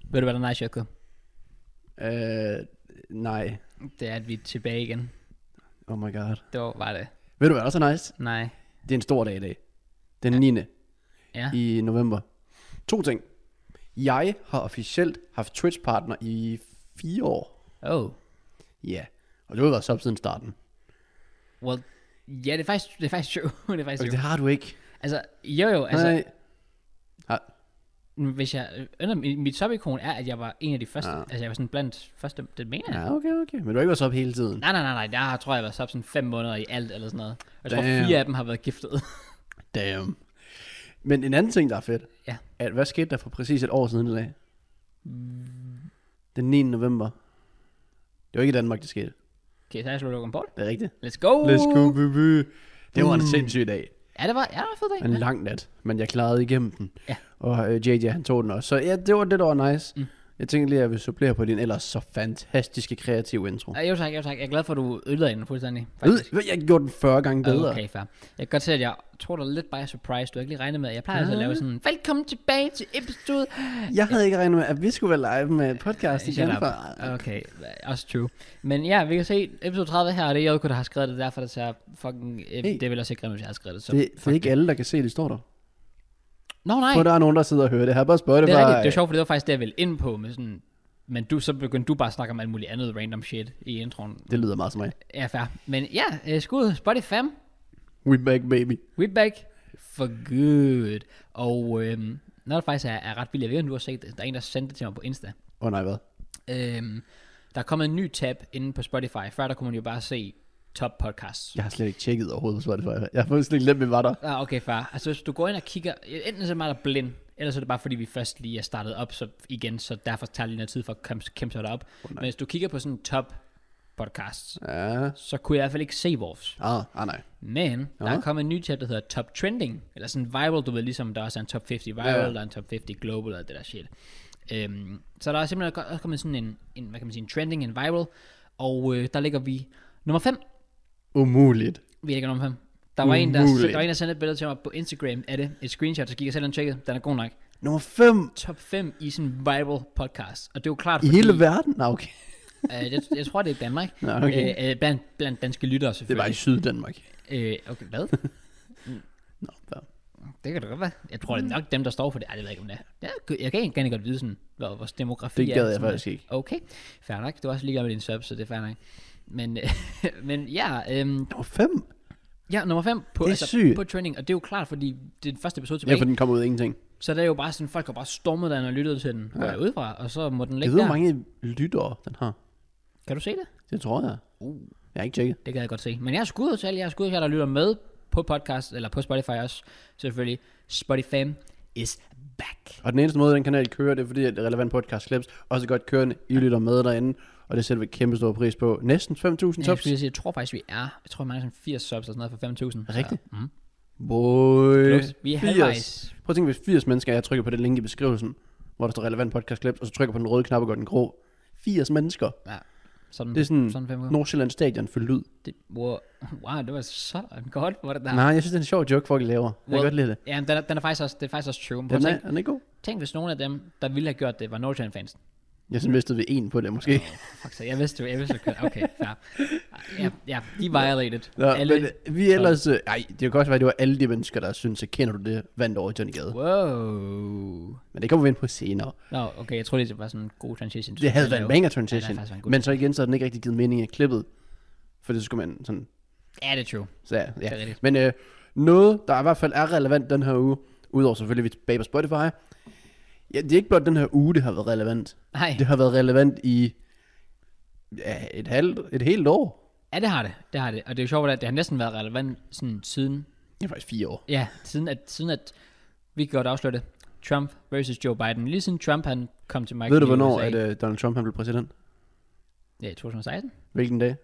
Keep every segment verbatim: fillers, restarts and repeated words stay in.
Ved du, hvad der er nice, Joko? Øh, nej. Det er, at vi er tilbage igen. Oh my god. Det var, var det. Ved du, hvad der også er nice? Nej. Det er en stor dag i dag. Den niende Ja. i november. To ting. Jeg har officielt haft Twitch-partner i fire år. Oh. Ja. Og det har været sub siden starten. Well, ja, det er faktisk, det er faktisk true. det er faktisk Okay, true. det har du ikke. Altså, jo jo, altså, Nej. Har, hvis jeg, øh, mit, mit sub-ikon er, at jeg var en af de første, Ja. altså jeg var sådan blandt første, det mener jeg. ja, okay, okay. Men du har ikke været sub hele tiden. Nej, nej, nej, nej, jeg har, tror jeg, været sub sådan fem måneder i alt, eller sådan noget. Jeg tror, Damn. fire af dem har været giftet. Damn. Men en anden ting, der er fedt. Ja. At hvad skete der for præcis et år siden i dag? Den niende november. Det var ikke i Danmark, det skete. Okay, så jeg slår Logan Paul. Det er rigtigt. Let's go! Let's go, baby. Det var en Uh. sindssyg dag. Ja, det var, ja, det var en fed dag. En Ja. lang nat, men jeg klarede igennem den. Ja. Og øh, J J, han tog den også. Så ja, det var det, der var nice. Mm. Jeg tænkte lige, at jeg vil supplere på din ellers så fantastiske kreative intro. Ja, jo tak, jo tak. Jeg er glad for, at du ødelagde den fuldstændig. Ved, ved, jeg gjorde den fyrre gange bedre. Okay, fair. Jeg kan godt se, at jeg tror, der er lidt by surprise. Du har ikke lige regnet med. Jeg plejer altså at Ah. lave sådan, velkommen tilbage til episode. Jeg havde ikke regnet med, at vi skulle være live med podcast igen. Shut up. For... Okay, også true. Men ja, vi kan se episode tredive her, og det er Joko, der har skrevet det, derfor det ser fucking... Hey. Det er vel også ikke grimt, hvis jeg har skrevet det. Så Det, det er ikke alle, der kan se, det står der. Nå nej, For der er nogen, der sidder og hører det her på Spotify. det er rigtigt. Det er sjovt, for det var faktisk det, jeg ville ind på med sådan... Men du, så begyndte du bare at snakke om alt muligt andet random shit i introen. Det lyder meget som mig. Ja, fair. Men ja, øh, skud, Spotify. We back, baby. We back for good. Og øhm, noget der faktisk er, er ret vildt, jeg ved, om du har set det. Der er en, der sendte det til mig på Insta. Åh oh, nej, hvad? Øhm, der er kommet en ny tab inde på Spotify. Før der kunne man jo bare se top podcasts. Jeg har slet ikke tjekket overhovedet på Spotify. Jeg har fuldstændig glemt, vi var der. Ah, okay, fair. Altså hvis du går ind og kigger, enten så er det meget blind, eller så er det bare fordi vi først lige er startet op så igen, så derfor tager det lige noget tid for at kæmpe, kæmpe sig derop. Oh, Men hvis du kigger på sådan top podcasts, Ja. så kunne jeg i hvert fald ikke se vores. Ah, ah nej. Men der Ja. er kommet en ny tab, der hedder Top Trending. Eller sådan viral, du ved, ligesom der også er en Top halvtreds viral, Ja. der er en Top halvtreds global og det der shit. Øhm, så der er simpelthen også kommet sådan en, en, hvad kan man sige, en trending, en viral. Og øh, der ligger vi nummer fem. Umuligt. Vi ligger nummer fem. Der var, en, der, Umuligt. der var en, der sendte et billede til mig på Instagram af det. Et screenshot, så gik jeg selv og tjekkede. Den er god nok. Nummer fem Top fem i sådan en viral podcast. Og det er jo klart, i fordi... hele verden? Nå, okay. øh, jeg, jeg tror, det er Danmark. Nå, okay. Øh, øh, blandt, blandt danske lyttere, Det var selvfølgelig. i Syddanmark. Øh, okay, hvad? Nå, hvad? Det kan det godt være. Jeg tror, det er nok dem, der står for det. Ej, det ved jeg ikke, om det er. Jeg, jeg kan ikke gerne godt vide, sådan, hvad vores demografi Det er. gad jeg sådan faktisk ikke. Okay, fair nok. Du er også ligeglad med din sub, så det er fair nok. Men, men ja, øhm, Nummer fem? ja, nummer fem på, Det er altså, sygt. på trending. Og det er jo klart, fordi det er den første episode Ja, tilbage. for den kom ud af ingenting. Så der er jo bare sådan, folk har bare stormet den og lyttet til den, går Ja. jeg ud fra, og så må den Jeg ligge ved, der. hvor mange lyttere den har. Kan du se det? Det tror jeg. Uh. Jeg har ikke tjekket. Det kan jeg godt se. Men jeg er skud ud til alle, jeg er skud ud til alle, der lytter med på podcast, eller på Spotify også, selvfølgelig. Spotify is back. Og den eneste måde, den kanal kører, det er fordi, at relevant podcast clips også godt kørende. I lytter med derinde, og det sætter vi kæmpe stor pris på. Næsten fem tusind Jeg, subs. skulle lige sige, jeg tror faktisk, vi er, jeg tror, vi mangler sådan firs subs eller sådan noget for fem tusind. Rigtigt? Så, mm. Boy. Vi er firs. halvvejs. Prøv at tænke, hvis firs mennesker, jeg trykker på det link i beskrivelsen, hvor der står relevant podcast clips, og så trykker på den røde knap og går den grå. firs mennesker. Ja, sådan, Det er sådan sådan fem uger. Nordsjælland Stadion fyldt ud. Det, wow, wow, det var så godt, hvor det der. Nej, jeg synes, det er en sjov joke, folk laver. Jeg kan Well, godt lide det. Ja, men den er, den er faktisk også, det er faktisk også true. Men prøv Den at er, tænk, den er god. tænk, hvis nogle af dem, der ville have gjort det, var Northern fans. Jeg synes, mistede vi en på det, måske. Fuck, så jeg vidste jo, jeg vidste jo, okay, fair. Ja, ja, de violated. Nå, Alle. men øh, vi ellers... Øh, ej, det kan også være, at det var alle de mennesker, der synes, at kender du det, vandt over Johnny Gade. Wow. Men det kommer vi ind på senere. Nå, okay, jeg troede, det var sådan en god transition. Det havde været en banger Ja, transition. det havde faktisk været en god Men så igen, så har den ikke rigtig givet mening i klippet. For det skulle man sådan... Ja, det er true. Så ja, Det er ja. rigtigt. Men øh, noget, der i hvert fald er relevant den her uge, udover selvfølgelig, vi er tilbage på Spotify. Ja, det er ikke blot den her uge, det har været relevant. Nej, Det har været relevant i ja, et, halvt, et helt år. ja, det har det. Det har det. Og det er jo sjovt, at det har næsten været relevant sådan siden, Det er faktisk fire år. ja, siden at, siden at vi kan godt afsløre det. Trump versus Joe Biden. Lige siden Trump han kom til magten. Ved du, i hvornår U S A. at, uh, Donald Trump han blev præsident? Ja, i to tusind og seksten. Hvilken dag?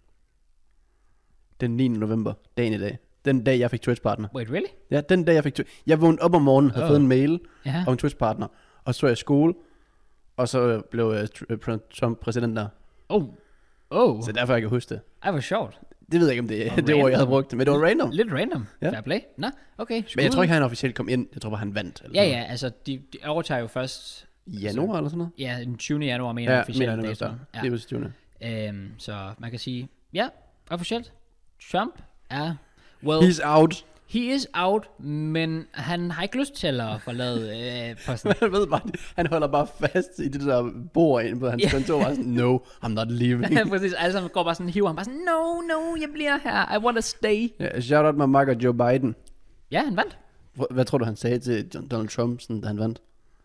Den niende november. Dagen i dag. Den dag, jeg fik Twitch-partner. Wait, really? Ja, den dag, jeg fik Twitch. Jeg vågnede op om morgenen, havde Oh. fået en mail Ja. om en Twitch-partner. Og så var jeg i skole. Og så blev uh, Trump præsident der. Oh. Oh. Så derfor jeg kan huske det. Ej, hvor sjovt. Det ved jeg ikke, om det er Og det ord, jeg havde random. brugt. Men det var random. Lidt random. Ja. Fair play. Nå, okay. Men jeg tror skud. ikke, han officielt kom ind. Jeg tror bare, han vandt. Eller Ja, sådan ja, altså, de, de overtager jo først I januar eller sådan noget? Ja, den tyvende januar mener jeg Ja, officielt. mener jeg datoen. ja. Det er vist tyvende. Øhm, så man kan sige, ja, officielt, Trump er, well, He's out. he is out, men han har ikke lyst til at forlade øh, posten. Man ved bare, han holder bare fast i det der bord inde på hans Ja. kontor, og sådan, no, I'm not leaving. Præcis, alle sammen går bare sådan, hiver ham bare sådan, no, no, jeg bliver her, I want to stay. Ja, shout out my makker Joe Biden. Ja, han vandt. Hvad tror du, han sagde til Donald Trump, sådan, da han vandt?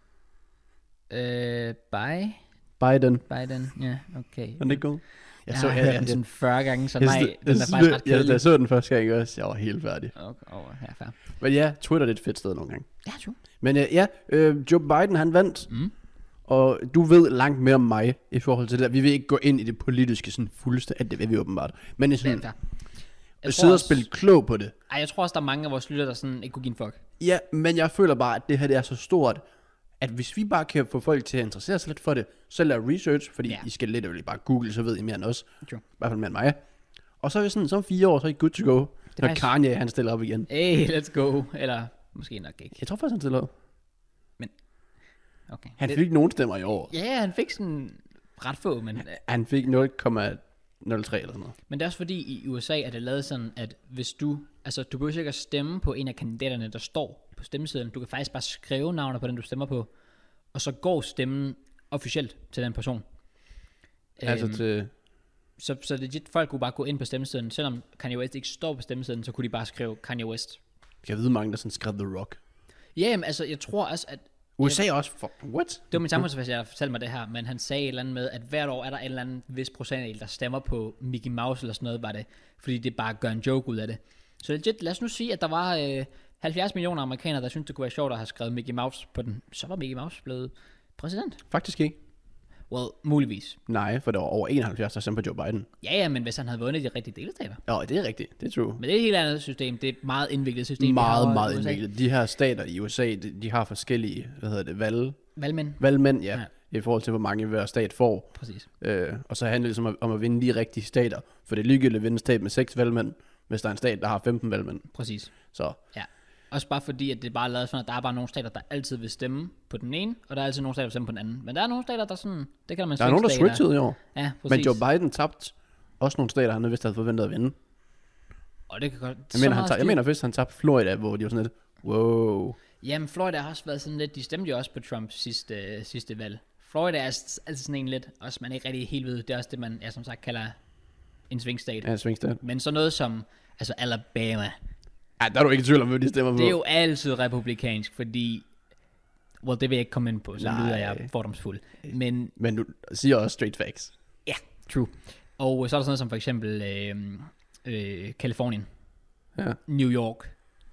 Øh, bye, Biden. Biden, ja, okay. Var det ikke god? Jeg, så, har hørt den sådan fyrre gange, så jeg, nej, jeg, den er jeg, faktisk ret jeg, jeg, kedelig. jeg så den første gang også, jeg var helt færdig. Okay, oh, ja, fair. Men ja, Twitter er et fedt sted nogle gange. Ja, true. Men øh, ja, øh, Joe Biden han vandt, Mm. og du ved langt mere om mig i forhold til det der. Vi vil ikke gå ind i det politiske sådan fuldstændig, det vil vi åbenbart. Men jeg Det er sådan, fair. jeg Jeg sidder tror og også, spille klog på det. ej, jeg tror også, der er mange af vores lytter, der sådan ikke kunne give en fuck. Ja, men jeg føler bare, at det her det er så stort, at hvis vi bare kan få folk til at interessere sig lidt for det, så lave research, fordi Ja. I skal lidt bare google, så ved I mere end os. True. I hvert fald mere end mig. Og så er vi sådan, så om fire år, så er I good to go, når faktisk- Kanye han stiller op igen. Hey, let's go. Eller måske nok ikke. Jeg tror faktisk, han stiller op. Okay. Han Det- fik ikke nogen stemmer i år. Ja, han fik sådan ret få, men, Han fik nul komma nul tre eller sådan noget. men det er også fordi i U S A er det lavet sådan, at hvis du, altså du behøver ikke at stemme på en af kandidaterne, der står på stemmesedlen. Du kan faktisk bare skrive navnet på den, du stemmer på, og så går stemmen officielt til den person. Altså Øhm, til... så, så legit, folk kunne bare gå ind på stemmesedlen, selvom Kanye West ikke står på stemmesedlen, så kunne de bare skrive Kanye West. Jeg ved mange, der sådan skrev The Rock. Ja, men altså, jeg tror også, at U S A også for... What? det var min samfundsfærdse, jeg fortalte mig det her, men han sagde et eller andet med, at hvert år er der en eller anden vis procentdel, der stemmer på Mickey Mouse eller sådan noget, var det, fordi det bare gør en joke ud af det. Så legit, lad os nu sige, at der var øh, halvfjerds millioner amerikanere, der syntes, det kunne være sjovt at have skrevet Mickey Mouse på den. Så var Mickey Mouse blevet præsident. Faktisk ikke. Well, muligvis. Nej, for der var over enoghalvfjerds, der stemte på Joe Biden. Ja, ja, men hvis han havde vundet de rigtige delstater. Ja, det er rigtigt. Det er true. Men det er et helt andet system. Det er et meget indviklet system. vi Meget, har meget i U S A. indviklet. De her stater i U S A, de, de har forskellige, hvad hedder det, valg, Valgmænd. valgmænd, ja, Ja. ja, i forhold til, hvor mange hver stat får. Præcis. Øh, og så handler det ligesom om, om at vinde de rigtige stater. For det er ligegyldigt at vinde en stat med seks valgmænd, hvis der er en stat, der har femten valgmænd. Præcis. Så Ja. Også bare fordi, at det er bare lavet sådan, at der er bare nogle stater, der altid vil stemme på den ene, og der er altid nogle stater, der vil stemme på den anden. Men der er nogle stater, der sådan, det kan man der er nogen, der swingstater. switchede i år. Ja, præcis. Men Joe Biden tabte også nogle stater, han havde vist havde forventet at vinde. Og det kan godt... Jeg mener, han tab, jeg mener først, han tabte Florida, hvor de var sådan lidt, wow. Jamen, Florida har også været sådan lidt, de stemte jo også på Trumps sidste, øh, sidste valg. Florida er s- altid sådan en lidt, også man ikke rigtig helt ved, det er også det, man, ja, som sagt, kalder en svingstat. Ja, svingstat. Men så noget som, altså Alabama, Ja, der er du ikke i tvivl om, hvad de stemmer på. det er jo altid republikansk, fordi, well, det vil jeg ikke komme ind på, så Nej. lyder jeg fordomsfuld. Men Men du siger også straight facts. ja, true. Og så er der sådan noget som for eksempel øh, øh, Kalifornien, Ja. New York.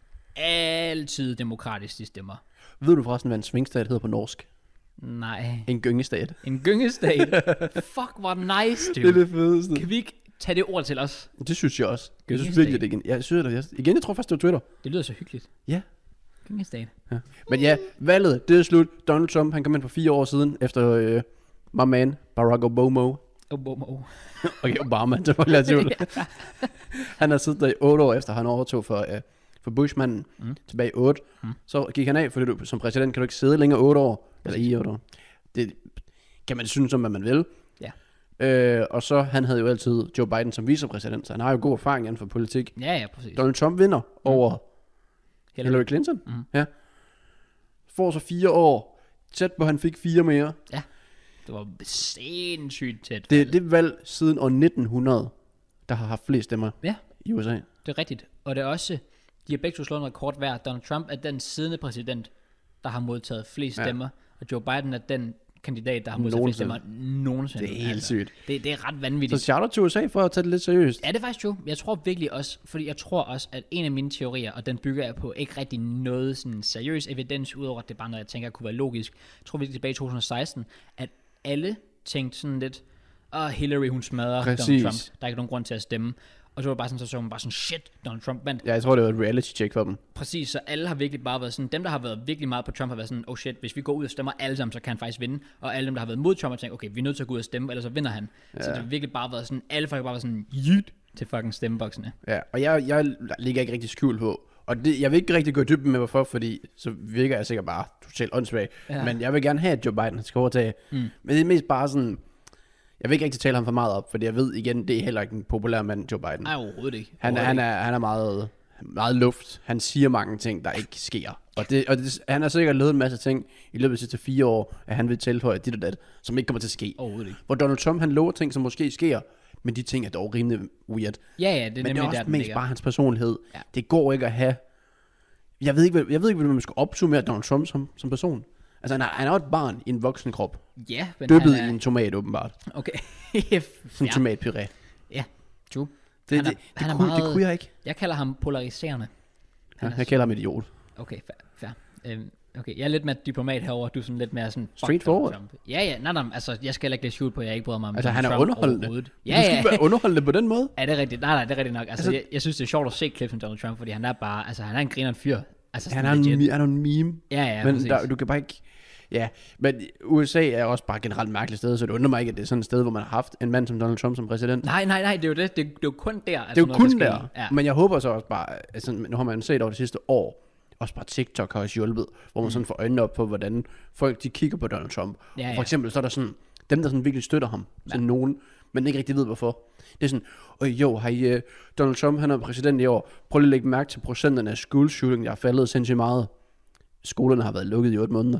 Altid demokratisk, de stemmer. Ved du forresten, hvad en svingstat hedder på norsk? Nej. En gyngestat. En gyngestat. Fuck, hvor nice, Det er dude. det fedeste. Kan vi ikke tage det ord til os? Det synes jeg også. Jeg synes Gyngestat. virkelig, det igen. Jeg synes, det, jeg, igen, jeg tror faktisk, det var Twitter. Det lyder så hyggeligt. Ja. Gyngestat. ja. Men ja, valget, det er slut. Donald Trump, han kom ind for fire år siden, efter øh, my man, Barack Obama. Obama. Okay, Obama, det var lidt tvivl. Han har siddet der i otte år, efter han overtog for, øh, for Bush-manden, Mm. tilbage i otte. Mm. Så gik han af, fordi du, som præsident kan du ikke sidde længere otte år, eller i otte år. Det kan man synes om, hvad man vil. Ja. Øh, og så, han havde jo altid Joe Biden som vicepræsident, så han har jo god erfaring inden for politik. Ja, ja, præcis. Donald Trump vinder mm. over Hillary. Hillary Clinton. Mm. Ja. Får så fire år. Tæt på, han fik fire mere. Det var sindssygt tæt. Det er det valg siden år nitten hundrede, der har haft flest stemmer Ja. i U S A. Det er rigtigt. Og det er også, de har begge to slået en rekord hver. Donald Trump er den siddende præsident, der har modtaget flest Ja. stemmer. Og Joe Biden er den kandidat, der har modtaget flest Nogensinde. stemmer nogensinde. Det er helt sygt. Det, det er ret Så vanvittigt. shout out til U S A for at tage det lidt seriøst. Ja, det er faktisk true. Jeg tror virkelig også, fordi jeg tror også, at en af mine teorier, og den bygger jeg på ikke rigtig noget sådan seriøs evidens, udover at det er bare noget, jeg tænker kunne være logisk. Jeg tror virkelig tilbage i to tusind og seksten, at alle tænkte sådan lidt, åh, Hillary, hun smadrer Præcis. Donald Trump. Der er ikke nogen grund til at stemme. Og så var det bare sådan, så så man bare sådan, shit, Donald Trump vandt. Ja, jeg tror, det var et reality check for dem. Præcis, så alle har virkelig bare været sådan, dem der har været virkelig meget på Trump har været sådan, oh shit, hvis vi går ud og stemmer alle sammen, så kan han faktisk vinde. Og alle dem der har været mod Trump har tænkt, okay, vi er nødt til at gå ud og stemme, ellers så vinder han. Ja. Så det har virkelig bare været sådan, alle folk har bare været sådan, jyt til fucking stemmeboksene. Ja, og jeg, jeg ligger ikke rigtig skjul på, Og det, jeg vil ikke rigtig gå i dybden med, hvorfor, fordi så virker jeg sikkert bare totalt åndssvag. Ja. Men jeg vil gerne have, at Joe Biden skal overtage. Mm. Men det er mest bare sådan, jeg vil ikke rigtig tale ham for meget op, fordi jeg ved igen, det er heller ikke en populær mand, Joe Biden. Nej, overhovedet ikke. Han, Overhovedet han, er, han er meget, meget luft. Han siger mange ting, der ikke sker. Og, det, og det, han har sikkert lavet en masse ting i løbet af de sidste fire år, at han vil tilføje dit og dat, som ikke kommer til at ske. Overhovedet ikke. Hvor Donald Trump, han lover ting, som måske sker, men de ting er dog rimelig weird. Ja, ja, det er men det er også der, mest ligger. bare hans personlighed. Ja. Det går ikke at have... Jeg ved ikke, jeg ved ikke, hvordan man skal opsummere Donald Trump som, som person. Altså, han er, han er jo et barn i en voksen krop. Ja, men Dyppet han er... i en tomat, åbenbart. Okay. Sådan en ja. tomatpuré. Ja, true. Det, Han er- det, det, han er kunne, meget- det kunne jeg ikke. Jeg kalder ham polariserende. Ja, Han er jeg kalder ham idiot. Okay, fair. fair. Øhm, okay, jeg er lidt mere diplomat herover. Du er sådan lidt mere sådan... fuck Straightforward. Donald Trump. Ja, ja, nej, nej, altså, jeg skal heller ikke lægge skjul på, at jeg ikke bryder mig om Altså, Donald han er Trump underholdende. overhovedet. Ja, Ja, du skal ja, ikke være underholdende på den måde. ja, det er rigtigt. Nej, nej, det er rigtigt nok. Altså, Altså- jeg, jeg, synes, det er sjovt at se clips med Donald Trump, fordi han er bare... Altså, han er en grineren fyr. Altså, Han sådan er, en, legit. han er en meme. Ja, ja, men præcis. der, du kan bare ikke... Ja, men U S A er også bare generelt et mærkeligt sted, så det undrer mig ikke, at det er sådan et sted, hvor man har haft en mand som Donald Trump som præsident. Nej, nej, nej, det er jo det. Det, det er jo kun der. Det er jo kun der. Ja. Men jeg håber så også bare, altså nu har man set over det sidste år, også bare TikTok har også hjulpet, hvor man mm. sådan får øjnene op på, hvordan folk de kigger på Donald Trump. Ja, ja. For eksempel så er der sådan, dem der sådan virkelig støtter ham, ja. sådan nogen, men ikke rigtig ved hvorfor. Det er sådan, øh jo, hej, uh, Donald Trump han er præsident i år, prøv lige at lægge mærke til procenterne af school shooting, der er faldet sindssygt meget. Skolerne har været lukket i otte måneder.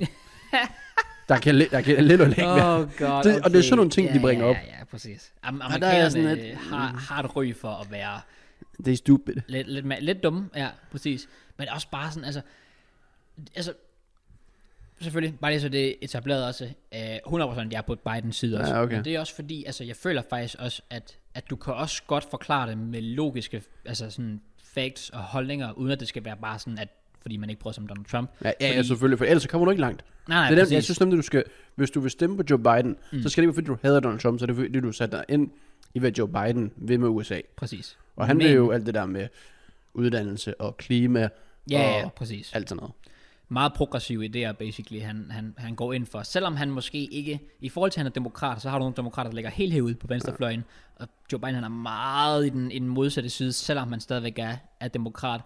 Der kan, der kan lidt at lægge Oh god, det, okay. Og det er sådan nogle ting, ja, de bringer ja, op. Ja, ja, præcis. Am- der er Amerikanerne sådan et... et- har, har et ry for at være Det er stupid. lidt, lidt, lidt, lidt dumme, ja, præcis. Men også bare sådan, altså... Altså... Selvfølgelig, bare lige så det er etableret også, øh, hundrede procent jeg er på Bidens side også. Ja, okay. Men det er også fordi, altså jeg føler faktisk også, at, at du kan også godt forklare det med logiske, altså sådan facts og holdninger, uden at det skal være bare sådan, at fordi man ikke prøver som Donald Trump. Ja, ja, fordi, ja, selvfølgelig, for ellers så kommer du ikke langt. Nej, nej, det er præcis. dem, jeg synes nemlig, du skal, hvis du vil stemme på Joe Biden, mm. så skal det ikke være, fordi du hader Donald Trump, så er det fordi, du sætter dig ind i, hvad Joe Biden vil med U S A. Præcis. Og han Men, vil jo alt det der med uddannelse og klima ja, og ja, præcis. alt sådan noget. Meget progressive idéer, basically, han, han, han går ind for. Selvom han måske ikke, i forhold til, at han er demokrat, så har du nogle demokrater, der ligger helt herude på venstrefløjen. Ja. Og Joe Biden, han er meget i den, i den modsatte side, selvom han stadigvæk er, er demokrat.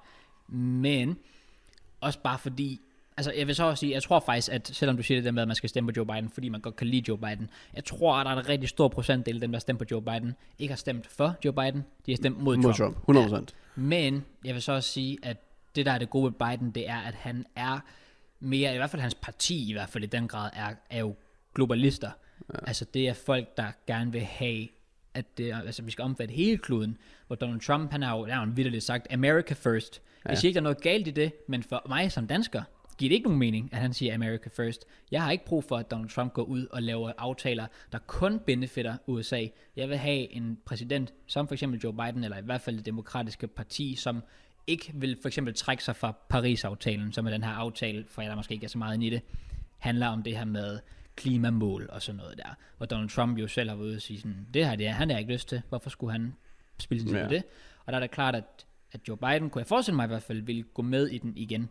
Men også bare fordi, altså jeg vil så også sige, jeg tror faktisk, at selvom du siger det der med, at man skal stemme på Joe Biden, fordi man godt kan lide Joe Biden, jeg tror, at der er en rigtig stor procentdel af dem, der stemmer på Joe Biden, ikke har stemt for Joe Biden, de har stemt mod, Mod Trump. Trump, hundrede procent. Ja. Men jeg vil så også sige, at det der er det gode ved Biden, det er, at han er mere, i hvert fald hans parti i hvert fald i den grad, er, er jo globalister. Ja. Altså det er folk, der gerne vil have, at det, altså, vi skal omfatte hele kloden, hvor Donald Trump, han har jo, han har jo vitterligt sagt, America first. Ja. Jeg siger ikke, der er noget galt i det, men for mig som dansker, giver det ikke nogen mening, at han siger America first. Jeg har ikke brug for, at Donald Trump går ud og laver aftaler, der kun benefitter U S A. Jeg vil have en præsident, som for eksempel Joe Biden, eller i hvert fald det demokratiske parti, som ikke vil for eksempel trække sig fra Paris-aftalen, som er den her aftale, for jeg der måske ikke er så meget inde i det, handler om det her med klimamål og sådan noget der. Hvor Donald Trump jo selv har været ude og sige sådan, det her det er, han har ikke lyst til, hvorfor skulle han spille sig Ja. på det? Og der er det klart, at, at Joe Biden, kunne jeg forestille mig i hvert fald, ville gå med i den igen.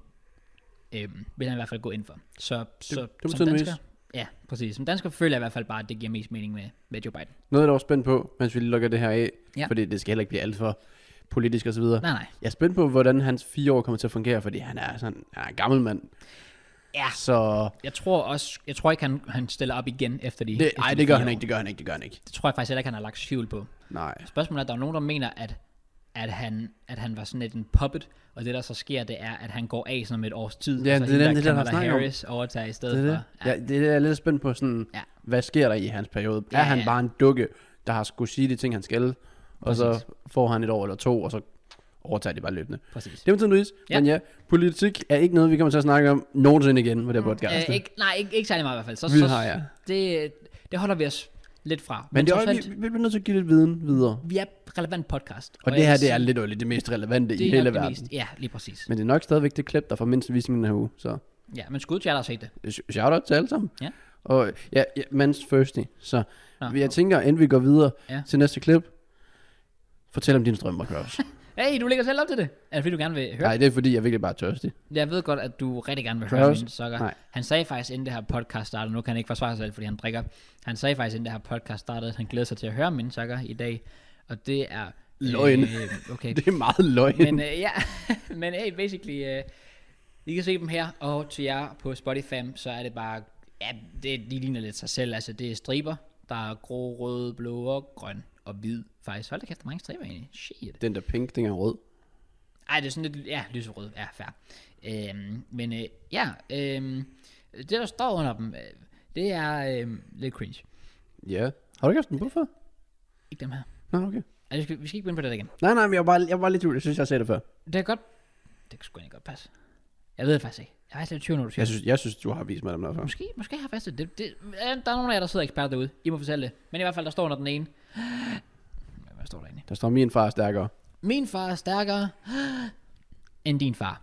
Øhm, vil han i hvert fald gå ind for. Så, så det som betyder dansker, ja, præcis. Som dansker føler jeg i hvert fald bare, at det giver mest mening med, med Joe Biden. Noget, der var spændt på, mens vi lige lukker det her af, Ja. fordi det skal heller ikke blive alt for politisk og så videre. Nej, nej. Jeg er spændt på, hvordan hans fire år kommer til at fungere, fordi han er sådan han er en gammel mand. Ja. Så Jeg tror også, jeg tror ikke, han, han stiller op igen efter de det, efter ej, de det gør fire han år. ikke, det gør han ikke, det gør han ikke. Det tror jeg faktisk heller ikke, han har lagt skjul på. Nej. Spørgsmålet er, at der er nogen, der mener, at, at, han, at han var sådan lidt en puppet, og det der så sker, det er, at han går af sådan om et års tid, Ja, og så det er hende den- det er der, der Kamala snakker om. Harris overtager i stedet Det er det. for. Ja, det er det, jeg er lidt spændt på, sådan, Ja. hvad sker der i hans periode? Ja, Er han ja. bare en dukke, der har skulle sige de ting, han skal, og Præcis. så får han et år eller to, og så overtager de bare løbende. Præcis. Det var til Louise, Ja. men ja, politik er ikke noget, vi kommer til at snakke om nogensinde igen på det her podcast. Øh, ikke, nej, ikke, ikke særlig meget i hvert fald. Så, Vi så, har, ja. det, det holder vi os lidt fra. Men det er trods også, alt, vi, vi bliver nødt til at give lidt viden videre. vi er relevant podcast. Og det jeg her, vil det er sige, lidt øjeligt det mest relevante det i er hele nok det verden. mest, ja, lige præcis. Men det er nok stadigvæk det klip, der får mindst visning den her uge. Så Ja, men skud til jer, der har set det. sh- shout out til alle sammen. Ja. Og ja, ja mens thirsty. Så Nå, jeg tænker, inden vi går videre Ja. til næste klip, fortæl om dine drømme, Kraus. Hey, du lægger selv op til det. Er det fordi, du gerne vil høre? Nej, det er fordi, jeg er virkelig bare thirsty. Jeg ved godt, at du rigtig gerne vil høre Kraus? mine sokker. Nej. Han sagde faktisk, inden det her podcast startede, nu kan han ikke forsvare sig selv, fordi han drikker. Han sagde faktisk, inden det her podcast startede, at han glæder sig til at høre mine sokker i dag. Og det er Løgn. Øh, okay. Det er meget løgn. Men øh, ja, men hey, basically, øh, I kan se dem her, og til jer på Spotify, så er det bare, ja, det, de ligner lidt sig selv, altså det er striber, der er grå, rød, blå og grøn og hvid, faktisk. Hold da kæft, der er mange striber egentlig, shit. Den der pink, den er rød. Ej, det er sådan lidt, ja, lyserød, ja, fair. Øhm, men øh, ja, øhm, det der står under dem, øh, det er øh, lidt cringe. Ja. Har du ikke haft den på før? Ikke dem her. Nå, okay. Altså, vi skal, vi skal ikke gå ind på det igen. Nej, nej, men jeg var bare, jeg var bare lidt i tvivl. Jeg synes, jeg har set det før. Det er godt, det kan sgu ikke godt passe. Jeg ved det faktisk ikke. Jeg er faktisk lidt tyve, når du siger Jeg synes, jeg synes, du har vist mig dem der før. Måske, måske har jeg faktisk det. det. Der er nogen af jer, der sidder eksperter derude. I må fortælle det. Men i hvert fald, der står under den ene. Hvad står der egentlig? Der står min far er stærkere. Min far er stærkere end din far.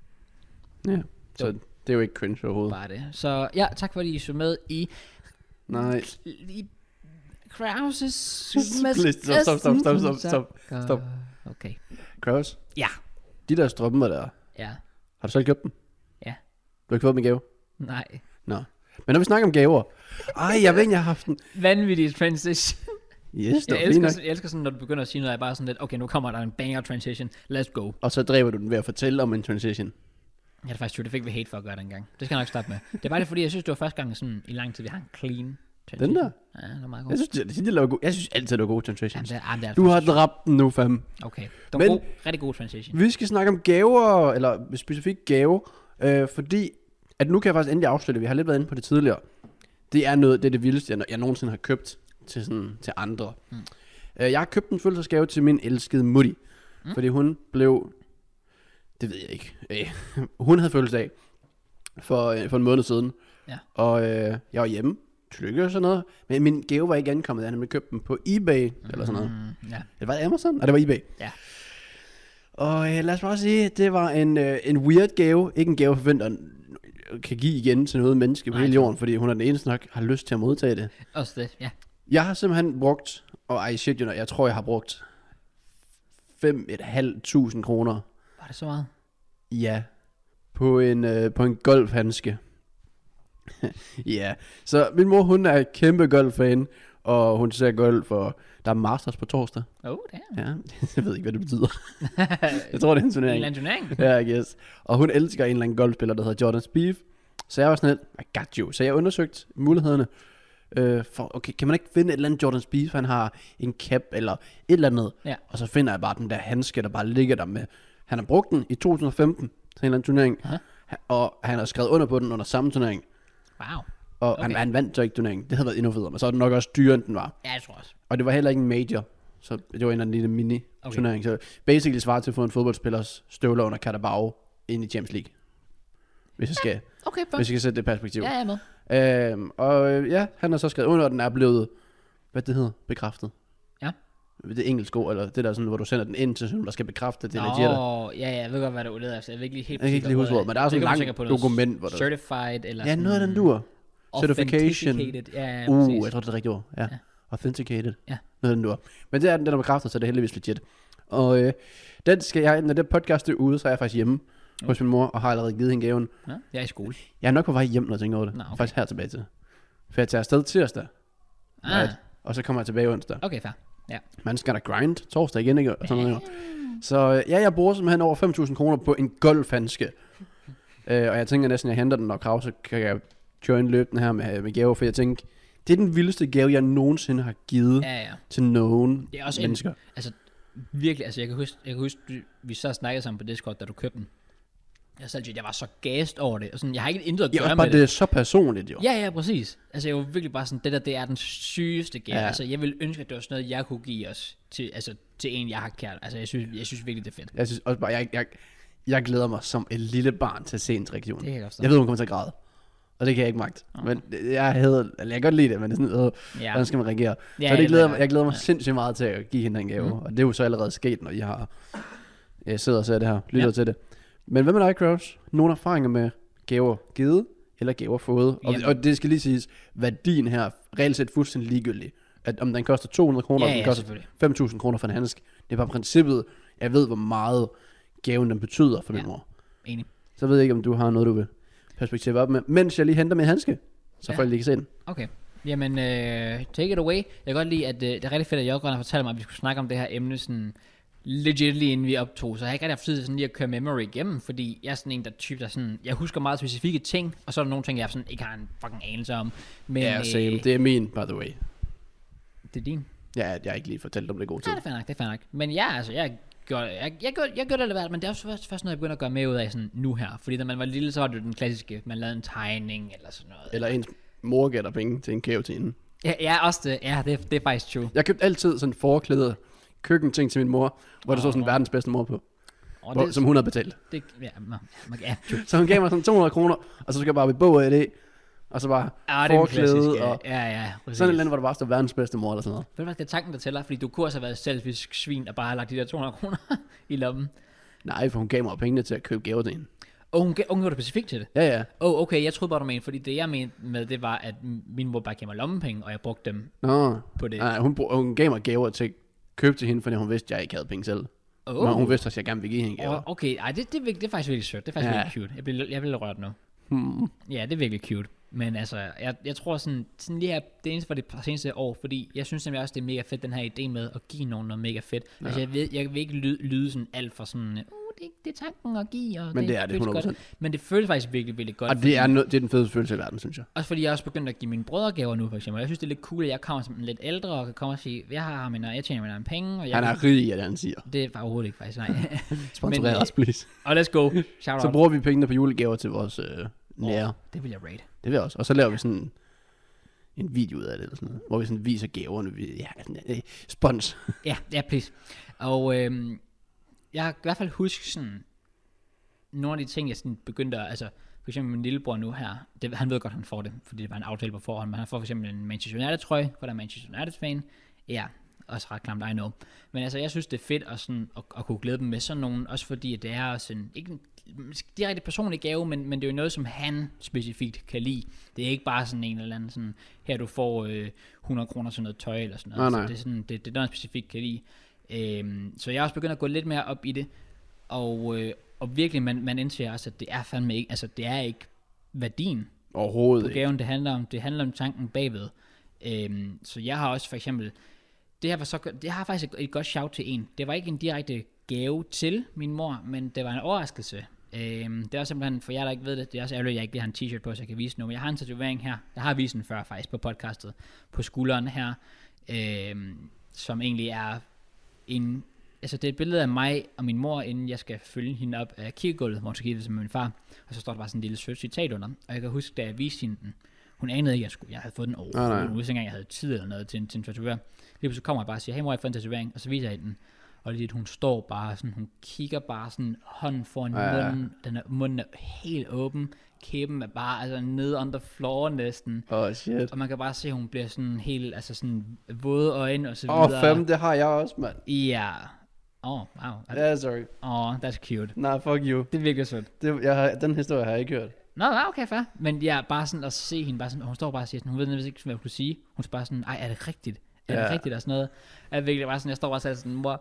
Ja, så det er jo ikke cringe overhovedet. Bare det. Så ja, tak fordi I så med i... Nej. I Krauses... Stop, stop, stop, stop, stop, stop, stop. Okay. Kraus, Ja. de der strømper der, Ja. har du selv købt dem? Ja. Du har ikke fået dem i gave? Nej. Nå. Men når vi snakker om gaver. Ej, jeg ved ikke, jeg har haft den. Vanvittig transition. Yes, det jeg, var elsker, fint nok. sådan, jeg elsker sådan, når du begynder at sige noget, jeg er bare sådan lidt, okay, nu kommer der en banger transition, let's go. Og så dræber du den ved at fortælle om en transition. Ja, det er faktisk true, det fik vi hate for at gøre dengang. Det skal jeg nok starte med. Det er bare det, fordi jeg synes, det var første gang sådan, i lang tid, vi har en clean transition. Den der? Ja, det var meget god. Jeg synes, det, det, det laver god. Jeg synes altid, det er gode transitions. Jamen, det er, jamen, det er Du har faktisk- dræbt den nu, fam. Okay, det var Men- god, rigtig god transition. Vi skal snakke om gaver, eller specifikt gave, øh, fordi at nu kan jeg faktisk endelig afsløre det. Vi har lidt været inde på det tidligere. Det er noget, det er det vildeste, jeg, jeg nogensinde har købt til, sådan, til andre. Mm. Øh, jeg har købt en fødselsdagsgave til min elskede mutti, mm. fordi hun blev, det ved jeg ikke, øh, hun havde fødselsdag for, øh, for en måned siden, Ja. og øh, jeg var hjemme, tillykke og sådan noget, men min gave var ikke ankommet, jeg havde nemlig købt den på eBay, mm. eller sådan noget. Mm, ja. Det var Amazon? Nej, det var eBay. Ja. Og øh, lad os bare sige, det var en, øh, en weird gave. Ikke en gave, forventeren kan give igen til noget menneske på Nej, hele tak. jorden, fordi hun er den eneste nok, har lyst til at modtage det. Også det, ja. Jeg har simpelthen brugt, og ej shit, you know, jeg tror, jeg har brugt fem et halvt tusind kroner, Var det så meget? ja, på en, øh, på en golfhandske. Ja, så min mor, hun er kæmpe golffan, og hun ser golf, og der er Masters på torsdag. Oh, damn. Ja, jeg ved ikke, hvad det betyder. Jeg tror, det er en En turnering. eller anden turnering. Ja, I guess. Og hun elsker en eller anden golfspiller, der hedder Jordan Spieth. Så jeg var sådan lidt, I got you. Så jeg undersøgte mulighederne. Øh, for, okay, kan man ikke finde et eller andet Jordan Spieth, for han har en cap eller et eller andet. Ja. Og så finder jeg bare den der handske, der bare ligger der med. Han har brugt den i to tusind og femten til en eller anden turnering. Aha. Og han har skrevet under på den under samme turnering. Wow. Og Okay. han, han vandt så ikke turneringen. Det havde været endnu federe, men så er den nok også dyrere, end den var. Ja, jeg tror også. Og det var heller ikke en major. Så det var en eller anden lille mini-turnering. Okay. Så basically svarer til at få en fodboldspillers støvler under Carabao ind i Champions League. Hvis jeg skal, Okay, fair. hvis jeg skal sætte det i perspektiv. Ja, jeg er med. Øhm, og øh, ja, han har så skrevet under, og den er blevet, hvad det hedder, bekræftet. Ja. Det engelske ord, eller det der sådan, hvor du sender den ind til sådan, der skal bekræfte, at det er legit. Åh, ja, ja, jeg ved godt, hvad det er efter. Jeg ved ikke lige helt Jeg kan ikke lige huske ordet, men der er sådan et langt dokument, hvor der... Certified, eller Ja, sådan noget af den dur. Certification. authenticated. Ja, ja, Uh, præcis. jeg tror, det er det rigtige ord. Ja. Ja. Authenticated. Ja. Noget af den dur. Men det er den, den er bekræftet, så det er heldigvis legit. Og øh, den skal jeg, når det podcast er ude, så er jeg faktisk hjemme Uh. hos min mor, og har allerede givet hende gaven. Ja, jeg er i skole. Jeg er nok på vej hjem, når jeg tænker over det. Nå, okay. Faktisk her tilbage til. For jeg tager afsted tirsdag, Ah, right? Og så kommer jeg tilbage onsdag. okay, fair. Ja. Man skal da grind torsdag igen, ikke? Og sådan noget, jo. Så øh, ja, jeg bruger simpelthen over fem tusind kroner på en golfhandske. øh, og jeg tænker næsten, at jeg henter den, når Krause kan jeg join løbende her med, med gaver, for jeg tænker, det er den vildeste gave, jeg nogensinde har givet Ja, ja. til nogen Det er også mennesker. en, altså virkelig, altså jeg kan huske, jeg kan huske, du- vi så snakkede sammen på Discord, da du købte den. Jeg sagde, jeg var så gassed over det, og sådan, jeg har ikke intet at Ja, gøre også med bare, det. det er så personligt, jo. Ja, ja, præcis. Altså jeg var virkelig bare sådan, det der, det er den sygeste gave. Ja. Ja. Altså jeg ville ønske, at det var sådan noget, jeg kunne give os til, altså, til en, jeg har kært. Altså jeg synes, jeg synes virkelig, det er fedt. Jeg synes også bare, jeg, jeg, jeg glæder mig som et lille barn til at se en reaktion. Det kan jeg godt forstå. Jeg ved, hun kommer til at græde. Og det kan jeg ikke magte. Oh. Men jeg havde, eller jeg kan godt lide det, men det er sådan, øh, Ja. hvordan skal man reagere? Ja, så det det glæder ved mig, jeg jeg glæder mig godt. sindssygt meget til at give hende en gave. Mm. Og det er jo så allerede sket, når I har jeg sidder og ser det her, lytter Ja. til det. Men hvad med dig, Kraus? Nogle erfaringer med gaver givet, eller gaver fået? Og, Jamen. og det skal lige siges, værdien her reelt set fuldstændig ligegyldig. At om den koster to hundrede kroner, Ja, eller den ja, koster selvfølgelig. fem tusind kroner for en handsk. Det er bare princippet, jeg ved, hvor meget gaven den betyder for min Ja. mor. Enig. Så ved jeg ikke, om du har noget, du vil perspektive op med. Mens jeg lige henter min handske, så Ja. folk lige kan se den. Okay. Jamen, uh, take it away. Jeg kan godt lide, at uh, det er rigtig fedt, at Jørgen har fortalt mig, at vi skulle snakke om det her emne sådan legit lige inden vi optog. Så jeg har ikke rigtig haft tid til sådan lige at køre memory igennem, fordi jeg er sådan en, der type, der sådan, jeg husker meget specifikke ting, og så er der nogle ting, jeg sådan ikke har en fucking anelse om. Men, Ja, same. øh, Det er min, by the way. det er din. Ja, jeg har ikke lige fortalt om det gode tid. Ja, det er fair nok, det er fair nok. Men ja, altså, jeg gør, jeg, jeg, gør, jeg gør det lidt, men det er også først, først noget, jeg begynder at gøre mere ud af sådan nu her. Fordi da man var lille, så var det jo den klassiske, man lavede en tegning eller sådan noget. Eller ens mor gætter penge til en gave til hende. Ja, ja, også det. Ja, det, det er faktisk true. Jeg købte altid sådan forklæder, køkkenting til min mor, hvor der så sådan verdens bedste mor på, Og hvor, det, som hun havde betalt. det, ja, nå, ja, true. Så hun gav mig sådan to hundrede kroner, og så skal jeg bare blive bog af det, og så bare Ja, det er en klassisk, forklæde, ja. og Ja, ja, præcis. sådan et eller andet, hvor der bare stod verdens bedste mor eller sådan noget. Ved du hvad, det er tanken, der tæller, fordi du kunne også have været selfisk svin og bare have lagt de der to hundrede kroner i lommen. Nej, for hun gav mig pengene til at købe gaver til hende. Og hun, hun gjorde det specifikt til det. Ja, ja. Åh, oh, okay, jeg troede bare, du mente, fordi det jeg mente med, det var, at min mor bare gav mig lommepenge, og jeg brugte dem Nå, på det. nej, hun, brug- hun gav mig gaver til at købe til hende, fordi hun vidste, at jeg ikke havde penge selv. Oh. Men hun vidste også, at jeg gerne ville give hende gaver. Oh, okay, ej, det, det, er virkelig, det er faktisk virkelig sødt. Det er faktisk Ja. virkelig cute. Jeg bliver, jeg bliver rørt nu. Hmm. Ja, det er virkelig cute. Men altså, jeg, jeg tror sådan, sådan lige her, det eneste for det seneste år, fordi jeg synes nemlig også, det er mega fedt, den her idé med at give nogen noget mega fedt. Ja. Altså, jeg, ved, jeg vil ikke lyde, lyde sådan alt for sådan, uh, det, det er tanken at give, og Men det er det føles hundrede procent. godt. Men det føles faktisk virkelig, virkelig godt. Og det er, no- det er den fedeste følelse i verden, synes jeg. Også fordi jeg er også begyndt at give mine brødre gaver nu, for eksempel. Jeg synes, det er lidt cool, at jeg kommer som en lidt ældre, og kan komme og sige, jeg har mine, jeg tjener mine egne penge. Og jeg Han er rig i, at han siger. Det er bare overhovedet ikke, faktisk, nej. Sponsoreret Men, os, please. Og let's go. Shout Så out. bruger vi pengene på julegaver til vores øh, nære. Oh, det vil jeg rate. Det vil jeg også. Og så laver vi sådan en video ud af det, eller sådan noget, hvor vi sådan viser gaverne. Vi, ja, sådan, øh, spons. Ja, ja, please. Og øhm, jeg har i hvert fald husket sådan, nogle af de ting, jeg sådan begyndte at, altså, for eksempel min lillebror nu her, det, han ved godt, han får det, fordi det var en aftale på forhånd, men han får for eksempel en Manchester United-trøje, for der er Manchester United-fan. Ja, også ret klamt, I know. Men altså, jeg synes, det er fedt at, sådan, at, at kunne glæde dem med sådan nogen, også fordi at det er også en, ikke en direkte personlig gave, men, men det er jo noget, som han specifikt kan lide. Det er ikke bare sådan en eller anden, sådan, her du får øh, hundrede kroner til noget tøj, eller sådan noget. Nej, nej. Så det er sådan, det, det er noget, han specifikt kan lide. Øhm, så jeg er også begyndt at gå lidt mere op i det, og, øh, og virkelig, man, man indser også, at det er fandme ikke, altså det er ikke værdien Overhovedet på ikke. gaven, det handler om, det handler om tanken bagved. Øhm, så jeg har også for eksempel, det her var så, det har faktisk et, et godt shout til en. Det var ikke en direkte gave til min mor, men det var en overraskelse. Øhm, det er også simpelthen, for jer der ikke ved det, det er også ærgerligt, at jeg ikke lige har en t-shirt på, så jeg kan vise nu, men jeg har en tatovering her, jeg har vist den før faktisk på podcastet, på skulderen her, øhm, som egentlig er en, altså det er et billede af mig og min mor, inden jeg skal følge hende op af kirkegulvet, hvor hun skal give det til min far, og så står der bare sådan en lille sødt citat under, og jeg kan huske, da jeg viste hende den, hun anede ikke, at jeg, skulle, jeg havde fået den overhovedet, Nej, nej. hun vidste ikke engang, jeg havde tid eller noget til en, til en tatovør. Lige pludselig kommer jeg bare og siger, hey mor, jeg har fået en tatovering, og så viser jeg den, og lige at hun står bare sådan, hun kigger bare sådan, hånden foran Ja, ja. munden, den er, munden er helt åben, kæben er bare altså nede under floor næsten, Åh, oh, shit. og man kan bare se, at hun bliver sådan helt, altså sådan våde øjne og så Åh, videre. oh, fem, det har jeg også, mand. Ja. Åh, oh, wow. Ja, yeah, sorry. Åh, oh, that's cute. Nej, fuck you. Det er virkelig sødt. Det, jeg har, den historie har jeg ikke hørt. Nå, no, okay, fair. Men ja, bare sådan at se hende, bare sådan, hun står bare og siger sådan, hun ved næsten ikke, hvad hun kunne sige. Hun er bare sådan, ej, er det rigtigt? Er det Ja. rigtigt og sådan noget? Er virkelig bare sådan, jeg står bare og siger sådan, mor,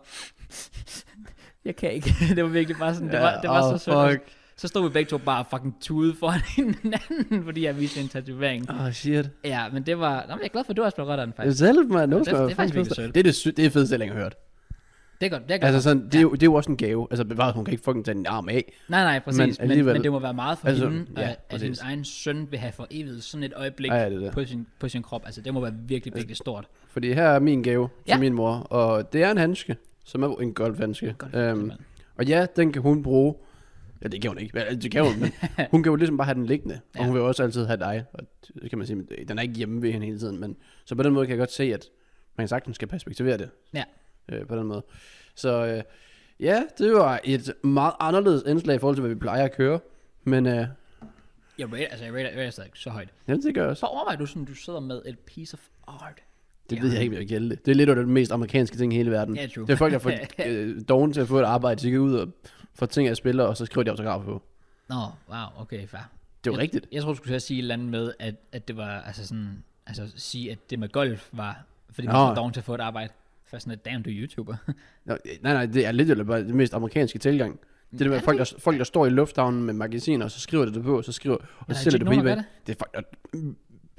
jeg kan ikke. Det var virkelig bare sådan, det var, det var oh, så sødt. fuck. Så stod vi begge to bare fucking tude foran hinanden, fordi jeg viste en tatovering. Åh, oh, shit. Ja, men det var, nå, men jeg er glad for, at du også blev rødt af den Det er faktisk. selv, mand. det, det er faktisk virkelig sødt. Det er det, sy- det er fedt, jeg har hørt. Det er godt, det er godt. Altså sådan, det er, jo, det er jo også en gave. Altså bevaret, hun kan ikke fucking tage en arm af. Nej, nej, præcis. Men Men, men, alligevel- men det må være meget for Altså, hende, ja, at, at præcis. hendes egen søn vil have for evigt sådan et øjeblik Ja, ja, det er det. på, sin, på sin krop. Altså, det må være virkelig, virkelig stort. Fordi her er min gave til Ja. min mor. Og det er en handske, som er en golfhandske. Godt, Øhm, og ja, den kan hun bruge. Ja, det kan hun ikke. Ja, det kan hun, men hun kan jo ligesom bare have den liggende. Og Ja. hun vil jo også altid have dig. Og det kan man sige, men den er ikke hjemme ved hende hele tiden. Men så på den måde kan jeg godt se, at man sagtens skal perspektivere det. Ja. Øh, på den måde. Så øh, ja, det var et meget anderledes indslag i forhold til, hvad vi plejer at køre. Men øh, Jeg rater, altså, jeg rater, jeg rater stadig så højt. jamen, det gør jeg også. Så overvej du sådan, du sidder med et piece of art. Det Ja. ved jeg ikke, hvad jeg gælder det. Det er lidt af det mest amerikanske ting i hele verden. Ja, true. Det er folk, der får øh, doven til at få et arbejde, så de kan ud og få ting af spiller, og så skriver de autografer på. Nå, wow, okay, fair. Det er jo jeg, rigtigt. Jeg tror, du skulle til at sige et eller andet med, at, at det var, altså sådan, altså sige, at det med golf var, fordi man Nå. var doven til at få et arbejde. Først sådan et, damn, du er YouTuber. Nå, nej, nej, det er lidt eller bare det mest amerikanske tilgang. Det er det med Er folk, det der, folk, der står i lufthavnen med magasiner, og så skriver de det på, og så skriver, og så der sælger det på ikke nogen, eBay. der Det er folk, der,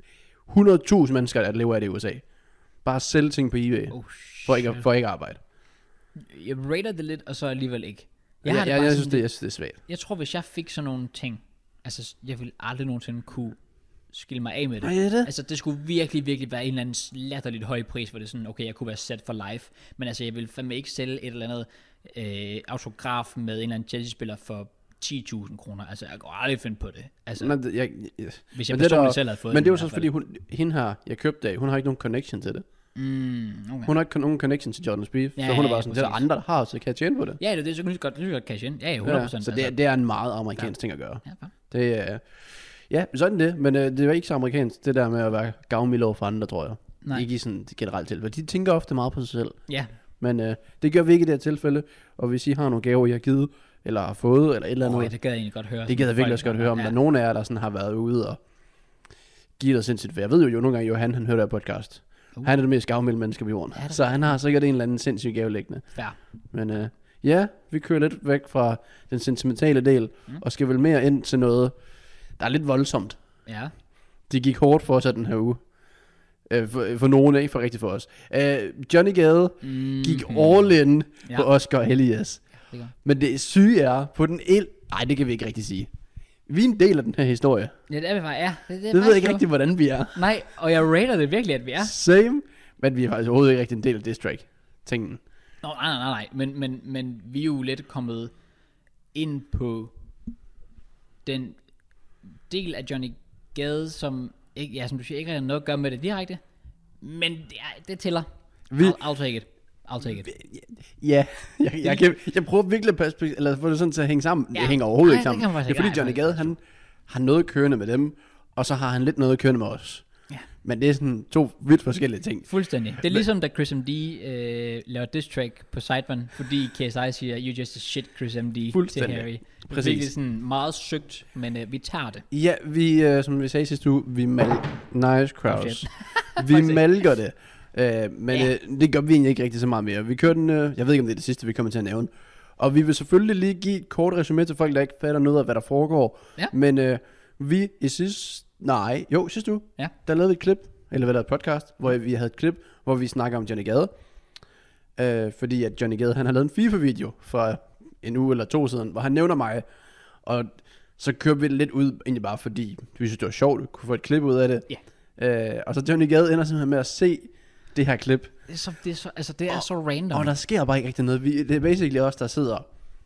hundrede tusind mennesker, der lever af det i U S A. Bare sælge ting på eBay, Oh, for ikke, for ikke at arbejde. Jeg rater det lidt, og så alligevel ikke. Jeg, har jeg, det jeg, bare jeg, sådan synes, det, jeg synes, det er svagt. Jeg tror, hvis jeg fik sådan nogle ting, altså, jeg ville aldrig nogensinde kunne skille mig af med det. Nej, det? Altså, det skulle virkelig, virkelig være en eller anden latterligt høj pris, hvor det er sådan, okay, jeg kunne være sat for life, men altså, jeg ville fandme ikke sælge et eller andet øh, autograf med en eller anden Chelsea-spiller for ti tusind kroner. Altså, jeg kunne aldrig finde på det. Altså, Men, jeg, jeg, hvis jeg men det personligt der, selv havde fået men det er jo i så hvert fordi, hun, hende her, jeg købte af, hun har ikke nogen connection til det. Mm, okay. Hun har ikke nogen connection til Jordan Spieth, Ja, så hun er ja, bare sådan, det er der præcis. andre, der har, så kan jeg tjene på det. Ja, det er det, så kan du godt, du kan godt cash ind. Ja, ja, hundrede procent. Ja, så det, er- det er en meget amerikansk ja. ting at gøre. Ja, bare. Det er, ja, sådan det, men øh, det var ikke så amerikansk, det der med at være gavmild over for andre, tror jeg. Nej. Ikke i sådan generelt tilfælde. De tænker ofte meget på sig selv. Ja, Men øh, det gør vi ikke i det her tilfælde, og hvis I har nogle gaver, I har givet, eller har fået, eller et eller andet, oh, det gad jeg egentlig godt høre. det gad jeg virkelig også godt høre, om ja. der er nogen af jer, der sådan har været ude og givet dig sindssygt. For jeg ved jo, jo nogle gange, Johan, han hører der podcast. Uh. Han er det mest gavmilde menneske på jorden. Ja, så han har sikkert en eller anden sindssyg gave liggende. Fair. Men øh, ja, vi kører lidt væk fra den sentimentale del, mm. og skal vel mere ind til noget, der er lidt voldsomt. Ja. Det gik hårdt for os den her uge. Øh, for, for nogen, ikke for rigtigt for os. Øh, Johnny Gade mm, gik mm. all in ja. på Oscar Elias. Ja, det Men det syge er, på den el... Nej, det kan vi ikke rigtig sige. Vi er en del af den her historie. Ja, det er vi bare, ja. Det, det, Det ved jeg ikke rigtig, hvordan vi er. Nej, og jeg rater det virkelig, at vi er. Same. Men vi er faktisk overhovedet ikke rigtig en del af diss track tingen. Nå, nej, nej, nej, nej. Men, men, men vi er jo lidt kommet ind på den del af Johnny Gade, som ikke, ja, som du siger, ikke har noget at gøre med det direkte. Men det, er, det tæller. Vi- I'll, I'll take it. I'll take it. Ja, jeg, jeg, jeg, jeg prøver virkelig at passe, eller få det sådan til at hænge sammen. Ja. Det hænger overhovedet Nej, ikke sammen. det kan man Det, faktisk er ikke. fordi Nej, Johnny faktisk Gade, han har noget kørende med dem, og så har han lidt noget kørende med os. Ja. Men det er sådan to vidt forskellige ting. Fuldstændig. Det er ligesom, da Chris M D øh, laver diss track på Sideman, fordi K S I siger, you just a shit Chris M D til Fuldstændig. Harry. Præcis. Det er sådan meget søgt, men øh, vi tager det. Ja, vi, øh, som vi sagde sidste uge, vi mal... Nice crowds. Oh, vi Faktisk. malker det. Øh, men Ja. øh, det gør vi egentlig ikke rigtig så meget mere. Vi kører den, øh, jeg ved ikke om det er det sidste, vi kommer til at nævne. Og vi vil selvfølgelig lige give et kort resume til folk, der ikke fatter noget af, hvad der foregår. Ja. Men øh, vi i sidste... Nej, jo, sidste uge, Ja. der lavede vi et klip, eller hvad der er et podcast, hvor vi havde et klip, hvor vi snakker om Johnny Gade. Øh, fordi at Johnny Gade, han har lavet en FIFA-video for en uge eller to siden, hvor han nævner mig. Og så kører vi det lidt ud, egentlig bare fordi vi synes, det var sjovt, vi kunne få et klip ud af det. Ja. Øh, og så Johnny Gade ender simpelthen med at se det her klip. Det er så, det er så, altså, det er Og- så random. Og der sker bare ikke rigtig noget. Vi, det er basically os, der sidder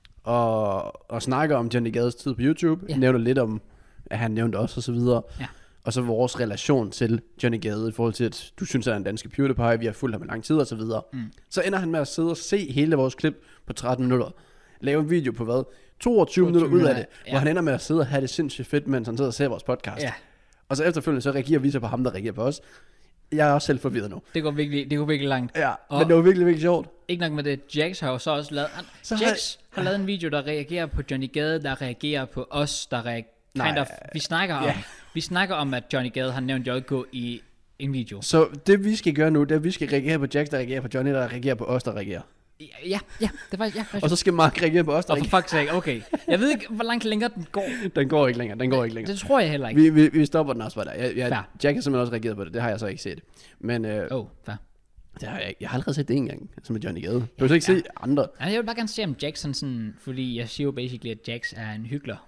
og, og snakker om Johnny Gades tid på YouTube. Ja. Ja. Nævner lidt om, at han nævnte os og så videre. Ja. Og så vores relation til Johnny Gade i forhold til, at du synes, at han er en dansk PewDiePie, vi har fulgt ham i lang tid og så videre. Mm. Så ender han med at sidde og se hele vores klip på tretten minutter. Lave en video på hvad? toogtyve minutter ud af det. ja. Hvor han ender med at sidde og have det sindssygt fedt, mens han sidder og ser vores podcast. Ja, Og så efterfølgende så reagerer vi så på ham, der reagerer på os. Jeg er også selv forvirret nu. det går virkelig, det går virkelig langt. Ja, Og- men det var virkelig, virkelig sjovt. Ikke nok med det, Jax har jo så også lavet... Han, Så så har- Jax har, har lavet en video, der reagerer på Johnny Gade, der reagerer på os, der reagerer... Nej, Kind of, vi snakker om, ja. vi snakker om, at Johnny Gade har nævnt J K i en video. Så det vi skal gøre nu, det er, at vi skal reagere på Jax, der reagerer på Johnny, der reagerer på os, der reagerer. Ja, ja, ja, det var ja. Og så skal Mark reagere på os, der Og for reagerer. fuck's sake, okay. Jeg ved ikke, hvor langt længere den går. Den går ikke længere, den går ikke længere. Det tror jeg heller ikke. Vi, vi, vi stopper den også bare der. Jeg, jeg, Fair. Jack har simpelthen også reageret på det, det har jeg så ikke set. Men øh, Oh, fair. det har jeg, ikke. Jeg har aldrig set det en gang, som med Johnny Gade. Du har så ikke Ja. se andre. Ja, jeg vil bare gerne se om Jackson sådan, fordi jeg siger jo basically, at Jax er en hyggelig.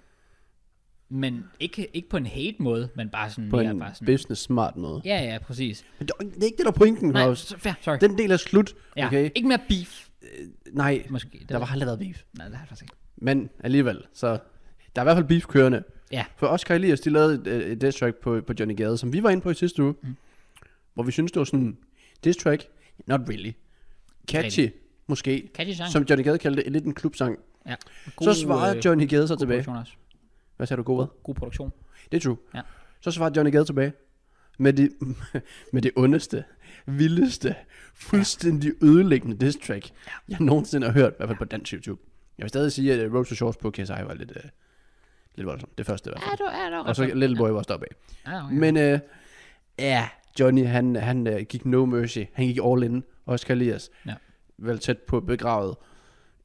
Men ikke, ikke på en hate måde, men bare sådan... På mere en bare sådan, business smart måde. Ja, ja, præcis. Men det, det er ikke det, der er pointen, Nej, Claus. så- fair, sorry. Den del er slut, Ja, okay? ikke mere beef. Nej, Måske. Det der var aldrig været beef. Nej, det har jeg faktisk ikke. Men alligevel, så der er i hvert fald beef kørende. Ja. For Oscar Elias, de lavede et, et diss track på, på Johnny Gade, som vi var inde på i sidste uge. Mm. Hvor vi synes det var sådan, diss track, not really. Catchy, måske. Catchy sang. Som Johnny Gade kaldte det, lidt en klubsang. Ja. Så svarede Johnny Gade så god tilbage. produktion også. Hvad sagde du, god hvad? God produktion. Det er true. Ja. Så svarede Johnny Gade tilbage. Med det, med det ondeste, vildeste, fuldstændig ødelæggende diss track, Ja. jeg nogensinde har hørt, i hvert fald på dansk YouTube. Jeg vil stadig sige, at Road to Shorts på K S I var lidt, uh, lidt voldsomt. Det første i hvert fald. Ja, du er du. Og så Little Boy var stoppet af. Ja, okay. Men øh, ja, Johnny, han, han øh, gik no mercy. Han gik all in. Oscar Elias. Ja. Vel tæt på begravet.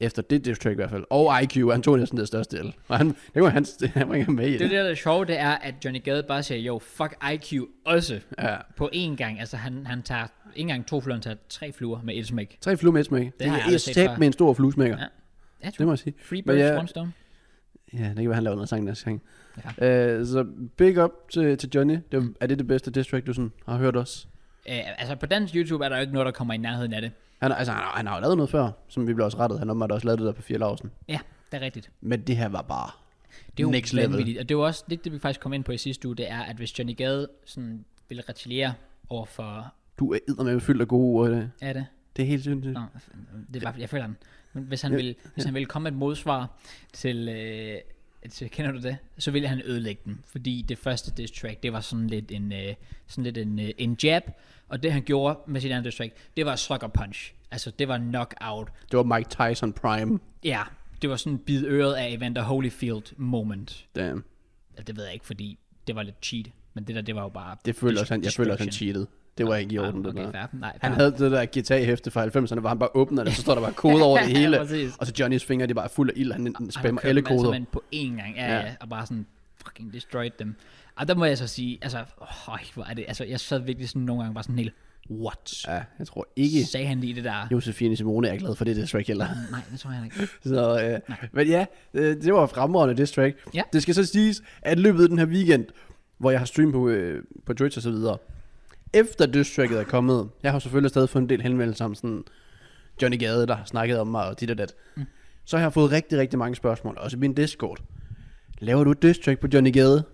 Efter det diss track i hvert fald. Og I Q, han tog næsten det største del. Og han, det var hans, han var ikke med i det. Det, der er sjovt, det er, at Johnny Gade bare siger, jo, fuck I Q også. Ja. På én gang. Altså, han, han tager ikke engang to fluer, han tager tre fluer med et smæk. Tre fluer med et smæk. Det har jeg aldrig set før. Med en stor fluesmækker. Ja. Ja, det må jeg sige. Free birds, ja, one stone. Ja, det kan være, han laver noget sang næste gang. Ja. Uh, så big up til, til Johnny. Det, mm. Er det det bedste diss track, du sådan har hørt også? Uh, altså, på dansk YouTube er der jo ikke noget, der kommer i nærheden af det. Han, altså, han, han har jo lavet noget før, som vi blev også rettet. Han har også lavet det der på Fire Lausen. Ja, det er rigtigt. Men det her var bare det er next jo level. Vanvittigt. Og det var også det, det vi faktisk kom ind på i sidste uge, det er, at hvis Johnny Gade sådan ville retaliere over for... Du er eddermame fyldt af gode ord i det. Er det? Det er helt sindssygt. Nå, det er bare, jeg føler den. Men hvis han, ja, ville, hvis ja. han ville komme med et modsvar til... Øh, til, kender du det? Så ville han ødelægge den. Fordi det første diss track, det var sådan lidt en, øh, sådan lidt en, øh, en jab. Og det han gjorde med sit andet diss track, det var sucker punch. Altså det var knockout. Det var Mike Tyson prime. Ja, det var sådan en bid øret af Evander Holyfield moment. Damn. Ja, det ved jeg ikke, fordi det var lidt cheat. Men det der, det var jo bare... Det føler også, han, jeg føler også, han cheated. Det var ikke i orden, okay, det der. Nej, han havde det der guitar-hæfte fra halvfemserne, hvor han bare åbner det, så står der bare koder over det hele. Ja, og så Johnnys fingre, de er bare fuld af ild, han spammer alle koder. Han på én gang, ja, ja, og bare sådan fucking destroyed dem. Og der må jeg så sige, altså, åh, hvor er det, altså, jeg sad virkelig sådan nogle gange bare sådan helt, what? Ja, jeg tror ikke. Sagde han lige det der? Josefine Simone er glad for det, det track heller. Nej, det tror jeg ikke. Så, øh, men ja, det var fremragende, det track. Ja. Det skal så siges, at løbet af den her weekend, hvor jeg har streamet på, øh, på Twitch og så videre, efter diss-tracket er kommet, jeg har selvfølgelig stadig fået en del henvendelser om sådan Johnny Gade, der har snakket om mig og dit og dat. Mm. Så har jeg fået rigtig, rigtig mange spørgsmål, også i min Discord. Laver du et diss-track på Johnny Gade?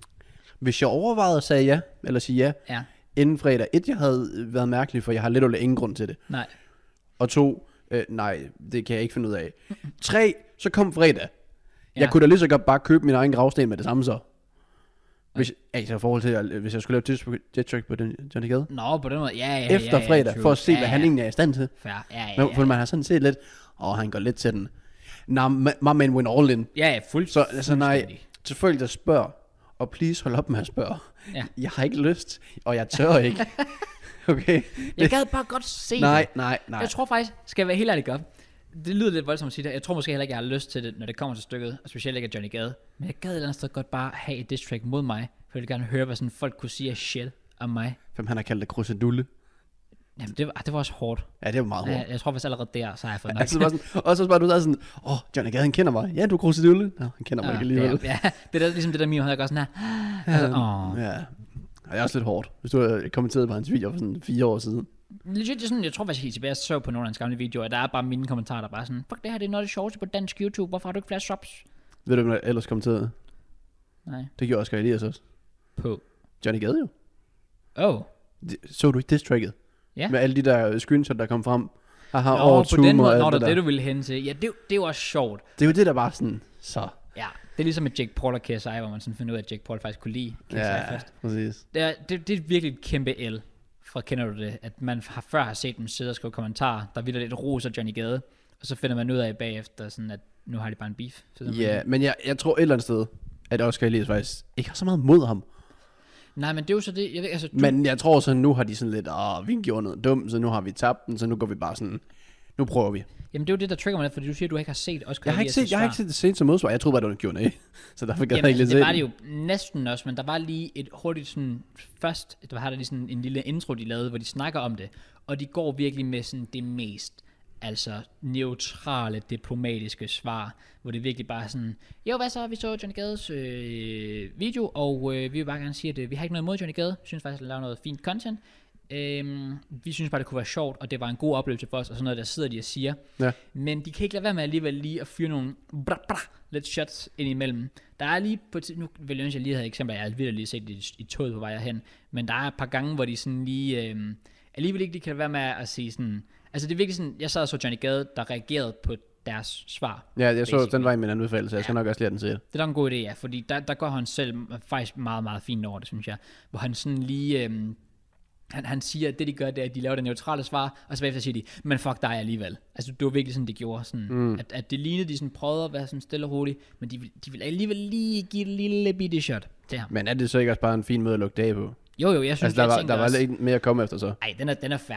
Hvis jeg overvejede at sige ja, eller sige ja, ja, inden fredag. Et, jeg havde været mærkelig, for jeg har lidt eller ingen grund til det. Nej. Og to, øh, nej, det kan jeg ikke finde ud af. Mm-mm. Tre, så kom fredag. Jeg ja. kunne da lige så godt bare købe min egen gravsten med det samme så. Hvis, altså i forhold til, hvis jeg skulle lave diss track på den, Johnny Gade. Nå, på den måde, ja, ja, efter ja, fredag, ja, for at se, ja, hvad ja. han egentlig er i stand til. Fair. Ja, ja, Men, ja. for man har sådan set lidt, åh, oh, han går lidt til den. Nah, my man went all in. Ja, ja, fuldt. Så altså, nej, til folk, der spørger, og please hold op med at spørge. Ja. Jeg har ikke lyst, og jeg tør ikke. Okay. Jeg gad bare godt se nej, det. Nej, nej, Jeg tror faktisk, skal jeg være helt ærlig godt, det lyder lidt voldsomt at sige det. Jeg tror måske heller ikke, jeg har lyst til det, når det kommer til stykket, og specielt ikke af Johnny Gade. Men jeg gad et eller andet sted godt bare have et diss track mod mig, for jeg vil gerne høre, hvad sådan folk kunne sige af shit om mig. Hvem han har kaldt det krusedulle. Jamen, det var, det var også hårdt. Ja, det var meget hårdt. Jeg, jeg tror faktisk allerede der, så har jeg fået nok. Altså, bare sådan, og så bare du der sådan, åh, oh, Johnny Gade, han kender mig. Ja, du er krusedulle. Nå, han kender mig ja, ikke alligevel. Ja, ja, det er der, ligesom det der meme, han gør sådan her. Altså, åh. Ja, det er også lidt hårdt. Hvis du har kommenteret på hans video for sådan fire år siden. Legit, sådan, jeg tror faktisk helt tilbage, jeg så på nogle af hans gamle videoer, der er bare mine kommentarer, der bare sådan, fuck, det her det er noget af det sjoveste på dansk YouTube, hvorfor har du ikke flere subs? Ved du, hvad jeg ellers kommenterede? Nej. Det gjorde Oscar Elias også. På? Johnny Gade jo. Oh. Så du ikke diss-tracket? Ja. Med alle de der screenshots, der kom frem. Aha, Nå, over på den måde, når det er det, du ville hen til. Ja, det, det er jo også sjovt. Det er jo det, der bare sådan, så. Ja, det er ligesom med Jake Paul og K S I, hvor man sådan finder ud af, at Jake Paul faktisk kunne lide K S I ja, først. præcis. Det er, det, det er virkelig et kæmpe L, fra kender du det, at man har før har set dem sidde og skrive kommentarer, der vildt lidt ros af Johnny Gade, og så finder man ud af bagefter, sådan at nu har de bare en beef. Ja, yeah, men jeg, jeg tror et eller andet sted, at Oscar Elias faktisk ikke har så meget mod ham. Nej, men det er jo så det, jeg ved, altså... Du... Men jeg tror så, nu har de sådan lidt, åh, vi gjorde noget dumt, så nu har vi tabt den, så nu går vi bare sådan, nu prøver vi. Jamen det er jo det, der trigger mig lidt, fordi du siger, at du ikke har set Oscar jeg har ikke set, jeg har ikke set det sent som modsvar. Jeg troede bare, det var en Q and A, så derfor gad jeg ikke lidt se det var det jo næsten også, men der var lige et hurtigt sådan, først, der var der lige sådan en lille intro, de lavede, hvor de snakker om det, og de går virkelig med sådan det mest, altså neutrale, diplomatiske svar, hvor det virkelig bare sådan, jo hvad så, vi så Johnny Gades øh, video, og øh, vi vil bare gerne sige, at øh, vi har ikke noget imod Johnny Gade, vi synes faktisk, at han laver noget fint content, Øhm, vi synes bare det kunne være sjovt, og det var en god oplevelse for os, og sådan noget der sidder de og siger, ja. Men de kan ikke lade være med alligevel lige at fyre nogle bra, bra, lidt shots ind imellem. Der er lige på t- nu vil jeg ønske, jeg lige havde eksempler, jeg har aldrig lige set det i, i toget på vej hen, men der er et par gange, hvor de sådan lige øhm, alligevel ikke lige kan lade være med at sige sådan, altså det er virkelig sådan, jeg sad og så Johnny Gade, der reagerede på deres svar. Ja, jeg basically. Så den var i min anbefalelse, jeg skal ja. nok også lære den til. Det er da en god idé, ja, fordi der, der går han selv faktisk meget, meget fint over det, synes jeg, hvor han sådan lige øhm, Han, han siger, at det de gør, det er, at de laver det neutrale svar, og så bagefter siger de, men fuck dig alligevel. Altså det var virkelig sådan, det gjorde. Sådan, mm. at, at det lignede, de sådan prøvede at være sådan stille og roligt, men de, de vil alligevel lige give et lille bitte shot til ham. Men er det så ikke også bare en fin måde at lukke dag på? Jo jo, jeg synes, altså, der var, jeg der var også, lidt mere at komme efter så. Ej, den er, den er færdig.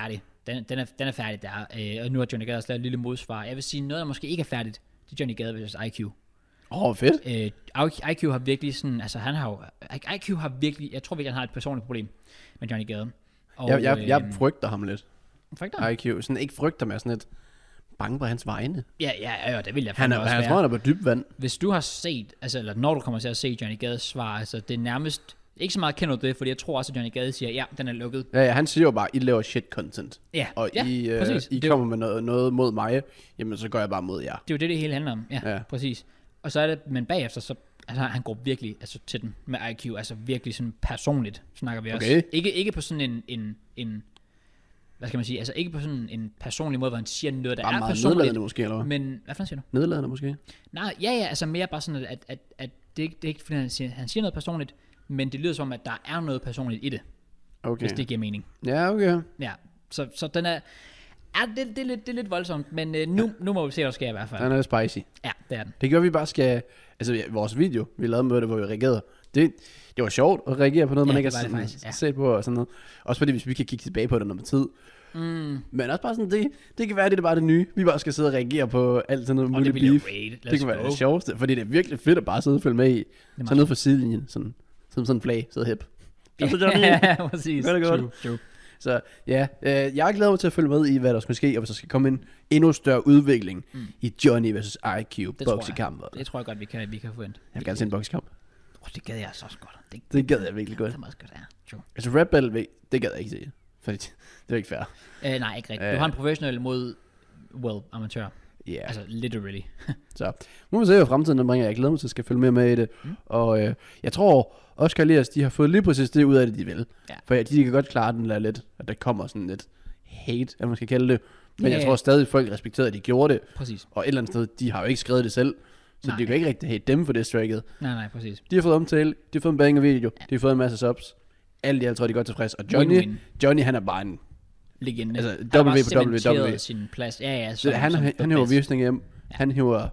den, den, er, den er færdig der. Øh, og nu har Johnny Gade også lavet et lille modsvar. Jeg vil sige, noget, der måske ikke er færdigt, det er Johnny Gade versus I Q. Åh, oh, fedt. Øh, I Q har virkelig sådan, altså han har jo, I Q har virkelig, jeg tror virkelig, han har et personligt problem med Johnny Gade. Og, jeg, jeg, jeg øh, frygter ham lidt. Frygter? I Q. Sådan ikke frygter mig, sådan lidt bange på hans vegne. Ja, ja, ja, det vil jeg Han er, også han være. tror, han er på dyb vand. Hvis du har set, altså, eller når du kommer til at se Johnny Gades svar, altså det er nærmest, ikke så meget kender du det, fordi jeg tror også, at Johnny Gade siger, ja, den er lukket. Ja, ja, han siger jo bare, I laver shit content. Ja, Og ja, I, øh, præcis. I Det er kommer med noget, noget mod mig, jamen så går jeg bare mod jer. Det er jo det, det hele handler om. Ja, Ja. ja. præcis. Og så er det, men bagefter, så altså, han går virkelig altså, til den med I Q, altså virkelig sådan personligt, snakker vi Okay. også. Ikke, ikke på sådan en, en, en, hvad skal man sige, altså ikke på sådan en personlig måde, hvor han siger noget, der Bare er meget personligt. nedladende måske, eller hvad? Men, hvad fanden siger du? Nedladende måske? Nej, ja, ja, altså mere bare sådan, at, at, at det, ikke, det er ikke, fordi han siger, han siger noget personligt, men det lyder som, at der er noget personligt i det, Okay. hvis det giver mening. Ja, okay. Ja, så, så den er, ja, det, det, er lidt, det er lidt voldsomt, men øh, nu, ja. nu må vi se, hvad der sker i hvert fald. Den er spicy. Ja, det er den. Det gør vi bare skal... Altså, ja, vores video, vi lavede med det, hvor vi reagerede. Det, det var sjovt at reagere på noget, Ja, man ikke det var det har faktisk, ja. set på og sådan noget. Også fordi, hvis vi kan kigge tilbage på det noget med tid. Mm. Men også bare sådan, det, det kan være, det er bare det nye. Vi bare skal sidde og reagere på alt sådan noget Og muligt det bliver beef. raid. Let's Det kan være go. det sjoveste, fordi det er virkelig fedt at bare sidde og følge med i. meget Så nede fra sidelinjen, sådan, som sådan en flag, sidde hip. Altså, Johnny. Ja, præcis. Gør det godt. True, true. Så ja, øh, jeg er glad til at følge med i, hvad der skal ske, og hvis der skal komme en endnu større udvikling mm. i Johnny versus I Q boksekamp. Det tror jeg godt, vi kan, vi kan forvente. Jeg vil gerne se en boksekamp. Oh, det gad jeg altså også godt. Det, Det gad jeg virkelig godt. Det er meget godt, ja. True. Altså rap battle, det gad jeg ikke se. Fordi det er ikke fair. Uh, nej, ikke rigtigt. Øh. Du har en professionel mod, well, amatør. Ja, yeah. Altså, literally. Så må vi se, hvad fremtiden bringer. Jeg glæder mig til at skal følge mere med i det. Mm. Og øh, jeg tror, Oscar Elias, de har fået lige præcis det ud af det, de vil. Ja. For ja, de kan godt klare den der lidt, at der kommer sådan lidt hate, eller man skal kalde det. Men Ja, jeg ja. tror stadig, at folk respekterede, at de gjorde det. Præcis. Og et eller andet sted, de har jo ikke skrevet det selv. Så Nej. de kan ikke rigtig hate dem for det striket. Nej, nej, præcis. De har fået omtale, de har fået en banger video, ja. De har fået en masse subs. Alt i alt tror jeg, de er godt tilfreds. Og Johnny, Win-win. Johnny han er bare en... Legende. Altså, Han har W bare på W, cementeret W. sin plads. Ja, ja. Så Som, han, som han, the han hiver best. visning hjem. Ja. Han hiver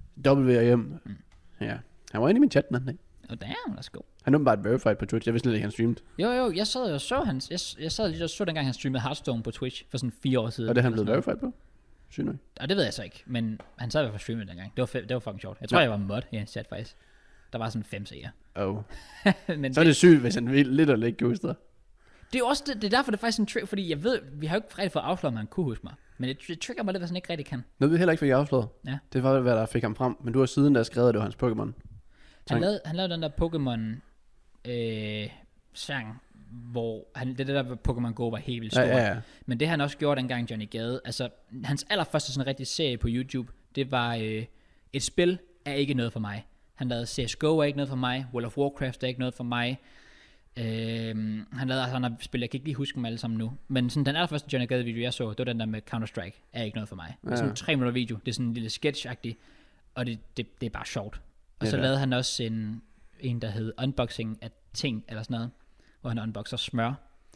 W hjem. Mm. Ja. Han var inde i min chat den anden dag. Oh, damn, let's go. Han er åbenbart verified på Twitch. Jeg vidste slet ikke, han streamed. Jo, jo, jeg sad og så hans, jeg, jeg sad lige og så dengang han streamede Hearthstone på Twitch for sådan fire år siden. Og det er han eller blevet sådan verified på? Sygt nok. noget. Og det ved jeg så ikke, men han sad i hvert fald streamet dengang. Det var, fe- det var fucking sjovt. Jeg tror, Ja. jeg var mod i hans chat faktisk. Der var sådan fem seere. Oh. men Så er det sygt, hvis han vil lidt og ikke kan huske dig. det er jo også det, det er derfor, det er faktisk en trick, fordi jeg ved, vi har jo ikke rigtig fået afsløret, om han kunne huske mig. Men det, det trigger mig lidt, hvis han ikke rigtig kan. Noget vi heller ikke fik afsløret. Ja. Det var, hvad der fik ham frem. Men du har siden der skrevet, at det var hans Pokémon. Han Sang. lavede, han lavede den der Pokémon øh, sang, hvor han, det der Pokémon Go var helt vildt Ja, stort. ja, ja. Men det han også gjorde dengang Johnny Gade, altså hans allerførste sådan rigtig serie på YouTube, det var øh, et spil er ikke noget for mig. Han lavede C S G O er ikke noget for mig, World of Warcraft er ikke noget for mig. Øh, han lavede altså andre spil, jeg kan ikke lige huske dem alle sammen nu. Men sådan den allerførste Johnny Gade video jeg så, det var den der med Counter-Strike, er ikke noget for mig. Det er sådan en tre minutter video, det er sådan en lille sketch-agtig, og det, det, det er bare sjovt. Og Ja, så det er. lavede han også en, en der hed unboxing af ting, eller sådan noget, hvor han unboxer smør.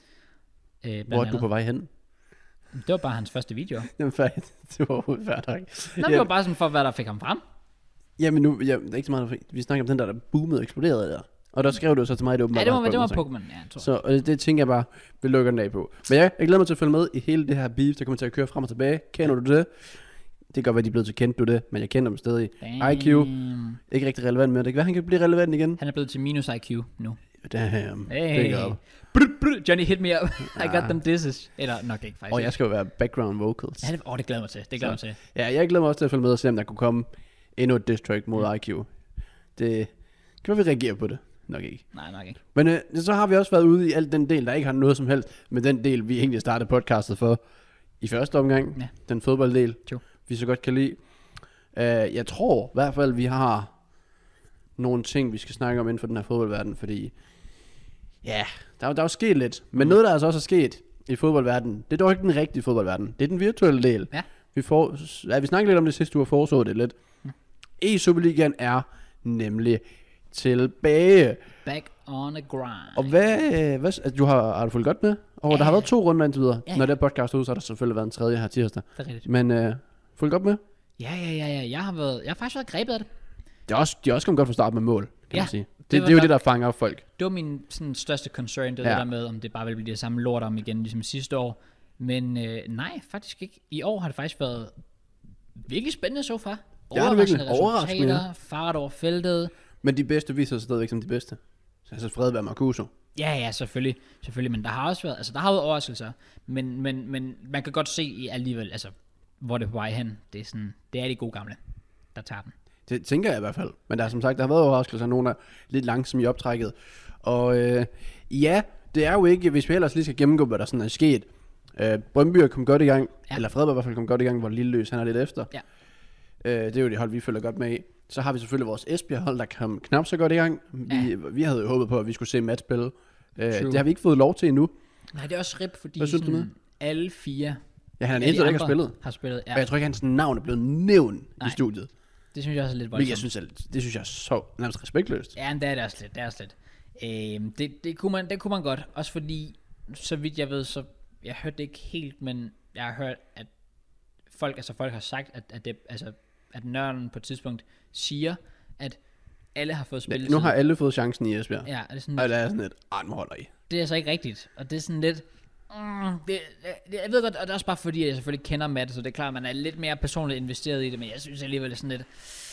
Øh, blandt Hvor er du andet. på vej hen? Det var bare hans første video. Jamen færdigt. Det var overhovedet færdigt. Nå, det var bare sådan for, hvad der fik ham frem. Jamen nu, ja, det er ikke så meget, vi snakker om den der, der boomede og eksploderede der. Og der skrev du så til mig, det åbenbart Ja, det var, var det var Pokémon-sang. Pokémon, ja, jeg tror. Så og det, det tænker jeg bare, vi lukker den af på. Men ja, jeg glæder mig til at følge med i hele det her beef, der kommer til at køre frem og tilbage. Kender du det? Det kan godt være, de er blevet til kendt, du det, men jeg kender dem stadig. I Q, Damn. ikke rigtig relevant mere. Det kan være, han kan blive relevant igen. Han er blevet til minus I Q nu. Damn, Hey. big up. Brr, brr, Johnny hit me up. I got Ah. them disses. Eller nok ikke faktisk. Og jeg skal jo være background vocals. Ja, det, oh, det glæder mig til. Det glæder mig til. Ja, jeg glæder mig også til at følge med og se, om der kunne komme endnu et diss track mod mm. I Q. Det kan være, vi reagerer på det. Nok ikke. Nej, nok ikke. Men øh, så har vi også været ude i alt den del, der ikke har noget som helst med den del, vi egentlig startede podcastet for i første omgang. Ja. Den fodbolddel, Jo. vi så godt kan lide. Uh, jeg tror i hvert fald, vi har nogle ting, vi skal snakke om inden for den her fodboldverden, fordi ja, der, er- der er jo sket lidt. Men Mm. noget, der altså også er sket i fodboldverdenen, det er dog ikke den rigtige fodboldverden. Det er den virtuelle del. Ja. Vi, får, ja, vi snakkede lidt om det sidste uge og foreså det lidt. Mm. E-Superligaen er nemlig tilbage. Back on the grind. Og hvad, hvad altså, du har, har du fulgt godt med? Og Ja. der har været to runder indtil videre. Ja. Når det er podcast ud, så har der selvfølgelig været en tredje her tirsdag. Det er rigtigt. Men øh, fulgt godt med? Ja, ja, ja, ja. Jeg har, været, jeg har faktisk været grebet af det. Det er også, de er også kommet godt fra start med mål, kan Ja, man sige. Det, det det, var det er jo nok- det, der fanger op folk. Det var min sådan, største concern, det, Ja. ja. der med, om det bare ville blive det samme lort om igen, ligesom sidste år. Men øh, nej, faktisk ikke. I år har det faktisk været virkelig spændende så far. Ja, det er virkelig overraskende, resultater, fart over feltet. Men de bedste viser sig stadigvæk som de bedste. Så altså Fredberg, Marcuso. Ja, ja, selvfølgelig, selvfølgelig, men der har også været, altså der har været overraskelser, men, men, men man kan godt se i alligevel, altså, hvor det er på vej hen, det er sådan, det er de gode gamle, der tager den. Det tænker jeg i hvert fald, men der er som sagt, der har været overraskelser, nogen er lidt langsomme i optrækket, og øh, ja, det er jo ikke, hvis vi ellers lige skal gennemgå, hvad der sådan er sket. Øh, Brøndby er kommet godt i gang, ja. Eller Fredberg i hvert fald kommet godt i gang, hvor Lille Løs, han er lidt efter. Ja. Øh, det er jo det hold, vi følger godt med i. Så har vi selvfølgelig vores Esbjerg-hold, der kom knap så godt i gang. Vi, ja. vi havde jo håbet på, at vi skulle se Matt spille. Øh, det har vi ikke fået lov til endnu. Nej, det er også rip, fordi sådan, alle fire... Ja, han er den eneste, der ikke har spillet. Har spillet, ja. Og jeg tror ikke, hans navn er blevet nævnt Nej. i studiet. Det synes jeg også er lidt voldsomt. Jeg synes, det synes jeg er så nærmest respektløst. Ja, men det er det også lidt. Det er også lidt. Øh, det, det, kunne man, det kunne man godt. Også fordi, så vidt jeg ved, så... Jeg hørte det ikke helt, men jeg har hørt, at folk, altså folk har sagt, at, at, det, altså, at nørden på et tidspunkt siger, at alle har fået spillet. Ja, nu har alle fået chancen i Esbjerg. Ja, er det sådan, og det er sådan lidt, ah, nu holder I. Det er så ikke rigtigt, og det er sådan lidt, mm, det, det, jeg ved godt, og det er også bare fordi, at jeg selvfølgelig kender Matt, så det er klart, at man er lidt mere personligt investeret i det, men jeg synes alligevel, det er sådan lidt,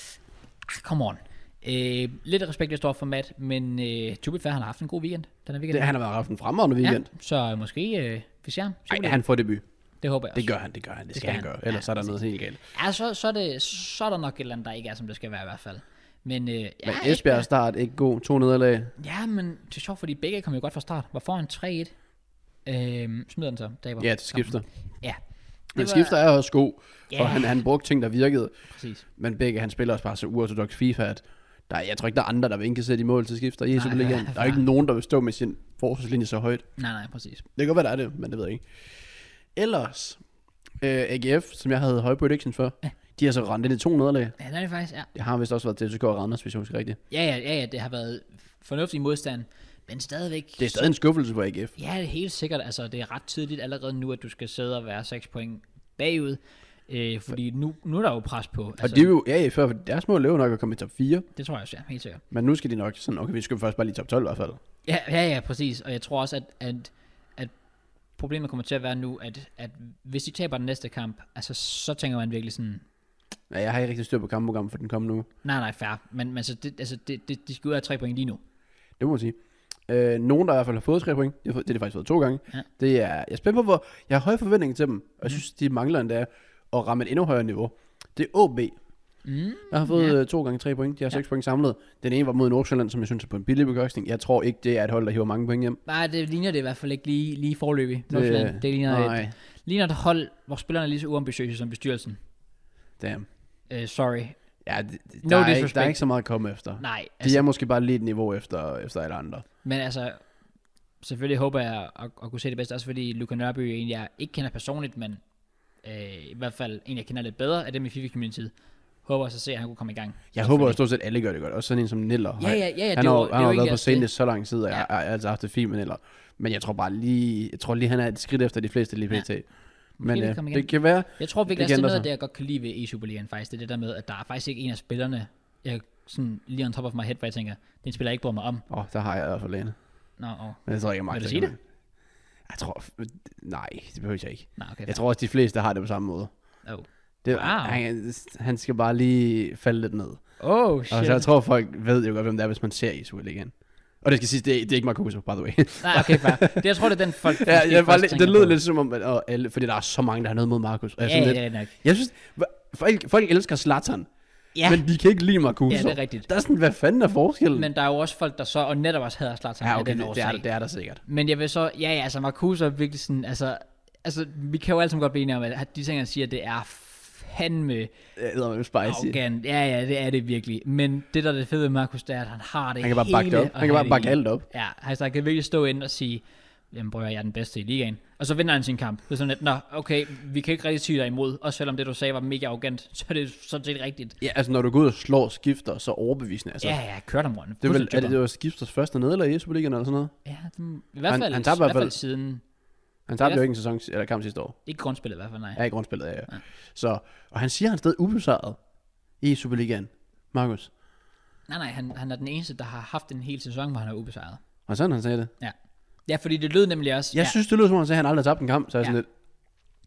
ah, come on. Øh, lidt respekt, jeg står for Matt, men øh, to be fair, han har haft en god weekend. Den weekend. Det, han har haft en fremragende weekend. Ja, så måske øh, vi ser ham. Nej, han får debut. Det håber jeg også. Det gør han, det gør han, det, det skal han gøre. Ellers ja, er der noget helt galt. Ja, så, så, er det, så er der nok et eller andet, der ikke er, som det skal være i hvert fald. Men, øh, ja, men Esbjerg start ikke god, to nederlag. Ja, men det er sjovt, fordi begge kom jo godt fra start. Var foran tre et. Øh, smider den så, Daber. Ja, til skifter. Ja. Men var... skifter er også god, yeah. og han, han brugte ting, der virkede. Præcis. Men begge, han spiller også bare så uortodox FIFA, at der, jeg tror ikke, der er andre, der vil ikke sætte i mål til skifter i Superligaen. Der er ikke nogen, der vil stå med sin forsvarslinje så højt. Nej, nej, præcis. Det kan godt være, der er det, men det ved jeg ikke. Ellers, øh, A G F, som jeg havde høje predictions for, ja. De har så rendt ind i to nederlag. Ja, det er det faktisk, ja. Det har vist også været til F C K og Randers, hvis jeg husker rigtigt. Ja, ja, ja, ja, det har været fornuftig modstand, men stadigvæk... Det er stadig en skuffelse på A G F. Ja, det er helt sikkert. Altså, det er ret tidligt allerede nu, at du skal sidde og være seks point bagud. Øh, fordi nu, nu er der jo pres på. Altså, og det er jo, ja, før, deres mål er jo nok at komme i top fire. Det tror jeg også, ja, helt sikkert. Men nu skal de nok sådan, okay, vi skal først bare lige top tolv i hvert fald. Ja, ja, ja, præcis. Og jeg tror også, at, at, at problemet kommer til at være nu, at, at hvis de taber den næste kamp, altså, så tænker man virkelig sådan... Ja, jeg har ikke rigtig styr på kampprogrammet for den kommende uge. Nej, nej, fair. Men, men så det, altså, det, det, de skal ud af tre point lige nu. Det må man sige. Øh, nogen, der i hvert fald har fået tre point, det har de faktisk fået to gange. Ja. Det er, jeg er spændt på, hvor jeg har høje forventninger til dem, og jeg synes, de mangler endda at ramme et endnu højere niveau. Det er O B. Mm, der har fået ja. to gange tre point. De har ja. seks point samlet. Den ene var mod Nordsjælland, som jeg synes er på en billig bekostning. Jeg tror ikke, det er et hold, der hiver mange point hjem. Nej, det ligner det i hvert fald ikke lige, lige forløbig. Nordsjælland, det, det ligner, et, ligner et hold, hvor spillerne er lige så uambitiøse som bestyrelsen. Damn. Uh, sorry. Ja, det, no der, er ikke, der er ikke så meget at komme efter. Nej. Altså, de er måske bare lige et niveau efter, efter alle andre. Men altså, selvfølgelig håber jeg at, at, at kunne se det bedste, også fordi Luka Nørby egentlig jeg ikke kender personligt, men øh, i hvert fald en jeg kender lidt bedre af dem i FIFA-communityet. Håber også at se, at han kunne komme i gang. Jeg håber at stort set alle gør det godt. Også sådan en som Niller. Ja, ja, ja. ja han har, var, han har været på scenen så lang tid, og ja. jeg har altså haft det fint med Niller. Men jeg tror bare lige, jeg tror lige, han er et skridt efter de fleste lige pt. Ja. Men øh, det kan være... Jeg tror virkelig, det er noget af det, jeg godt kan lide ved e-Superligaen faktisk. Det er det der med, at der er faktisk ikke en af spillerne, jeg sådan lige on top of my head, hvor jeg tænker, den spiller jeg ikke bryder mig om. Åh, oh, der har jeg i hvert fald Lene. Nå, no, oh. Men jeg tror ikke, jeg magter. Vil du sige det? Jeg tror... Nej, det behøver jeg ikke. Nå, okay, jeg tror også, de fleste har det på samme måde. Oh. Det, wow. han, han skal bare lige falde lidt ned. Oh, shit. Og så jeg tror, folk ved jo godt, hvem det er, hvis man ser e-Superligaen. Og det skal sige, det er, det er ikke Marcuso, by the way. Nej, okay, fair. Det, jeg tror, det er den folk, ja, jeg bare, det lød lidt som om, at, alle, fordi der er så mange, der har noget mod Marcus. Ja, ja, lidt, ja, nok. Jeg synes, folk, folk elsker Zlatan, ja. men de kan ikke lide Marcuso. Ja, det er rigtigt. Der er sådan, hvad fanden er forskellen? Men der er jo også folk, der så, og netop også hader Zlatan. Ja, okay, det, det, er, det er der sikkert. Men jeg vil så, ja, ja, altså Marcuso er virkelig sådan, altså, altså vi kan jo alle sammen godt blive enige om, at de ting, han siger, det er fandme det er spicy. arrogant. Ja, ja, det er det virkelig. Men det, der er det fede ved Marcus, det er, at han har det han kan bare bakke det op. Han kan bare bakke alt op. Ja, altså, han kan virkelig stå ind og sige, jamen bror, jeg er den bedste i ligaen. Og så vinder han sin kamp. Det er sådan lidt, nå, okay, vi kan ikke rigtig sige dig imod. Også selvom det, du sagde, var mega arrogant, så er det sådan set rigtigt. Ja, altså når du går ud og slår skifter, så overbevisende. Altså. Ja, ja, kør dem rundt. Det er vel, er det, det var skifters første nederlag i Superligaen eller sådan noget? Ja, den, i hvert fald, han, han i hvert fald, fald siden... Han tabte jo ikke en sæson, eller kamp sidste år. Ikke grundspillet i hvert fald, nej. Ja, ikke grundspillet, ja. ja. ja. Så, og han siger, han er stadig ubesejret i Superligaen. Marcus. Nej, nej, han, han er den eneste, der har haft en hel sæson, hvor han er ubesejret. Og sådan han sagde det? Ja. Ja, fordi det lød nemlig også... Jeg ja. synes, det lød som om, han sagde, at han aldrig har tabt en kamp. Så er ja. sådan lidt,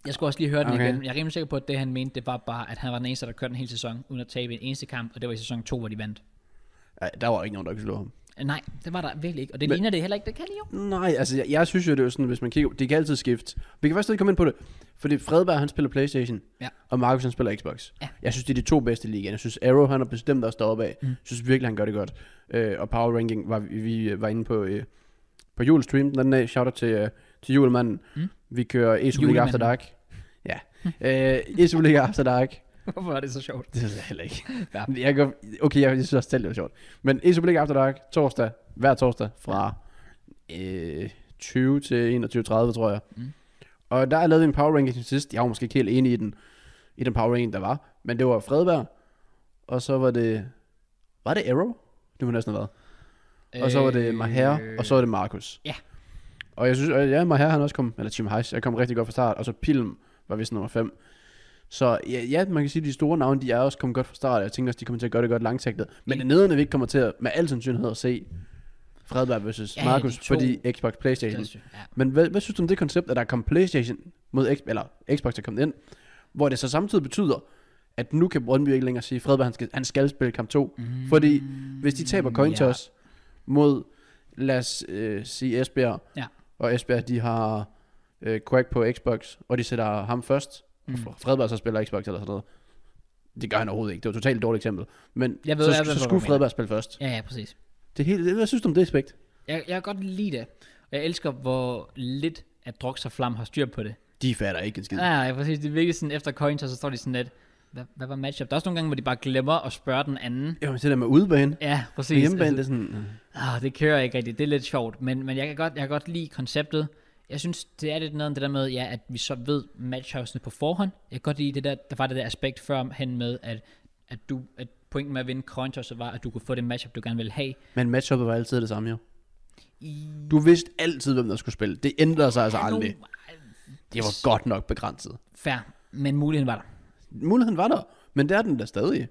Jeg skulle også lige høre den Okay. igen. Jeg er rimelig sikker på, at det han mente, det var bare, at han var den eneste, der kørte en hel sæson, uden at tabe en eneste kamp, og det var i sæson to, hvor de vandt. Ja, der var ikke nogen, der kunne slå ham. Nej, det var der virkelig ikke, og det Men- ligner det heller ikke, det kan de jo. Nej, altså jeg, jeg synes jo, det er sådan, hvis man kigger, det kan altid skifte. Vi kan faktisk ikke komme ind på det, fordi Fredberg, han spiller PlayStation, Ja. og Markus, han spiller Xbox. Ja. Jeg synes, det er de to bedste i ligaen. Jeg synes, Arrow, han er bestemt også deroppe af. Mm. Jeg synes virkelig, han gør det godt. Øh, og Power Ranking, var, vi, vi var inde på, øh, på julestream den anden dag. Shout out til, øh, til julemanden. Mm. Vi kører E S U League After Dark. Ja. øh, E S U League After Dark. Hvorfor er det så sjovt? Det synes jeg heller ikke. Ja. Jeg går, okay, jeg, jeg synes også selv, det var sjovt. Men E S U League After Dark, torsdag, hver torsdag, fra øh, tyve til enogtyve tredive, tror jeg. Mm. Og der er lavet en power ranking til sidst. Jeg var måske ikke helt enig i den, i den power ranking, der var. Men det var Fredberg, og så var det, var det Arrow? Det må næsten have været. Og så var det Maher, og så var det Markus. Ja. Og jeg synes, og ja, Maher han også kom, eller Team Heiss, jeg kom rigtig godt fra start, og så Pilm var vist nummer fem. Så ja, ja, man kan sige, at de store navne, de er også kommet godt fra start, og jeg tænker også, de kommer til at gøre det godt langsigtet. Men det nederne, vi ikke kommer til at, med al sandsynlighed at se Fredberg versus Ja, Markus, de to. fordi Xbox Playstation. Det er- ja. Men hvad, hvad synes du om det koncept, at der er kommet Playstation mod X, eller Xbox er kommet ind, hvor det så samtidig betyder, at nu kan Brøndby ikke længere sige, at Fredberg han skal, han skal spille kamp to. Mm, fordi hvis de taber coin ja. toss mod, lad os øh, sige Esbjerg, Ja. og Esbjerg de har øh, Quack på Xbox, og de sætter ham først, mm. og Fredberg så spiller Xbox eller sådan noget. Det gør han overhovedet ikke. Det var et totalt dårligt eksempel. Men Jeg ved, så, jeg ved, så hvad skulle du Fredberg mener. spille først. Ja, ja, præcis. Det er helt, hvad synes du om det aspekt? Jeg, jeg kan godt lide det. Og jeg elsker, hvor lidt at Drox og Flam har styr på det. De fatter ikke en skid. Ja, ja, præcis. Det er virkelig sådan, efter coins, så står de sådan lidt, hvad, hvad var matchup? Der er også nogle gange, hvor de bare glemmer at spørge den anden. Jo, men det der med udebane. Ja, På præcis. hjemmebane, det Altså, er sådan... ah, det kører ikke rigtigt. Det er lidt sjovt. Men, men jeg, kan godt, jeg kan godt lide konceptet. Jeg synes, det er lidt noget det der med, ja, at vi så ved matchupsene på forhånd. Jeg kan godt lide det der, der var det der aspekt før hen med, at, at, du, at pointen med at vinde cointosset var, at du kunne få det matchup, du gerne ville have. Men matchuppet var altid det samme, jo. I, Du vidste altid, hvem der skulle spille. Det ændrede sig altså aldrig. Nu, Det var godt nok begrænset. fair, men muligheden var der. Muligheden var der, men det er den der stadig.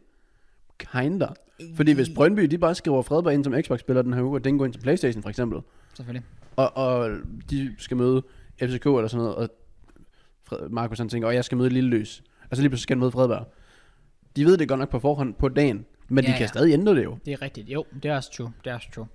Kinda. Fordi hvis Brøndby, de bare skriver Fredberg ind som Xbox-spiller den her uge, og den går ind til PlayStation for eksempel, Selvfølgelig. og, og de skal møde F C K eller sådan noget, og Fred, Markus han tænker, og jeg skal møde Lille Løs. Og så lige pludselig skal han møde Fredberg. De ved det godt nok på forhånd på dagen, men Ja, de kan ja. stadig ændre det jo. Det er rigtigt. Jo, det er også true. Det er også true.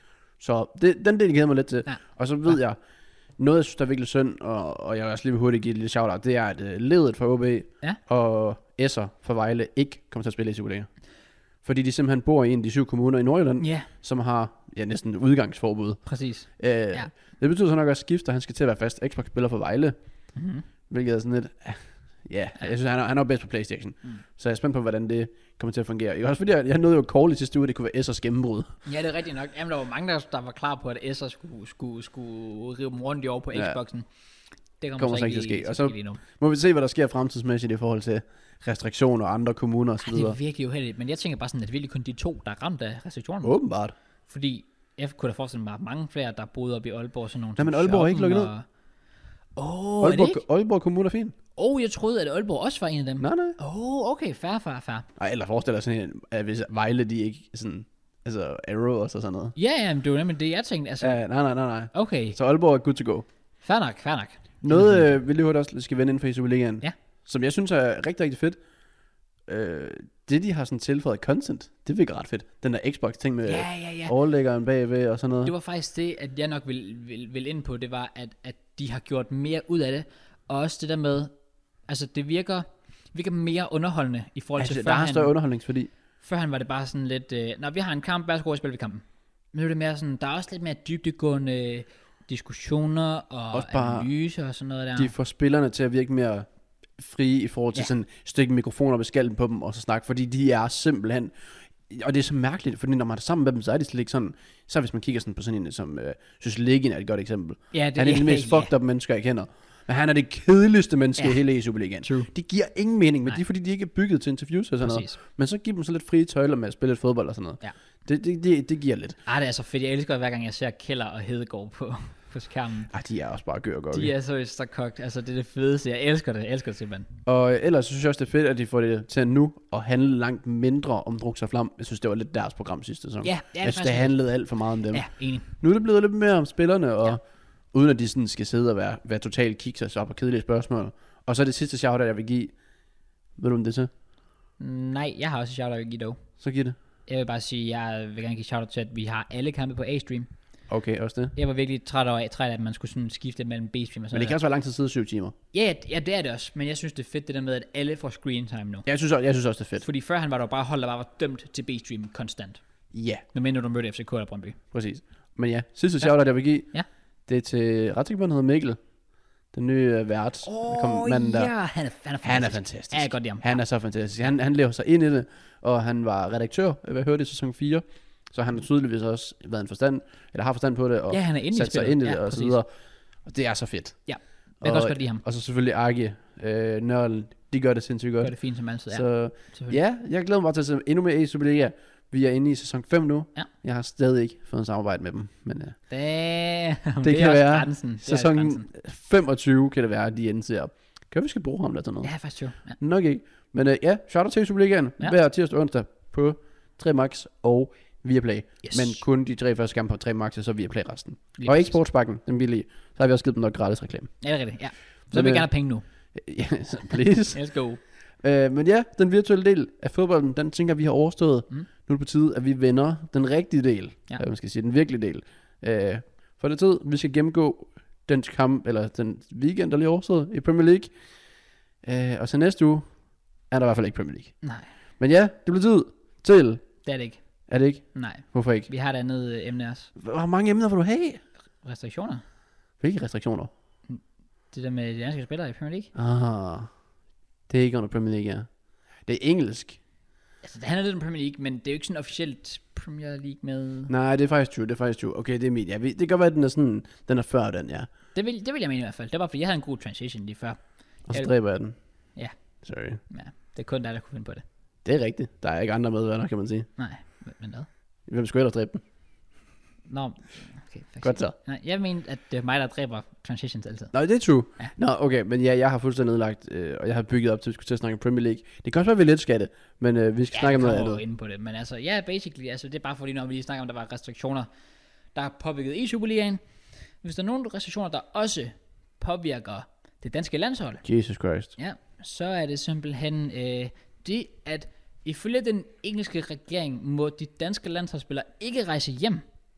Så det, den del glæder mig lidt til. Ja. Og så ved jeg, noget jeg synes, der er virkelig synd, og, og jeg vil også lige hurtigt give et lille shout-out, det er, at uh, ledet fra O B Ja. og S'er fra Vejle ikke kommer til at spille i Superliga. Fordi de simpelthen bor i en af de syv kommuner i Nordjylland, Ja, som har ja, næsten udgangsforbud. præcis. Uh, ja. Det betyder så nok også, at Skifter, han skal til at være fast Xbox-spiller for Vejle, Mm-hmm. hvilket er sådan lidt... Uh, ja, jeg synes, han er, han er jo bedst på PlayStation. Mm. Så jeg er spændt på, hvordan det kommer til at fungere. Ikke? Også fordi, jeg, jeg nåede jo call i sidste uge, at det kunne være S'ers gennembrud. Ja, det er rigtigt nok. Jamen, der var mange, der, der var klar på, at S'er skulle, skulle, skulle rive dem rundt i år på Ja. Xboxen. Det kommer, Kommer så så ikke ikke til at lige- ske. Og til at så- ske lige nu. Må vi se, hvad der sker fremtidsmæssigt i forhold til restriktioner og andre kommuner osv. Ej, det er virkelig uheldigt. Men jeg tænker bare sådan, at det er virkelig kun de to, der er ramt af restriktionerne. Åbenbart. Fordi jeg kunne da forestille mig, at mange flere, der boede op i Aalborg, sådan nogle... Nej, men som Aalborg er ikke Shoppen lukket ned. og- Åh, oh, er det ikke? Aalborg, Aalborg Kommune er fint. Åh, oh, jeg troede, at Aalborg også var en af dem. Nej, nej. Åh, oh, okay, fair, fair, fair. Ej, eller forestil dig sådan en, at hvis Vejle, de ikke sådan, altså Arrow og så sådan noget. Ja, ja, men det var nemlig det, jeg tænkte. Altså, Ja, nej, nej, nej, nej. okay, Så Aalborg er good to go. fair nok, fair nok. Noget, øh, vi lige hurtigt også skal vende inden for i Superligaen, Ja. som jeg synes er rigtig, rigtig fedt. Øh, det, de har sådan tilføjet content, det virker ret fedt. Den der Xbox-ting med Ja, ja, ja. overlæggeren bagved og sådan noget. Det var faktisk det, at jeg nok vil, vil, vil ind på, det var, at, at de har gjort mere ud af det, og også det der med, altså det virker, virker mere underholdende i forhold altså, til der har førhen. større underholdningsværdi. Førhen var det bare sådan lidt, øh, når vi har en kamp, værsgo, spiller vi kampen. Nu er det mere sådan, der er også lidt mere dybdegående diskussioner og Også bare- analyser og sådan noget der. De får spillerne til at virke mere frie i forhold til Ja. ja. sådan stikke mikrofoner med skallen på dem og så snakke, fordi de er simpelthen, og det er så mærkeligt, fordi når man er sammen med dem, så er det slet ikke sådan, så hvis man kigger sådan på sådan en, som øh, synes Legin er et godt eksempel. ja, det, Han er de mest ja, fucked up mennesker, jeg kender. Men han er det kedeligste menneske Ja. i hele Superligaen. True. Det giver ingen mening, men Nej. det er fordi, de ikke er bygget til interviews og sådan noget. Præcis. Men så giv dem så lidt frie tøjler med at spille lidt fodbold og sådan noget. Ja. Det, det, det, det giver lidt. Ej, det er så fedt. Jeg elsker hver gang, jeg ser Keller og Hedegaard på, på skærmen. Ej, de er også bare gør og godt. De er så så kogt. Altså, det er det fedeste. Jeg elsker det. Jeg elsker det simpelthen. Og ellers så synes jeg også, det er fedt, at de får det til nu at handle langt mindre om Drux og Flam. Jeg synes, det var lidt deres program sidste sæson. Ja, det er jeg det synes, det faktisk. handlede alt for meget om dem. Ja, enig. Nu er det blevet lidt mere om spillerne, og Ja. ja. uden at de sådan skal sidde og være, være totalt kikser sig op og kedelige spørgsmål. Og så er det sidste shout-out, jeg vil give. Ved du, om det er til? Nej, jeg har også et shout-out at give dog. Så giv det. Jeg vil bare sige, jeg vil gerne give shout-out til, at vi har alle kampe på A-stream. Okay, også det. Jeg var virkelig træt af, træt af at man skulle sådan skifte mellem B-stream og sådan Men det kan også være lang tid siden, syv timer. Ja, ja, det er det også. Men jeg synes, det er fedt det der med, at alle får screen time nu. Jeg synes, også, jeg synes også, det er fedt. Fordi før han var der jo bare hold, der bare var dømt til B-stream konstant. Ja. Nu mindre du mødte F C K eller Brøndby. Præcis. Men ja, sidste Ja. shout-out, jeg vil give, Ja. det er til ret sikker på, han hedder Mikkel. Den nye uh, vært. Åh, kom manden der. ja, han er, han er fantastisk. Han er fantastisk. Ja, jeg godt lide ham. Han er så fantastisk. Han, han lever sig ind i det, og han var redaktør, jeg hørte i sæson fire. Så han har tydeligvis også været en forstand, eller har forstand på det, og Ja, han er inde i sat sig spillet. ind i det, Ja, og så præcis. videre. Og det er så fedt. Ja, jeg kan også godt lide ham. Og så selvfølgelig Arke, øh, Nørlen, de gør det sindssygt godt. Gør det fint som altid, ja. Så selvfølgelig. ja, jeg glæder mig bare til at se endnu mere i Superliga. Vi er inde i sæson fem nu. Ja. Jeg har stadig ikke fået en samarbejde med dem. Men uh, Damn, det, det kan er også være, grænsen. Det er også sæson grænsen. femogtyve kan det være, at de indser. Kan vi skal bruge ham der til noget? Ja, faktisk jo. Ja. Nok ikke. Men uh, ja, shout-out til Superligaen. Ja. Hver tirsdag og onsdag på tre max og Viaplay. Yes. Men kun de tre første kampe på tre max, og så Viaplay resten. Lige Og ikke præcis. sportsbakken, den billige. Så har vi også givet dem noget gratis reklame. Ja, det er rigtigt, ja. Så Men, vil jeg øh, gerne have penge nu. Ja, så please. Let's go. Øh, men ja, den virtuelle del af fodbolden, den tænker vi har overstået. Mm. Nu er det på tide, at vi vender den rigtige del. Ja. Ja. Man skal sige, den virkelige del. Øh, for det tid, vi skal gennemgå den kamp, eller den weekend, der lige er overstået i Premier League. Øh, og så næste uge er der i hvert fald ikke Premier League. Nej, Men ja, det bliver tid til. det er det ikke. Er det ikke? Nej, Hvorfor ikke? vi har et andet øh, emne også. Hvor mange emner vil du have? Restriktioner. Hvilke restriktioner? Det der med de danske spillere i Premier League. Ah, det er ikke under Premier League, ja. Det er engelsk. Altså, det handler lidt om Premier League, men det er jo ikke sådan officielt Premier League med... Nej, det er faktisk true, det er faktisk true. Okay, det er mit. Ja, det kan godt være, at den er sådan, den er før den, ja. Det vil, det vil jeg mene i hvert fald. Det var fordi, jeg havde en god transition lige før. Og så Jeg- dræber jeg den. Ja. Sorry. Ja, det er kun dig, der kunne finde på det. Det er rigtigt. Der er ikke andre medværter, kan man sige. Nej, men hvad? Hvem skulle ellers dræbe den? Nå, okay. faktisk. Godt så. Nej, jeg mener, at det er mig, der dræber transitions altid. Nej, det er true. Ja. Nå, okay, men ja, jeg har fuldstændig nedlagt, øh, og jeg har bygget op til, at vi skulle til at snakke om Premier League. Det kan også være, at vi lidt skal det, men øh, vi skal Ja, snakke om vi noget kommer jo andet. inde på det. Men altså, ja, basically, altså, det er bare fordi, når vi lige snakker om, der var restriktioner, der er påvirket i Superligaen. Hvis der er nogle restriktioner, der også påvirker det danske landshold, Jesus Christ. ja, så er det simpelthen øh, det, at ifølge den engelske regering, må de danske landsholdsspillere ikke rejse hjem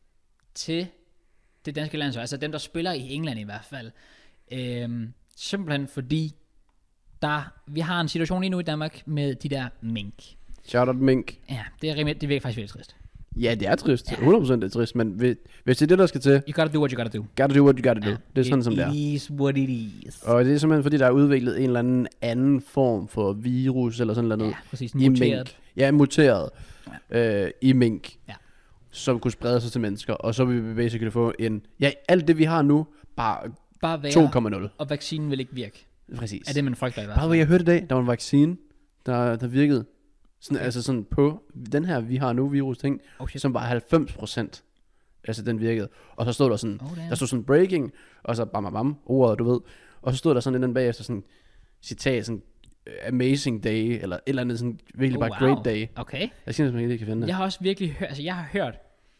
til det danske landshold. Altså dem, der spiller i England i hvert fald. Øhm, simpelthen fordi, der, vi har en situation lige nu i Danmark med de der mink. Shout out Mink. Ja, det er rimelig, det virker faktisk virkelig trist. Ja, det er trist. hundrede procent det er trist, men hvis, hvis det er det, der skal til, You gotta do what you gotta do. gotta do what you gotta do. Ja, Det er sådan, som det er. It is what it is. Og det er simpelthen, fordi der er udviklet en eller anden anden form for virus, eller sådan noget. Ja, præcis. i Muteret. mink. Ja, muteret. Ja. Øh, I mink. Ja. Som kunne sprede sig til mennesker. Og så vil vi basically få en... Ja, alt det vi har nu, bare Bare være, to komma nul. og vaccinen vil ikke virke. Præcis. Er det, man frygter i hvert Bare fald. hvad jeg hørte i dag, der var en vaccine, der, der virkede. Sådan, altså sådan på den her, vi har nu virus ting, Oh shit. som var halvfems procent. Altså den virkede. Og så stod der sådan, Oh, damn. der stod sådan breaking, og så bam bam bam, ordet, du ved. Og så stod der sådan en eller anden bagefter sådan, citat, sådan, amazing day, eller et eller andet sådan, virkelig Oh, bare wow. great day. Okay. Jeg synes, man ikke kan finde det. Jeg har også virkelig hørt, altså jeg har hørt,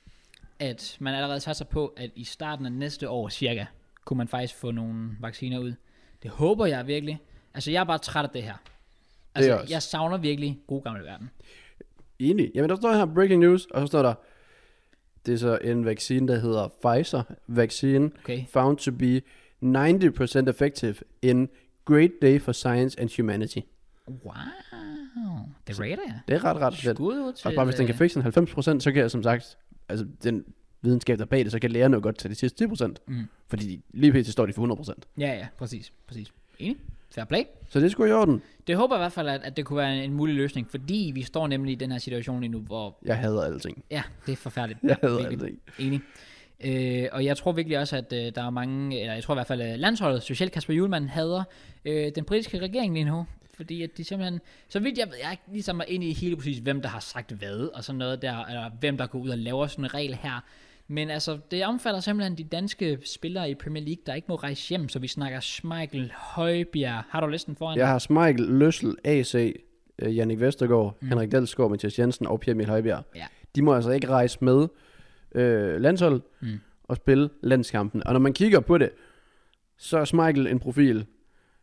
at man allerede tager sig på, at i starten af næste år cirka, kunne man faktisk få nogle vacciner ud. Det håber jeg virkelig. Altså jeg er bare træt af det her. Altså Det er også. jeg savner virkelig god gamle verden. Enig. Jamen der står her breaking news, og så står der, det er så en vaccine, der hedder Pfizer vaccine, Okay. found to be ninety percent effective in Great Day for Science and Humanity. Wow. Det rater jeg. Det er ret, ret fedt. Skud ud til... Og bare hvis den kan øh, fikse den halvfems procent, så kan jeg som sagt, altså den videnskab, der er bag det, så kan lære noget godt til de sidste ti procent. Mm. Fordi lige pt. står de for hundrede procent. Ja, ja, præcis. præcis. Enig? Fair play. Så det er sgu i orden. Det håber jeg i hvert fald, at, at det kunne være en, en mulig løsning, fordi vi står nemlig i den her situation lige nu, hvor... Jeg hader alting. Ja, det er forfærdeligt. Jeg hader virkelig. alting. Enig. Øh, og jeg tror virkelig også, at øh, der er mange, eller jeg tror i hvert fald, at landsholdet, specielt Kasper Hjulmand, hader øh, den britiske regering lige nu. Fordi at de simpelthen, så vidt jeg ved, jeg er ikke ligesom er inde i hele præcis, hvem der har sagt hvad, og sådan noget der, eller hvem der går ud og laver sådan en regel her. Men altså, det omfatter simpelthen de danske spillere i Premier League, der ikke må rejse hjem, så vi snakker Schmeichel, Højbjerg. Har du listen foran? Jeg har Schmeichel, Løssel, A C, uh, Jannik Vestergaard, mm. Henrik Dalsgaard, Mathias Jensen og Pierre Emil Højbjerg. Ja. De må altså ikke rejse med øh, landshold Mm. og spille landskampen. Og når man kigger på det, så er Schmeichel en profil.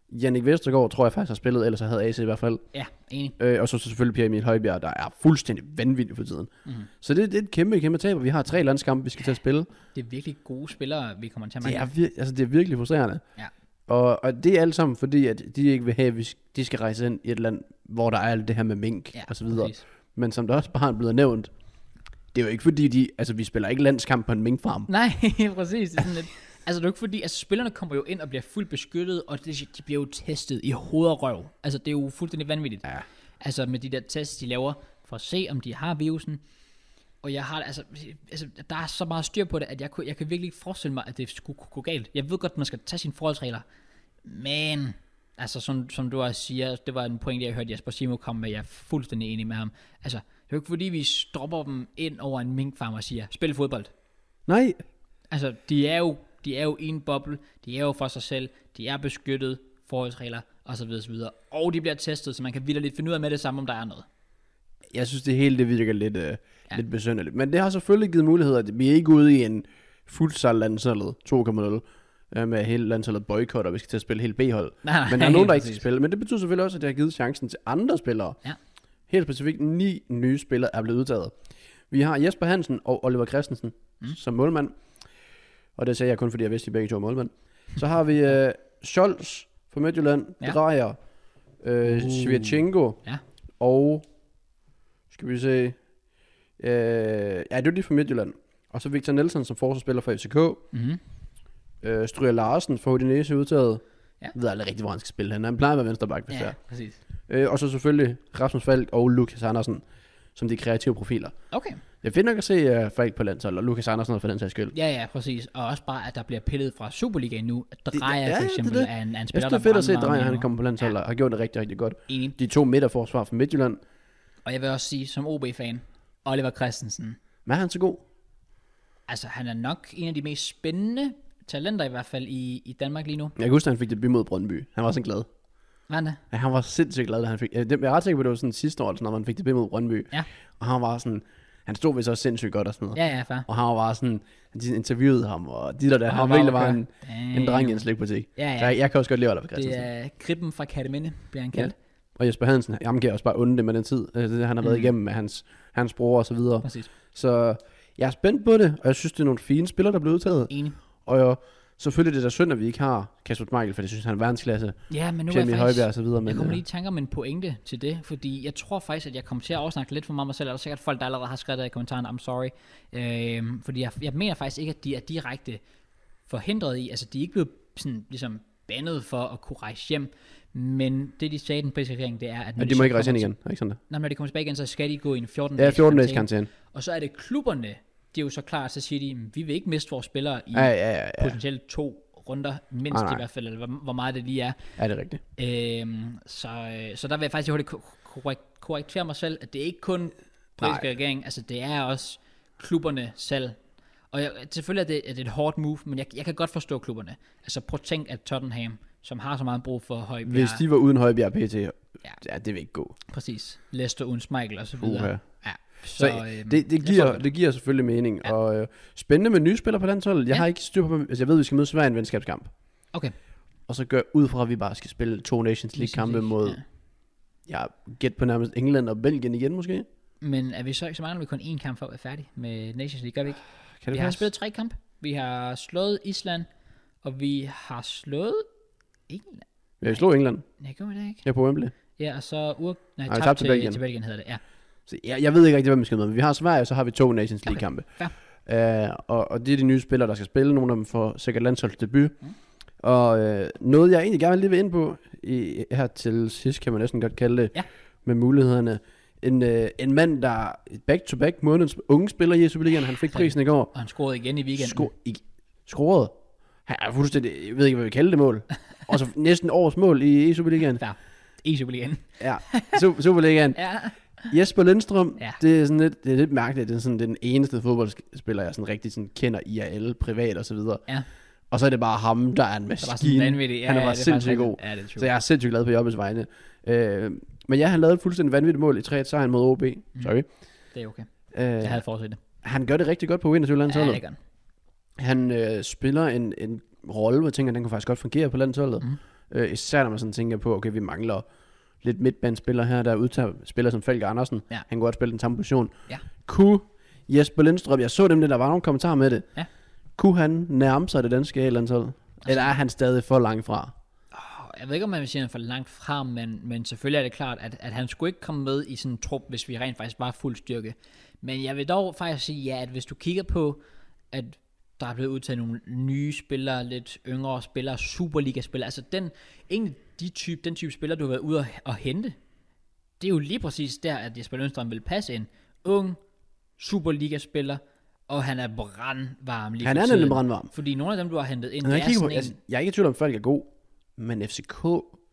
Jannik Vestergaard tror jeg faktisk har spillet, ellers havde A C i hvert fald. Ja, enig. Øh, og så selvfølgelig Pierre Emil Højbjerg, der er fuldstændig vanvittig for tiden. Mm-hmm. Så det, det er et kæmpe, kæmpe tab, og vi har tre landskampe, vi skal til at spille. Det er virkelig gode spillere, vi kommer til at Det mange. er, vir- altså, det er virkelig frustrerende. Ja. Og, og det er alt sammen fordi, at de ikke vil have, at vi sk- de skal rejse ind i et land, hvor der er alt det her med mink Ja, og så videre. præcis. Men som der også bare er blevet nævnt, det er jo ikke fordi, de, altså vi spiller ikke landskamp på en minkfarm. Nej, præcis. Det er sådan lidt. Altså det er jo ikke fordi, altså spillerne kommer jo ind og bliver fuldt beskyttet, og det, de bliver jo testet i hoved og røv. Altså det er jo fuldstændig vanvittigt. Ja. Altså med de der tests, de laver, for at se, om de har virusen. Og jeg har, altså, altså der er så meget styr på det, at jeg, kunne, jeg kan virkelig ikke forestille mig, at det skulle kunne gå galt. Jeg ved godt, at man skal tage sine forholdsregler, men altså som, som du også siger, det var en point, jeg hørte Jesper Simo komme med, jeg er fuldstændig enig med ham. Altså det er jo ikke fordi, vi stropper dem ind over en minkfarm og siger, spil fodbold. Nej. Altså de er jo De er jo i en boble, de er jo for sig selv, de er beskyttet, forholdsregler osv. osv. Og de bliver testet, så man kan vildt lidt finde ud af med det samme, om der er noget. Jeg synes, det hele det virker lidt, øh, Ja. lidt besynderligt. Men det har selvfølgelig givet muligheder. Vi er ikke ude i en futsal-landsholdet to punkt nul øh, med hele landsholdet boykot, og vi skal til at spille helt B-hold. Nej, nej, Men der er nogen, der ikke præcis. skal spille. Men det betyder selvfølgelig også, at det har givet chancen til andre spillere. Ja. Helt specifikt ni nye spillere er blevet udtaget. Vi har Jesper Hansen og Oliver Christensen mm. som målmand. Og det sagde jeg kun, fordi jeg vidste, at de begge to er målmand. Så har vi øh, Scholz fra Midtjylland, Ja. Drejer, øh, Uh. Svirchenko Ja. og skal vi se, øh, ja, det er de fra Midtjylland. Og så Victor Nielsen, som forsvarsspiller for F C K. Mm-hmm. Øh, Stryger Larsen fra Udinese udtaget. Ja. Jeg ved aldrig rigtig, hvor han skal spille. Han, han plejer at være venstreback, hvis Ja, ja. præcis. øh, Og så selvfølgelig Rasmus Falk og Lukas Andersen, som de kreative profiler. Okay. Jeg finder nok at se uh, Falk på landshold, og Lukas Andersen for den sags skyld. Ja, ja, præcis. Og også bare, at der bliver pillet fra Superligaen nu. Drejer ja, for ja, eksempel det er det. er en, er en Jeg spiller, synes, det er fedt at se, at brænder Drejer meget han mere kommer på landshold, Ja. og har gjort det rigtig, rigtig godt. Enig. De to midterforsvar fra Midtjylland. Og jeg vil også sige, som O B-fan, Oliver Christensen, Men er han så god? altså han er nok en af de mest spændende talenter i hvert fald i, i Danmark lige nu. Jeg kan huske, at han fik debut mod Brøndby. Han var sådan glad. Hvad er det? Ja, han var sindssygt glad, da han fik... Jeg er ret sikker på, at det var sådan sidste år, når man fik debut mod Brøndby. Ja. Og han var sådan... Han stod vist også sindssygt godt og sådan noget. Ja, ja, fair. Og han var bare sådan... De interviewede ham, og de der der... Og Han han var virkelig var bare okay. en, Damn. en dreng i en slikbutik. Ja, ja. Så jeg, jeg kan også godt lide Oliver Det Christensen. er Kribben fra Kataminde, bliver han kaldt. Og Jesper Hansen, jamen kan jeg også bare undre det med den tid, øh, det han har været Mm. igennem med hans, hans bror og så videre. Præcis. Så jeg er spændt på det, og jeg synes, det er nogle fine spillere, der bliver udtaget. Enig. Og jeg, selvfølgelig det er da synd, at vi ikke har Kasper Schmeichel, for det synes han er verdensklasse. Ja, men nu er Pierre jeg Emil faktisk... Højbjerg og så videre. Men, Jeg kommer øh, lige i tanker om en pointe til det, fordi jeg tror faktisk, at jeg kommer til at oversnakke lidt for mig, mig selv. Er der sikkert folk, der allerede har skrevet i kommentaren, I'm sorry. Øhm, fordi jeg, jeg mener faktisk ikke, at de er direkte forhindret i, altså de er ikke blevet sådan, ligesom bandet for at kunne rejse hjem, men det de sagde i den britiske regering, det er, at når og de må så ikke rejse ind kommer igen, er ikke sådan det? Til, når de kommer tilbage igen, så skal de gå i en fjorten Ja, fjorten dages karantæne. Og så er det klubberne, de er jo så klar, så siger de, vi vil ikke miste vores spillere i Ja, ja, ja, ja. potentielt to runder, mindst Nej, nej. i hvert fald, eller hvor, hvor meget det lige er. Ja, det er rigtigt. Øhm, så, øh, så der vil jeg faktisk hurtigt ko- korrekt, korrektere mig selv, at det er ikke kun britiske regering, altså det er også klubberne selv. Og jeg, selvfølgelig er det, er det et hårdt move, men jeg, jeg kan godt forstå klubberne. Altså prøv at tænk, at Tottenham, som har så meget brug for Højbjerg, Hvis de var uden Højbjerg P T, ja. Ja. ja, det vil ikke gå. præcis, Leicester uden Schmeichel og så videre. Uha. Ja, så, Så øhm, det, det, jeg giver, tror godt. det giver selvfølgelig mening. Ja. Og øh, spændende med nye spillere på landsholdet. Jeg Ja. har ikke styr på, altså jeg ved, at vi skal møde Sverige i en venskabskamp. Okay. Og så gør ud fra, at vi bare skal spille to Nations League kampe mod, Ja. ja, gæt på nærmest England og Belgien igen måske. Men er vi så ikke så mangler vi kun én kamp for at være færdig med Nations League, gør vi ikke? Kan Vi det har passe? spillet tre kampe. Vi har slået Island, og vi har slået England. Vi har slået England. Nej, gør vi det ikke? Jeg er på Wembley. Ja, og så ur... Nej, Nej, tabt tabt til til, Belgien. til Belgien hedder det, ja. Så jeg, jeg ved ikke rigtig, hvad vi skal med. Men vi har Sverige, og så har vi to Nations League kampe. Fair. Uh, og, og det er de nye spillere, der skal spille. Nogle af dem får sikkert landsholdsdebut. Mm. Og uh, noget, jeg egentlig gerne vil lige vil ind på, i, her til sidst kan man næsten godt kalde det, Ja. med mulighederne. En, uh, en mand, der back-to-back månedens unge spiller i Superligaen, han fik prisen i går. Og han scorede igen i weekenden. Sko- i, scoret. Han er fuldstændig, jeg ved ikke, hvad vi kalder det mål. Og så næsten års mål i Superligaen. Fair. I Superligaen. Ja, Su- Superligaen. Ja. Jesper Lindstrøm, Ja. det er sådan lidt, det er lidt mærkeligt. Det er sådan den eneste fodboldspiller, jeg sådan rigtig sådan kender I R L, privat og så videre. Ja. Og så er det bare ham, der er en Der var sådan maskine. vanvittig. Ja, Han er ja, bare det sindssygt faktisk god. rigtigt. Ja, det er true. Så jeg er sindssygt glad på Jobbes vegne. Øh, men ja, han lavede et fuldstændig vanvittigt mål i tre et sejren mod O B. Mm. Sorry. Det er okay. Øh, Jeg havde forudset det. han gør det rigtig godt på enogtyve-landsholdet. Ja, det gør han. Han øh, spiller en, en rolle, hvor jeg tænker, den kan faktisk godt fungere på landsholdet. Mm. Øh, især når man sådan tænker på, okay, vi mangler lidt midtbanespillere her, der udtager spillere som Falk Andersen. Ja. Han kunne godt spille den samme position. Ja. Kunne Jesper Lindstrøm, jeg så dem, der var nogle kommentarer med det. Ja. Kunne han nærme sig det danske A-landshold? Altså, eller er han stadig for langt fra? Jeg ved ikke, om man vil sige, at han er for langt frem, men, men selvfølgelig er det klart, at, at han skulle ikke komme med i sådan en trup, hvis vi rent faktisk var fuld styrke. Men jeg vil dog faktisk sige, ja, at hvis du kigger på, at der er blevet udtaget nogle nye spillere, lidt yngre spillere, Superliga-spillere, altså den, egentlig de type, den type spillere, du har været ude at, at hente, det er jo lige præcis der, at Jesper Lundstrøm vil passe ind. Ung, Superliga-spiller, og han er brandvarm lige Han for er tiden. nemlig brandvarm. Fordi nogle af dem, du har hentet ind, Jeg, det er på, sådan altså, en... jeg er ikke i tvivl om, Falk er god, men F C K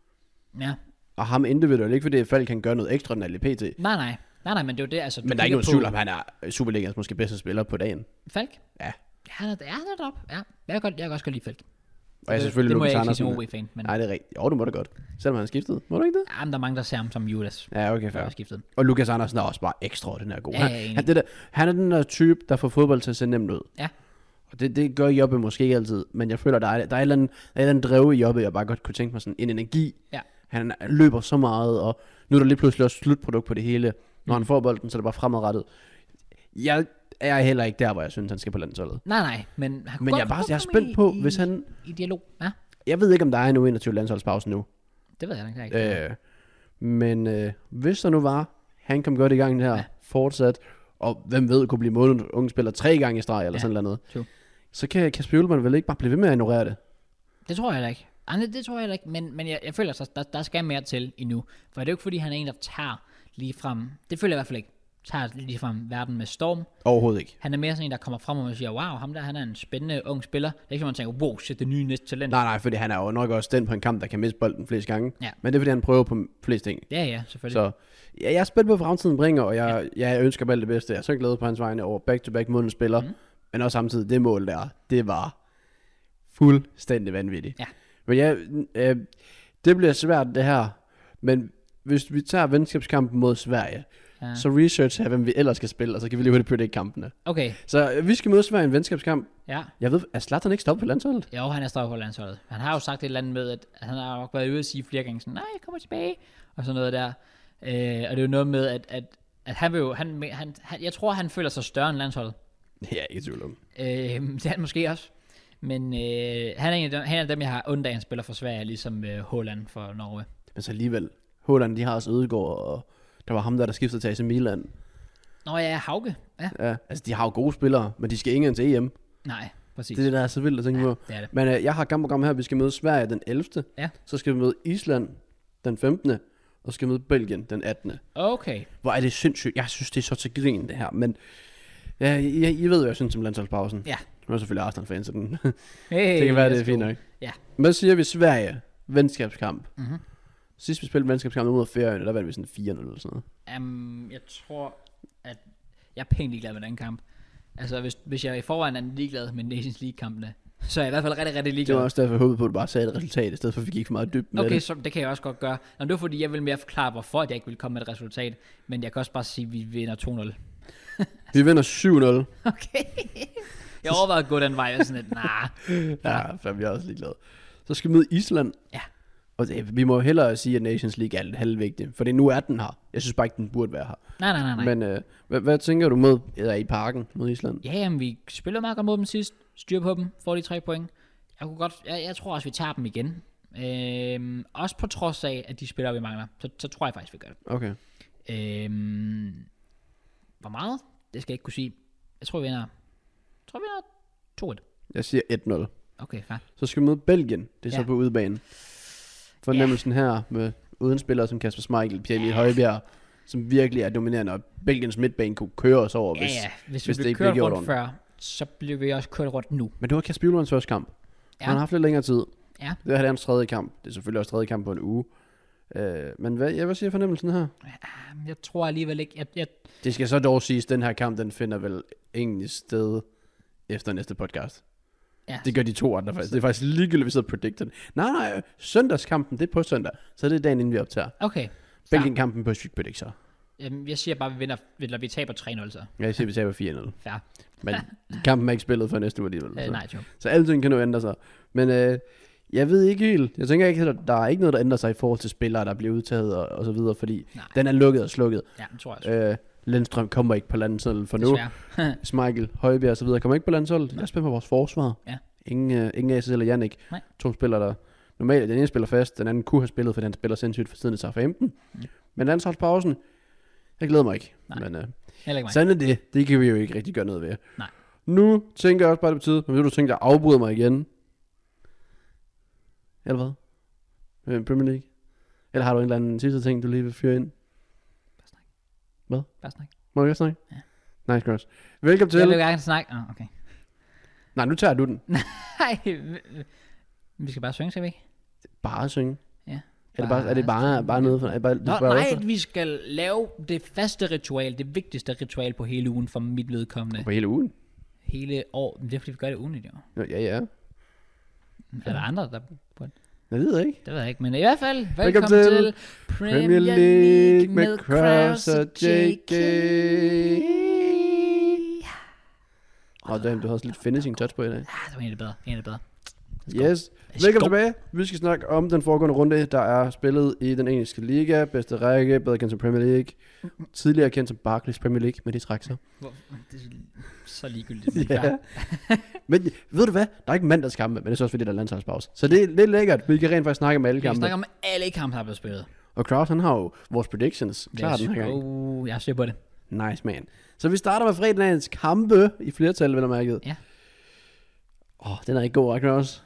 Ja. og ham individuelt, ikke fordi Falk kan gøre noget ekstra, den er P T. Nej, nej. Nej, nej, men det er jo det, altså... Men der er ikke nogen tvivl om, han er Superligaens måske bedste spiller på dagen. Falk? Ja. Ja, han er, ja, han er deroppe. Ja, jeg kan, godt, jeg kan også godt lide Falk. Og jeg det, selvfølgelig det må Lukas jeg ikke sige Andersen. som O B-fan, men... Nej, det er rigtigt. Jo, det må da godt. Selvom han har skiftet. Må du ikke det? Ja, men der er mange, der ser ham som Judas. Ja, okay, Der er fair. skiftet. Og Lukas Andersen er også bare ekstraordinær god. Ja, Han, jeg er enig. han, det der, han er den der type, der får fodbold til at se nemt ud. Ja. Og det, det gør Jobbe måske ikke altid. Men jeg føler, der er, der er et eller andet, der er et eller andet drev i Jobbe, jeg bare godt kunne tænke mig sådan en energi. Ja. Han løber så meget, og nu er der lige pludselig også slutprodukt på det hele. Når han får bolden, så er det bare fremadrettet. Jeg er heller ikke der, hvor jeg synes, han skal på landsholdet. Nej, nej, men... Han Men jeg er bare jeg er spændt på, i, hvis han... I dialog, ja. Jeg ved ikke, om der er en U enogtyve landsholdspause nu. Det ved jeg da ikke. Øh, men øh, hvis der nu var, han kom godt i gang her, Ja. ja. fortsat, og hvem ved, kunne blive målet unge spiller tre gange i streg, eller Ja, sådan noget. true. Så kan Kasper Hjulmand vel ikke bare blive ved med at ignorere det. Det tror jeg heller ikke. Ej, det, det tror jeg heller ikke, men, men jeg, jeg føler, at der, der skal mere til endnu. For det er jo ikke, fordi han er en, der tager lige frem... Det føler jeg i hvert fald ikke. Tager lige frem verden med storm. Overhovedet ikke. Han er mere sådan en, der kommer frem og siger, wow, ham der, han er en spændende ung spiller. Det er ikke, som man tænker, wow, shit, det nye næste talent. Nej, nej, fordi han er jo nok også den på en kamp, der kan miste bolden flest gange. Ja. Men det er, fordi han prøver på flest ting. Ja, ja, selvfølgelig. Så ja, jeg er spændt på, hvad fremtiden bringer, og jeg, ja. jeg ønsker bare det bedste. Jeg er så glad på hans vegne over back-to-back målende spiller. Mm. Men også samtidig, det mål der, det var fuldstændig vanvittigt. Ja. Men ja, øh, det bliver svært det her. Men hvis vi tager venskabskampen mod Sverige, Ja. så research her, hvem vi ellers skal spille, og så kan vi lige hurtigt predict kampene. Okay, Så øh, vi skal møde Sverige i en venskabskamp. ja. Jeg ved, er Zlatan ikke stoppet på landsholdet? Jo, han er stadig på landsholdet. Han har jo sagt et eller andet med, at han har nok været ude at sige flere gange sådan, nej, jeg kommer tilbage, og sådan noget der. Øh, og det er jo noget med, at, at, at han vil jo, han, han, han, jeg tror, han føler sig større end landsholdet. Ja, ikke i tvivl om. Øh, det er han måske også. Men øh, han, er en af dem, han er en af dem, jeg har ondt af, han spiller for Sverige, ligesom øh, Haaland for Norge. Men så alligevel, Haaland, de har også Ødegaard, og der var ham der, der skiftede til A C Milan. Nå ja, Hauge. Ja. Ja, altså de har jo gode spillere, men de skal ikke engang til E M. Nej, præcis. Det er det, der er så vildt at tænke ja, på. det er det. Men øh, jeg har kampprogram her, vi skal møde Sverige den ellevte Ja. Så skal vi møde Island den femtende Og skal møde Belgien den attende Okay. Hvor er det sindssygt. Jeg synes, det er så til grin, det her. Men ja, I, I ved, hvad jeg synes om landsholdspausen. Ja. Nu er selvfølgelig Arsenal-fan, så den Hey, det kan være, det let's er fint go. nok. Ja. Hvad siger vi Sverige? Venskabskamp. Mm-hmm. Sidst vi spillede venskabskamp mod Færøerne, der vandt vi sådan fire nul eller sådan noget. Um, jeg tror, at jeg er pænt ligeglad med den kamp. Altså, hvis, hvis jeg i forvejen er ligeglad med Nations League-kampene, så er jeg i hvert fald rigtig, rigtig Det ligeglad. var også derfor, jeg håbede på, at du bare sagde et resultat, i stedet for, at vi gik for meget dybt med Okay, det. så det kan jeg også godt gøre. Nå, det var fordi, jeg vil mere forklare, hvorfor jeg ikke vil komme med et resultat. Men jeg kan også bare sige, at vi vinder to nul. Vi vinder syv nul. Okay. Jeg overvejede at gå den vej, og sådan lidt, nah. Ja, for vi er også ligeglade. Så skal vi møde Island. Ja. Og det, vi må hellere sige, at Nations League er lidt halvvigtig. For det nu er den her. Jeg synes bare ikke, den burde være her. Nej, nej, nej, nej. Men øh, hvad, hvad tænker du mod, eller i parken mod Island? Ja, jamen, vi spiller meget godt mod dem sidst. Styr på dem. Får de tre point. Jeg, kunne godt, jeg, jeg tror også, vi tager dem igen. Øhm, også på trods af, at de spiller, vi mangler. Så, så tror jeg faktisk, vi gør det. Okay. Øhm, hvor meget? Det skal jeg ikke kunne sige. Jeg tror, vi vinder, jeg tror, vi vinder to et. Jeg siger et nul. Okay, fair. Så skal vi møde Belgien. Det er Ja. så på udebane. Fornemmelsen ja. her med uden spillere som Kasper Schmeichel, Pierre Emil Højbjerg, som virkelig er dominerende, og Belgiens midtbane kunne køre os over, Ja, hvis, ja. Hvis, hvis vi det blev ikke kørt bliver gjort rundt før, så bliver vi også kørt rundt nu. Men det var Kasper Hjulmands første kamp. Ja. Han har haft lidt længere tid. Ja. Det er hans tredje kamp. Det er selvfølgelig også tredje kamp på en uge. Øh, men hvad, ja, hvad siger fornemmelsen her? Jeg tror alligevel ikke, jeg, jeg, Det skal så dog siges, at den her kamp, den finder vel egentlig sted efter næste podcast. ja. Det gør de to andre faktisk. Det er faktisk ligegyldigt, hvis vi så predicted. Nej, nej, søndagskampen, det er på søndag. Så det er dagen, inden vi optager. Okay. Belgien-kampen på Street Predict så. Jamen, jeg siger bare, at vi vinder, eller vi taber tre nul så. Jeg siger, vi taber fire nul. Fair. Men kampen er ikke spillet for næste uge alligevel. Øh, Så. nej, jo. så alting kan nu ændre sig. Men øh, Jeg ved ikke helt. Jeg tænker ikke, at der er ikke noget, der ændrer sig i forhold til spillere, der bliver udtaget og, og så videre, fordi Nej. den er lukket og slukket. Ja, det tror jeg også. Øh, Lindstrøm kommer ikke på landsholdet for nu. Smeichel, Højbjerg og så videre kommer ikke på landsholdet. Jeg spiller på vores forsvar. Ja. Ingen, uh, ingen A C L eller Jannik. Nej. To spillere, der normalt den ene spiller fast, den anden kunne have spillet, for den spiller sindssygt for siden af Southampton. Mm. Men landsholdspausen, jeg glæder mig ikke. Nej. Men uh, ikke sådan er det. Det kan vi jo ikke rigtig gøre noget ved. Nej. Nu tænker jeg også bare det betyder, men vil du tænke dig at afbryde mig igen? Eller hvad? Premier League? Eller har du en eller anden sidste ting, du lige vil fyre ind? Bare snak. Hvad? Bare snak. Må jeg snakke? Ja. Nice, Cross. Velkommen til. Jeg vil gerne snakke. Oh, okay. Nej, nu tager du den. Nej, vi skal bare synge, skal vi ikke? Bare synge. Ja. Er det bare, er det bare, bare noget for... Er bare, Nå, bare nej, også? vi skal lave det faste ritual, det vigtigste ritual på hele ugen for mit vedkommende. På hele ugen? Hele år. Det er fordi, vi gør det ugenligt, jo. Ja, ja. ja. Er der andre, der... Jeg ved ikke. Det ved jeg ikke, men i hvert fald, velkommen, velkommen til, til Premier League med Kraus og J K. Åh, oh, damn, du har også lidt finishing touch på i dag. Ja, det var egentlig bedre. Egentlig bedre. Yes. Velkommen tilbage. Vi skal snakke om den foregående runde, der er spillet i den engelske liga. Bedste række, bedre kendt som Premier League. Tidligere kendt som Barclays Premier League, men de trækker sig. Det er så ligegyldigt. Ja. Men ved du hvad? Der er ikke mandagskampe, men det er så også fordi, der er landsholdspause. Så det er lidt lækkert. Vi kan rent faktisk snakke om alle Vi kan kampe. snakke om alle kampe, der er blevet spillet. Og Kraus, han har jo vores predictions klar den her gang. Oh, jeg ser på det. Nice, man. Så vi starter med fredagens kampe i flertal, vel og mærket. Ja. Åh, oh, den er ikke god, hva' Kraus?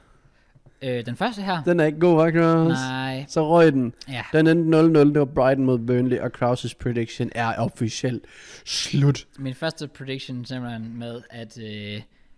Øh, den første her. Den er ikke god, hva' Kraus? Nej. Så røg den. Ja. Den endte nul nul. Det var Brighton mod Burnley, og Kraus' prediction er officielt slut. Min første prediction simpelthen med, at, øh,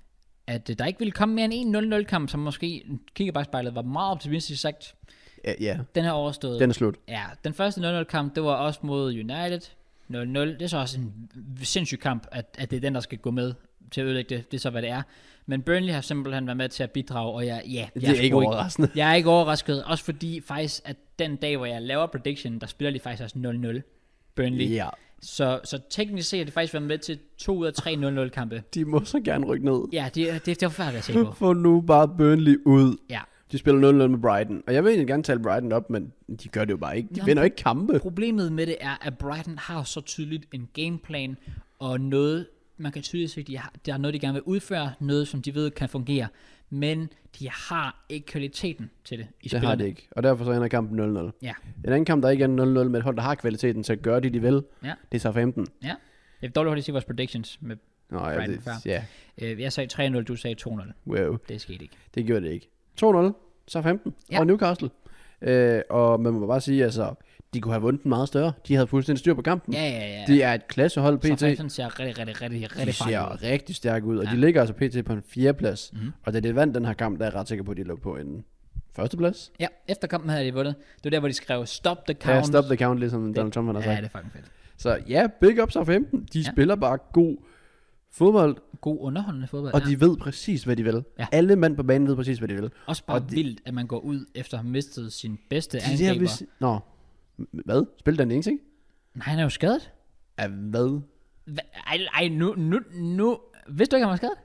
at øh, der ikke ville komme mere end en nul nul kamp, som måske kigger bare spejlet var meget optimistisk sagt. Ja, ja. Den er overstået. Den er slut. Ja, den første nul nul kamp, det var også mod United. nul nul, det er så også en sindssyg kamp, at, at det er den, der skal gå med til at ødelægge det. Det er så, hvad det er. Men Burnley har simpelthen været med til at bidrage, og jeg, ja, jeg det er, er ikke overraskende. Jeg er ikke overrasket, også fordi faktisk, at den dag, hvor jeg laver prediction, der spiller de faktisk også nul nul. Burnley. Ja. Så, så teknisk set har de faktisk været med til to ud af tre nul nul kampe. De må så gerne rykke ned. Ja, det, det, det er forfærdeligt at se på. Få nu bare Burnley ud. Ja. De spiller nul nul med Brighton. Og jeg vil egentlig gerne tale Brighton op, men de gør det jo bare ikke. De Nå, vinder ikke kampe. Problemet med det er, at Brighton har så tydeligt en gameplan, og noget, man kan tydeligt se, at de har, der er noget, de gerne vil udføre, noget, som de ved kan fungere, men de har ikke kvaliteten til det i det spillerne. har de ikke, og derfor så ender kampen nul nul. Ja. En anden kamp, der ikke er nul nul med et hold, der har kvaliteten til at gøre det, de vil, Ja. det er Southampton. Ja. Jeg er dårligt at sige vores predictions med Nå, ja, Brighton det, før. ja. Øh, jeg sagde tre nul, du sagde to nul. Wow. Det skete ikke. Det gjorde det ikke. to nul, Southampton Ja. og Newcastle. Øh, og man må bare sige, altså, de kunne have vundet den meget større. De havde fuldstændig styr på kampen. Ja, ja, ja. De er et klassehold P T. Southampton ser rigtig, rigtig, rigtig, De rigtig ser farligt ud. rigtig stærke ud, og Ja. de ligger altså P T på en fjerdeplads. Mhm. Og da de vandt den her kamp, der er jeg ret sikker på, at de lå på en førsteplads. Ja, efter kampen havde de vundet. Det var der, hvor de skrev stop the count. Ja, stop the count, ligesom Det- Donald Trump har Ja, sagt. det er fucking fedt. Så ja, big up Southampton. De Ja. spiller bare god fodbold, God underholdende fodbold. og ja. de ved præcis, hvad de vil. Ja. Alle mænd på banen ved præcis, hvad de vil. Også bare og de- vildt, at man går ud efter at have mistet sin bedste De der, angriber. hvis... Nå, hvad? Spil den ingenting? Nej, han er jo skadet. Ja, hvad? Hva- Ej, ej nu, nu, nu. Vidste du ikke, han var skadet?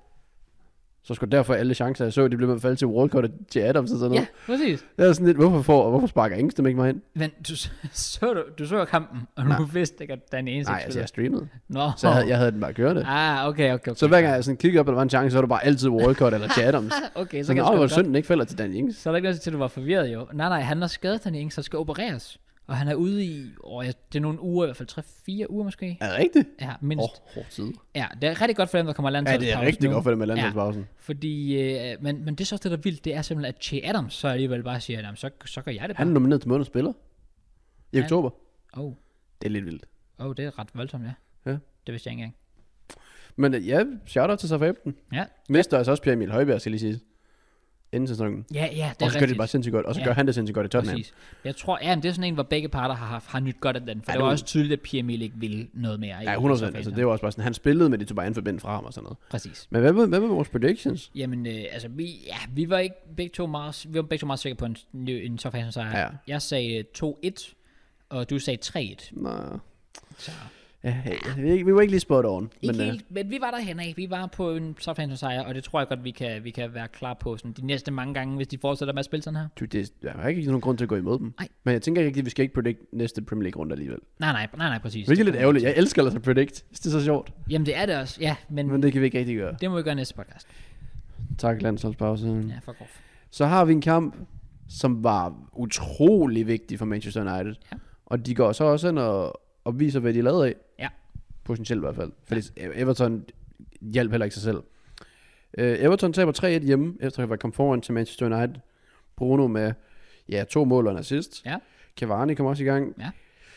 Så skulle derfor alle chancer, jeg så, de blev med at falde til Walcott og til Adams og sådan noget. Ja, præcis. Det er sådan lidt, hvorfor, får, og hvorfor sparker Engstrøm ikke mig ind? Men du så, du, du så kampen, og du Nej. vidste ikke, at den eneste Nej, altså jeg streamede. Nå. Så jeg havde, jeg havde den bare kørende. Ah, okay, okay, okay. Så hver gang jeg sådan kiggede op, og der var en chance, så var det bare altid Walcott eller til Adams. Okay, så, Så kan kan det hvor sgu synd godt. den ikke falder til Dan Ings. Så er der ikke noget til, at du var forvirret jo. Nej, nej, han er skadet, han Ings, så skal opereres. Og han er ude i, åh, ja, det er nogle uger, i hvert fald tre fire uger måske. Er det rigtigt? Ja, mindst. Åh, oh, hård tid. Ja, det er rigtig godt for dem, der kommer Ja, landsholdspause det er rigtig nu. godt for dem med landsholdspausen. Fordi, øh, men, men det er så også det, der er vildt, det er simpelthen, at Che Adams så alligevel bare siger, jamen, så, så gør jeg det bare. Han er nomineret til månedens spiller. I Ja. oktober. Oh, Det er lidt vildt. oh, det er ret voldsomt, ja. Ja. Det vidste jeg ikke engang. Men øh, ja, shout-out til Southampton. Ja, Mister altså også Pierre Emil Højbjerg, skal jeg lige sige. Inden sæsonen. ja, ja, det er Og så gør rigtigt. det bare sindssygt godt. Og så Ja. gør han det sindssygt godt i Tottenham. Præcis. Jeg tror, ja, men det er sådan en, hvor begge parter har, haft, har nyt godt af den. For Ja, det var det- også tydeligt, at Pierre Emil ikke ville noget mere. i- Ja, i hundrede procent. Southampton. Altså, det var også bare sådan, han spillede med de to bare forbind fra ham og sådan noget. Præcis. Men hvad med, hvad med vores predictions? Jamen, øh, altså, vi, ja, vi var ikke begge to meget, vi var begge to meget sikre på en, en Southampton sejr. Ja. Jeg sagde to et, og du sagde tre et. Nå. Så Ja, vi, vi var ikke lige spot on. Ikke men, helt, men vi var derhen af. Vi var på en Southampton sejr, og det tror jeg godt, vi kan, vi kan være klar på sådan, de næste mange gange, hvis de fortsætter med at spille sådan her. Du, det, jeg har ikke nogen grund til at gå imod dem. Nej. Men jeg tænker ikke, at vi skal ikke predict næste Premier League runde alligevel. Nej, nej, nej, nej, præcis. Hvilket er lidt ærgerligt. Jeg elsker altså at predict. Det er så sjovt. Jamen, det er det også, ja, men, Men det kan vi ikke rigtig gøre. det må vi gøre næste podcast. Tak, landsholdspause. Ja, fuck off. Så har vi en kamp, som var utrolig vigtig for Manchester United. Ja. Og de går så også ind og, og viser, hvad de er lavet af. Ja. Potentielt i hvert fald. Fordi ja. Everton hjalp heller ikke sig selv. Uh, Everton taber tre et hjemme, efter at have kommet foran til Manchester United. Bruno med ja, to mål og en assist. Ja. Cavani kom også i gang. Ja.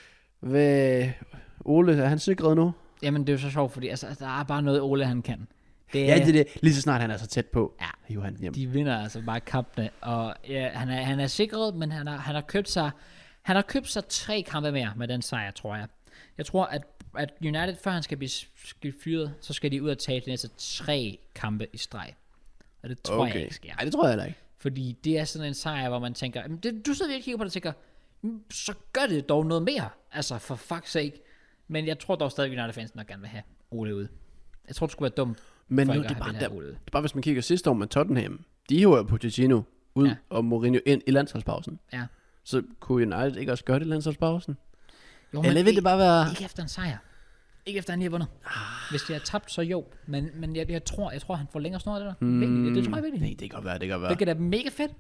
Hvad, Ole, er han sikret nu? Jamen, det er jo så sjovt, fordi altså, der er bare noget, Ole han kan. Det Ja, det er det. Lige så snart han er så tæt på. Ja. Hiver han hjem. De vinder altså bare kampene, og ja, han, er, han er sikret, men han har, han har købt sig han har købt sig tre kampe mere med den sejr, tror jeg. Jeg tror, at, at United, før han skal blive, skal fyret, så skal de ud og tage de næste tre kampe i streg. Og det tror okay. jeg ikke sker. Nej, det tror jeg heller ikke. Fordi det er sådan en sejr, hvor man tænker, det, du sidder virkelig og kigger på det og tænker, så gør det dog noget mere. Altså, for fuck's sake. Men jeg tror dog stadig, at United-fansen nok gerne vil have Ole ud. Jeg tror, det skulle være dumt. Men nu, det, er bare der, det er bare, hvis man kigger sidste år med Tottenham, de hiver jo Pochettino ud, ja. Og Mourinho ind i landsholdspausen. Ja. Så kunne United ikke også gøre det i landsholdspausen? Jo, eller vil det bare være... Ikke efter en sejr. Ikke efter han lige har vundet. Ah. Hvis de har tabt, så jo. Men, men jeg, jeg, tror, jeg tror, han får længere snor af det der. Hmm. Det, det tror jeg virkelig. Nej, det kan godt være, det kan godt være. Hvilket er mega fedt.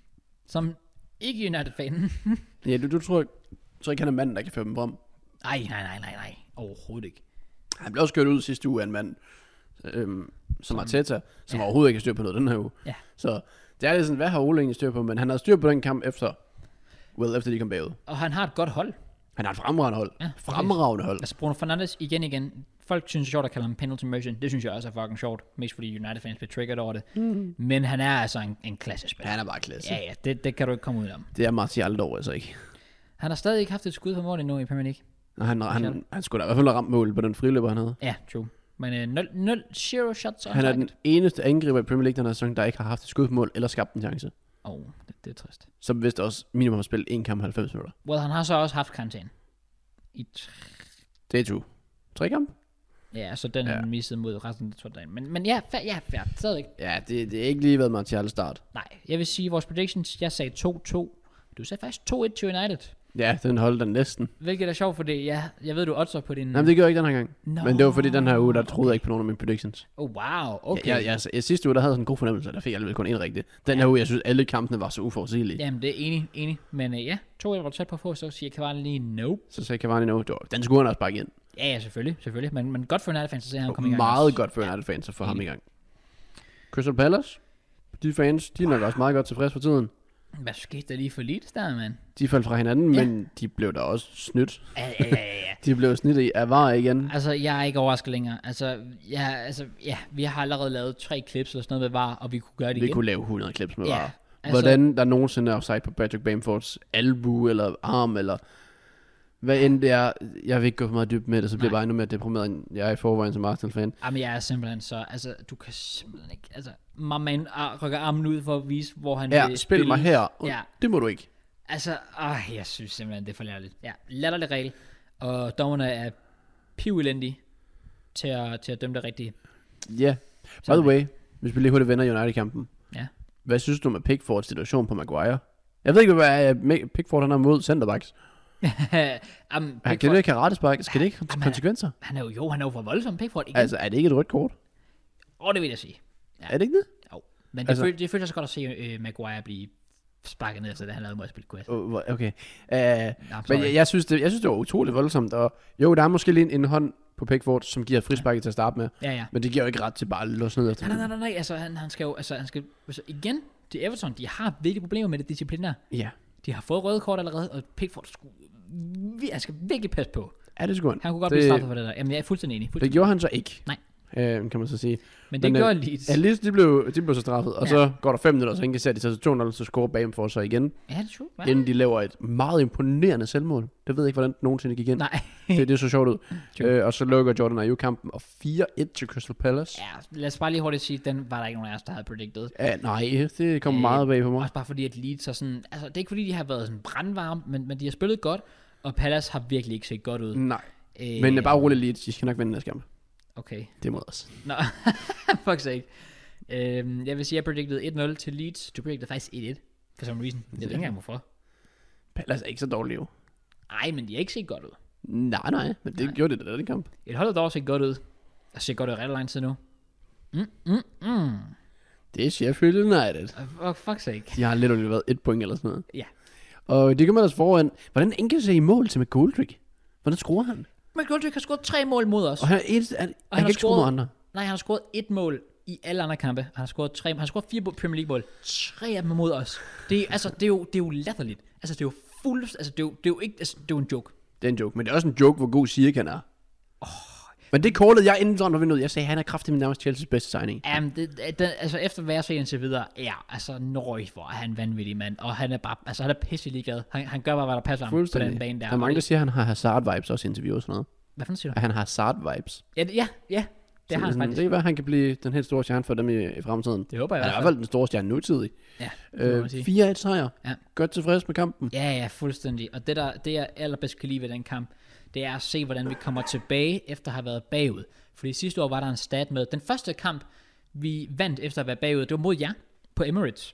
Som ikke United-fanen. Ja, du, du tror, tror ikke, han er manden, der kan føre dem frem? Nej, nej, nej, nej, nej. Overhovedet ikke. Han blev også kørt ud sidste uge af en mand, øhm, som Arteta, som ja. overhovedet ikke har styr på noget den her uge. Ja. Så det er lidt sådan, hvad har Ole egentlig styr på? Men han har styr på den kamp efter, well, efter de kom bagud. Og han har et godt hold. Han har et fremragende hold. Ja, fremragende hold. Altså Bruno Fernandes, igen igen. Folk synes det er sjovt at kalde ham penalty merchant. Det synes jeg også er fucking sjovt. Mest fordi United-fans bliver triggered over det. Mm. Men han er altså en, en klassespiller. Han er bare klasse. Ja, ja, det, det kan du ikke komme ud om. Det er Martial dog altså ikke. Han har stadig ikke haft et skud på mål endnu i Premier League. Nå, han, han, han, han skulle da i hvert fald have ramt mål på den friløber, han havde. Ja, true. Men nul, nul, zero shots on Han er target. den eneste angriber i Premier League, den her sæson, der ikke har haft et skud på mål eller skabt en chance. Åh, oh, det, det er trist. Som vist også minimum har spillet en kamp halvfems minutter. Well, han har så også haft karantæne. I t- Det er to. Tre kamp? Ja, så den ja. har han misset mod resten af dagen. Men, men ja, fair, ja, fair. Stadig. Ja, det, det er ikke lige været Martial start. Nej, jeg vil sige, vores predictions, jeg sagde to to. Du sagde faktisk to et til United. Ja, den holdt den næsten. Hvilket er sjovt, fordi ja, jeg ved, du oddser på din... Jamen, det gjorde jeg ikke den her gang. No, Men det var fordi den her uge, der troede okay. jeg ikke på nogen af mine predictions. Oh, wow, okay. Ja, jeg, jeg, jeg, sidste uge, der havde jeg sådan en god fornemmelse, der fik jeg alligevel kun en rigtig. Den her uge, jeg synes, alle kampene var så uforudsigelige. Jamen, det er enig, enig. Men uh, ja, to et var du tæt på at få, så siger Cavani lige nope. Så sagde Cavani no. Den skulle han også bare igen. Ja, ja, selvfølgelig, selvfølgelig. Men, men godt for United-fans, så ser han komme i gang. Meget også. godt for United-fans at få ham i gang. Crystal Palace, de fans, de er nok også meget godt tilfreds for tiden. Hvad skete der lige for lidt der, mand? De faldt fra hinanden, Ja. men de blev da også snydt. Ja, ja, ja, ja. De blev snydt i af var igen. Altså, jeg er ikke overrasket længere. Altså, ja, altså, ja, vi har allerede lavet tre clips eller sådan noget med V A R, og vi kunne gøre det Vi igen. kunne lave hundrede clips med Ja, var. altså- Hvordan der nogensinde er offside på Patrick Bamfords albue eller arm, eller hvad end det er. Jeg vil ikke gå for meget dybt med det, så bliver jeg Nej. bare endnu mere deprimeret, end jeg er i forvejen som Arsenal-fan. Jamen, jeg er simpelthen så, altså, du kan simpelthen ikke, altså, my man ar- rykker armen ud for at vise, hvor han Ja, vil spil spille. mig her. Ja. Det må du ikke. Altså, øh, jeg synes simpelthen, det er for lærligt. Ja, latterlig regel, og dommerne er pivelendige til at, til at dømme det rigtige. Ja. Yeah. By the way, hvis vi lige hurtigt vender United-kampen. Ja. Hvad synes du med Pickfords situation på Maguire? Jeg ved ikke, hvad er Pickford han er mod centerbacks. um, Han kan Pickford, det ikke have rettespark. Skal det ikke have Jamen, konsekvenser? han er jo, jo, han er jo for voldsom, Pickford, ikke? Altså, er det ikke et rødt kort? Åh, det vil jeg sige. Ja. Er det ikke det? Jo, men det, Altså- føl, det føles også godt at se uh, Maguire blive sparket ned, efter det han lavede mod at spille quest. Oh, okay. Uh, Nå, men jeg, jeg, synes, det, jeg synes, det var utroligt voldsomt. Og jo, der er måske lige en, en hånd på Pickford, som giver frisparket til at starte med. Ja, ja. Men det giver jo ikke ret til bare at låse ned efter. Nej, nej, nej, nej, altså han, han skal jo, altså han skal, altså igen, det er Everton, de har virkelig problemer med det disciplinære. Ja. De har fået røde kort allerede, og Pickford skulle, vi- han skal virkelig passe på. Ja, det skulle han. Han kunne godt det, blive straffet for det der. Jamen, jeg er fuldstændig enig. Det Fuldstændig. gjorde han så ikke. Nej. Øh, kan man så sige. Men det men, gjorde øh, Leeds. Ja, Leeds, de blev, de blev så straffet. Og Ja. så går der fem minutter, så han kan sætte de så to nul, så score bag for sig igen. Ja, det er true. Ja. Inden de laver et meget imponerende selvmål. Det ved jeg ikke, hvordan det nogensinde gik ind. Nej. Det, det så sjovt ud. True. øh, og så lukker Jordan Ayew kampen, og fire et til Crystal Palace. Ja, lad os bare lige hurtigt sige, den var der ikke nogen af os, der havde predicted. Ja, nej, det kom Øh, meget bag på mig. Også bare fordi, at Leeds er sådan, altså det er ikke fordi, de har været sådan brandvarme, men, men de har spillet godt, og Palace har virkelig ikke set godt ud. Nej. Øh, Men bare roligt lige, de skal nok vinde næste kamp. Okay. Det er mod os. Nå, fuck sake. Øhm, jeg vil sige, jeg predicted et nul til Leeds. Du predicted faktisk et et. For some reason. Jeg ved ikke engang hvorfor. Palace er ikke så dårligt jo. Nej, men de er ikke set godt ud. Nej, nej. Men det Nej. gjorde det, da den kamp. Et hold, der også set godt ud. Og ser godt ud i ret lang tid nu. Mm, mm, mm. Det er Sheffield United. Oh, fuck sake. De har lidt været et point eller sådan noget. Ja. Og det kommer ellers foran. Hvordan enkelt sig i mål til McGoldrick? Hvordan skruer han? McGoldrick har scoret tre mål mod os. Og han, er eneste, han, han, han kan har ikke score scoret- mod andre. Nej, han har scoret et mål i alle andre kampe. Han har scoret tre, han har scoret fire Premier League mål. Tre af dem mod os. Det er, altså, det er jo, det er jo latterligt. Altså, det er jo fuld, altså, det er jo, det er jo ikke, altså, det er jo en joke. Det er en joke, men det er også en joke, hvor god Ziyech han er. Oh. Men det callede jeg inden sådan, når vi nåede. Jeg sagde, han er kraftigt med nærmest Chelseas bedste signing. Jamen, det, det, altså efter hvad jeg ser indtil videre, ja, altså Nøj, hvor er han vanvittig mand, og han er bare, altså han er pisse ligeglad. Han, han gør bare, hvad der passer ham på den bane der. Der er mange, der siger, at han har Hazard-vibes også i interviews og sådan noget. Hvad fanden siger du? At han har Hazard-vibes. Ja, det- ja, ja, det har han sådan, faktisk. Det kan være, at han kan blive den helt store stjerne for dem i, i fremtiden. Det håber jeg i Han er i hvert hvert fald. fald den store stjerne nutidig. Ja, det må Øh, man sige. fire et sejr. Ja. Godt tilfreds med kampen. Ja, ja, fuldstændig. Og det, der, det jeg allerbedst kan lide ved den kamp, det er at se, hvordan vi kommer tilbage, efter at have været bagud. Fordi sidste år var der en stat med, den første kamp, vi vandt efter at være bagud, det var mod jer på Emirates,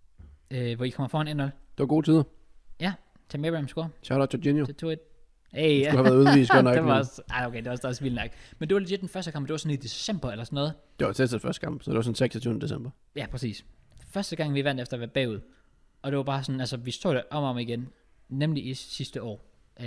øh, hvor I kommer foran et nul. Det var gode tider. Ja, Tam Abraham score Shout out til Genio. til to et. Hey, Du skulle have været udvist godt nok. det var men også, ej, okay, det var også, også vildt nok. Men det var legit den første kamp, det var sådan i december eller sådan noget. Det var tæt til første kamp, så det var sådan seksogtyvende december. Ja, præcis. Første gang, vi vandt efter at være bagud. Og det var bare sådan, altså, vi stod der om og om igen, nemlig i sidste år.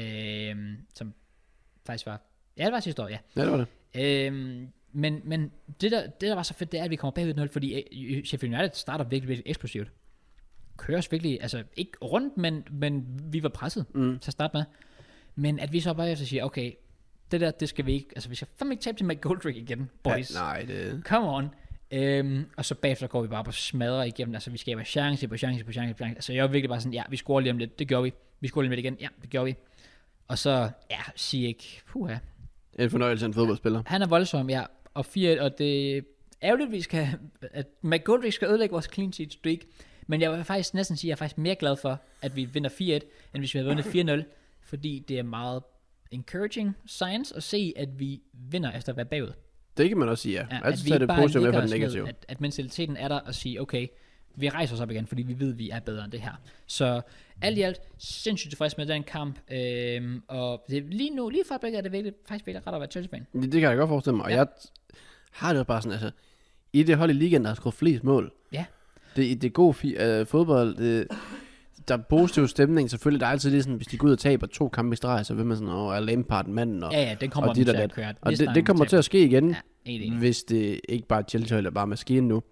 Øh, som faktisk var, ja, det var sidste år, ja. Ja, det var det. Øhm, men men det, der, det, der var så fedt, det er, at vi kommer bagud et nul, fordi øh, Sheffield United starter virkelig, virkelig eksplosivt. Kører os virkelig, altså ikke rundt, men, men vi var presset Mm. til at starte med. Men at vi så bare efter siger, okay, det der, det skal vi ikke, altså vi skal fandme ikke tabe til McGoldrick igen, boys. Ja, nej, det... Come on. Øhm, og så bagefter går vi bare på smadre igennem, altså vi skaber chance på chance på chance på chance. Altså jeg var virkelig bare sådan, ja, vi scorer lige om lidt, det gjorde vi. Vi scorer lige om lidt igen, ja, det gjorde vi. Og så, ja, Ziyech, puha. En fornøjelse af en fodboldspiller. Han er voldsom, ja. Og fire, og det er ærgerligt, at vi skal, at McGoldrick skal ødelægge vores clean sheet streak. Men jeg vil faktisk næsten sige, at jeg er faktisk mere glad for, at vi vinder fire et, end hvis vi havde vundet fire nul. Fordi det er meget encouraging signs at se, at vi vinder efter at være bagud. Det kan man også sige, ja. Ja, Altid at vi tage ikke det bare positive med ligger for os det ned, negative. at, at mentaliteten er der at sige, okay, vi rejser os op igen, fordi vi ved, at vi er bedre end det her. Så alt i alt, sindssygt tilfreds med den kamp. Øhm, og det, lige nu, lige for øjeblikket, er det virkelig, faktisk virkelig ret at være Chelsea-fan. Det, det kan jeg godt forestille mig. Og Ja. jeg har det jo bare sådan, altså... I det hold i ligaen, der har skruet flest mål. Ja. Det, det er god fi- øh, fodbold. Det, der er positiv stemning. Selvfølgelig, der er altid lige sådan, hvis de går ud og taber to kampe i streg, så vil man sådan, åh, er Lampard manden, og, Ja, ja, den kommer og den dit til og at dat. køre. Og det, det kommer til at ske igen, Ja, helt enig. hvis det ikke bare er Chelsea eller bare maskinen nu.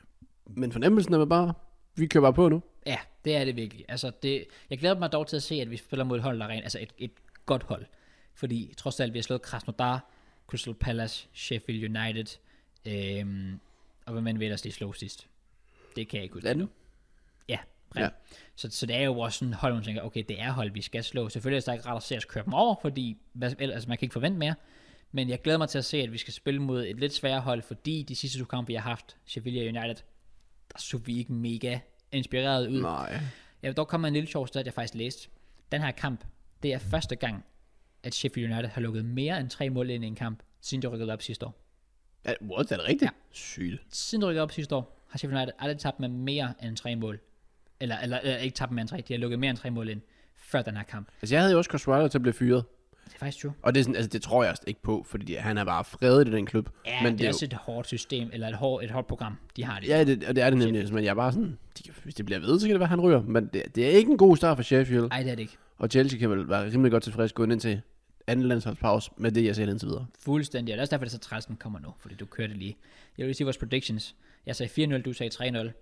Men fornemmelsen er bare, vi kører bare på nu. Ja, det er det virkelig. Altså, det, jeg glæder mig dog til at se, at vi spiller mod et hold, der er rent, altså et, et godt hold. Fordi trods alt, vi har slået Krasnodar, Crystal Palace, Sheffield United, øhm, og hvad man ved ellers, de slog sidst. Det kan jeg ikke huske. Hvad nu? Ja, Ja. ja. Så, så det er jo også sådan hold, man tænker, okay, det er hold, vi skal slå. Selvfølgelig er det ikke ret at se os køre dem over, fordi hvad, altså, man kan ikke forvente mere. Men jeg glæder mig til at se, at vi skal spille mod et lidt sværere hold, fordi de sidste to kampe, vi har haft, Sheffield United, der så vi ikke mega inspireret ud. Nej. Jeg vil dog komme med en lille sjov stat, jeg faktisk læste. Den her kamp, det er første gang, at Sheffield United har lukket mere end tre mål ind i en kamp, siden de rykkede op sidste år. Ja, what, er det rigtigt? Ja. Sygt. Siden de rykkede op sidste år, har Sheffield United aldrig tabt med mere end tre mål. Eller, eller, eller ikke tabt med mere end tre, de har lukket mere end tre mål ind, før den her kamp. Altså, jeg havde jo også Chris Wilder til at blive fyret. Det er faktisk true. Og det, er sådan, altså, det tror jeg også ikke på, fordi han er bare fredet i den klub. Ja, men det er jo- også et hårdt system, eller et hårdt, et hårdt program, de har det. Ja, det, og det er det nemlig. Men jeg er bare sådan, de, kan- hvis det bliver ved, så kan det være, han ryger. Men det, det er ikke en god start for Sheffield. Nej, det er det ikke. Og Chelsea kan vel være rimelig godt tilfreds gået ind til anden landsholdspause med det, jeg ser indtil videre. Fuldstændig, og det er også derfor, det er så træls, den kommer nu, fordi du kørte lige. Jeg vil lige sige vores predictions. Jeg sagde fire nul, du sagde tre nul.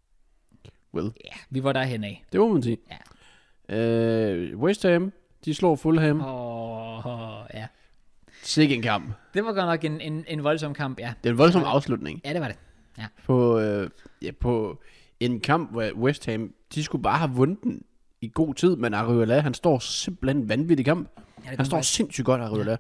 Well, Ja, vi var derhen af. det må man sige. Ja. Øh, West Ham, de slår Fulham. Åh, oh, ja. Sikke en kamp. Det var godt nok en, en, en voldsom kamp, ja. Det er en voldsom afslutning Ja, det var det. på, øh, ja, på en kamp, hvor West Ham, de skulle bare have vundet den i god tid, men Ariola, han står simpelthen vanvittig kamp. Ja, det Han står faktisk. sindssygt godt, Ariola. Ja.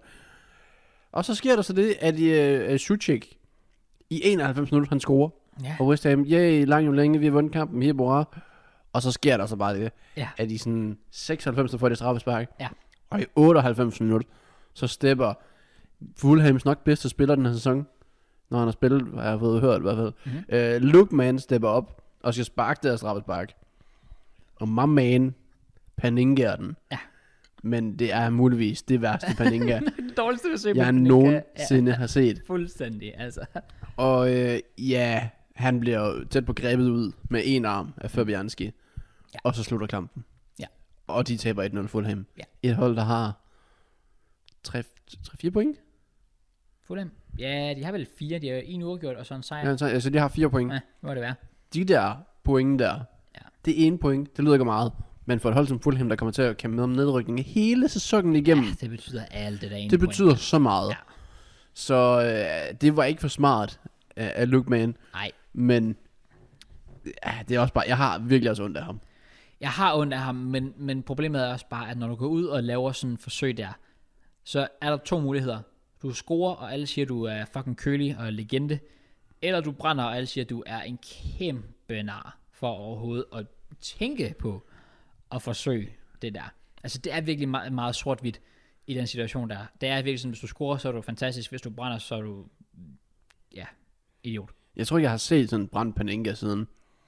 Og så sker der så det, at uh, Suchek i enoghalvfems minutter, han scorer. Ja. Og West Ham, yay, langt jo længe, vi har vundet kampen, her bora. Og så sker der så bare det, Ja. at i sådan seksoghalvfems, der får det straffespark. Ja. Og i otteoghalvfems minutter, så stepper Fulhams nok bedste spiller den her sæson, når han har spillet, hvad jeg har fået hørt i hvert fald. Mm-hmm. Øh, Lookman stepper op, og skal sparke deres straffespark. Og my man, Panenka den. Ja. Men det er muligvis det værste Panenka, det dårligste, du ser jeg nogensinde ja. har set. Fuldstændig, altså. Og øh, ja, han bliver jo tæt på grebet ud med en arm af Fabianski. Ja. Og så slutter kampen. Ja. Og de taber et nul Fulham. Ja. Et hold, der har tre fire point. Fulham? Ja, de har vel fire. De har jo en uafgjort og så en sejr. Ja, så, altså de har fire point. Ja, må det være. De der point der, ja. det er en point, det lyder ikke meget. Men for et hold som Fulham, der kommer til at kæmpe med om nedrykning hele sæsonen igennem. Ja, det betyder alt det der ene Det point. betyder så meget. Ja. Så øh, det var ikke for smart af, af Lookman. Nej. Men ja, det er også bare, jeg har virkelig også ondt af ham. Jeg har ondt af ham, men, men problemet er også bare, at når du går ud og laver sådan en forsøg der, så er der to muligheder. Du scorer, og alle siger, at du er fucking kølig og legende. Eller du brænder, og alle siger, at du er en kæmpe nar for overhovedet at tænke på at forsøge det der. Altså det er virkelig meget, meget sort-hvidt i den situation der. Det er virkelig sådan, hvis du scorer, så er du fantastisk. Hvis du brænder, så er du, ja, idiot. Jeg tror, jeg har set sådan en brændt Panenka siden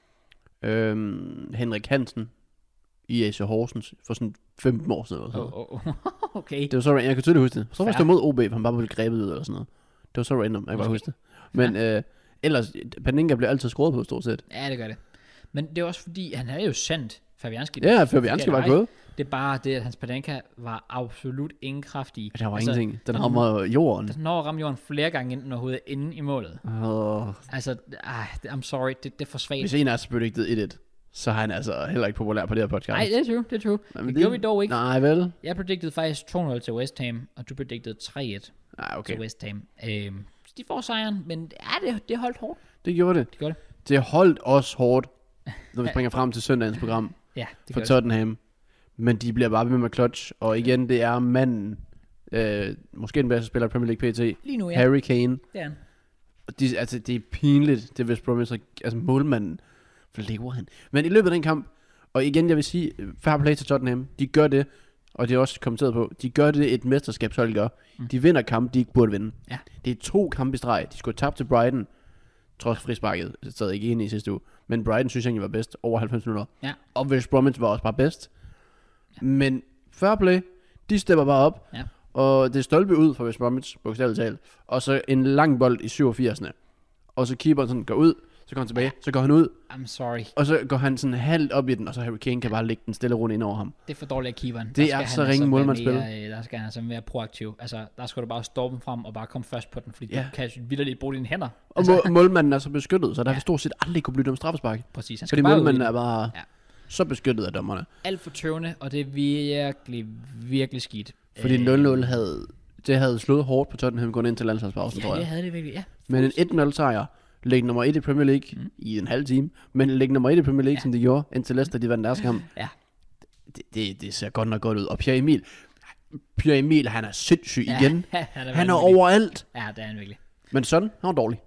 øhm, Henrik Hansen i A C Horsens for sådan femten år siden. Eller sådan. Oh, oh, oh. Okay. Det var så, jeg kan tydeligt huske det. Så var det mod O B, for han bare blev grebet ud eller sådan noget. Det var så random, jeg kan bare huske det. Men ja. øh, ellers, Panenka blev altid scoret på stort set. Ja, det gør det. Men det er også fordi, han havde jo sendt Fabianski. Ja, Fabianski var gået. Det er bare det, at hans Panenka var absolut ingen kraft i. Der var altså, ingenting. Den rammer jorden. Den når at ramme jorden flere gange inden overhovedet inde i målet. Oh. Altså, ah, I'm sorry, det, det er for svagt. Hvis en af os predicted et et, så er han altså heller ikke populær på det her podcast. Nej, det er true, det er true. Men det, det gjorde vi dog ikke. Nej, vel? Jeg predicted faktisk to nul til West Ham, og du predicted tre et ah, okay. til West Ham. Øhm, så de får sejren, men ja, det, det holdt hårdt. Det gjorde det. Det gjorde det. Det holdt også hårdt, når vi springer frem til søndagens program ja, det for Tottenham. Det. Men de bliver bare ved med clutch, og igen, det er manden, øh, måske den bedste spiller i Premier League P T, lige nu, ja. Harry Kane. Det er han. De, altså, det er pinligt, det West Bromwich, altså målmanden, for lever han. Men i løbet af den kamp, og igen, jeg vil sige, fair play til Tottenham, de gør det, og det er også kommenteret på, de gør det, et mesterskabshold gør. Mm. De vinder kamp, de ikke burde vinde. Ja. Det er to kampe i streg. De skulle tabe til Brighton, trods frisparket, jeg sad ikke enig i sidste uge, men Brighton synes jeg egentlig var bedst, over halvfems minutter. Ja. Og West Bromwich var også bare bedst. Ja. Men fair play, de stepper bare op, ja. Og det er stolpe ud for West Bromwich, bogstaveligt talt, og så en lang bold i syvogfirserne. Og så keeperen sådan går ud, så går han tilbage, så går han ud. I'm sorry. Og så går han sådan halvt op i den, og så Harry Kane kan bare lægge den stille rundt ind over ham. Det er for dårligt af keeperen. Det er så ringe målmandsspil. Der skal han altså være proaktiv. Altså, der skal du bare stoppe frem og bare komme først på den, fordi ja. Du kan vitterligt bruge dine hænder. Og altså. målmanden er så beskyttet, så der ja. stort set aldrig kunne blive dem straffespark. Præcis. Han fordi målmanden er bare ja. så beskyttet af dommerne. Alt for tøvende, og det er virkelig, virkelig skidt. Fordi nul nul havde, det havde slået hårdt på Tottenham gået ind til landsholdspausen, ja, tror jeg. Ja, det havde det virkelig, ja. Men en et nul sejr, ligge nummer et i Premier League mm. i en halv time, men ligge nummer et i Premier League, ja. som de gjorde, indtil Leicester, de vandt deres kamp. Ja. Det, det, det ser godt nok godt ud. Og Pierre Emil, Pierre Emil, han er sindssyg ja, igen. han er, han er overalt. Ja, det er han virkelig. Men sådan, han var dårlig.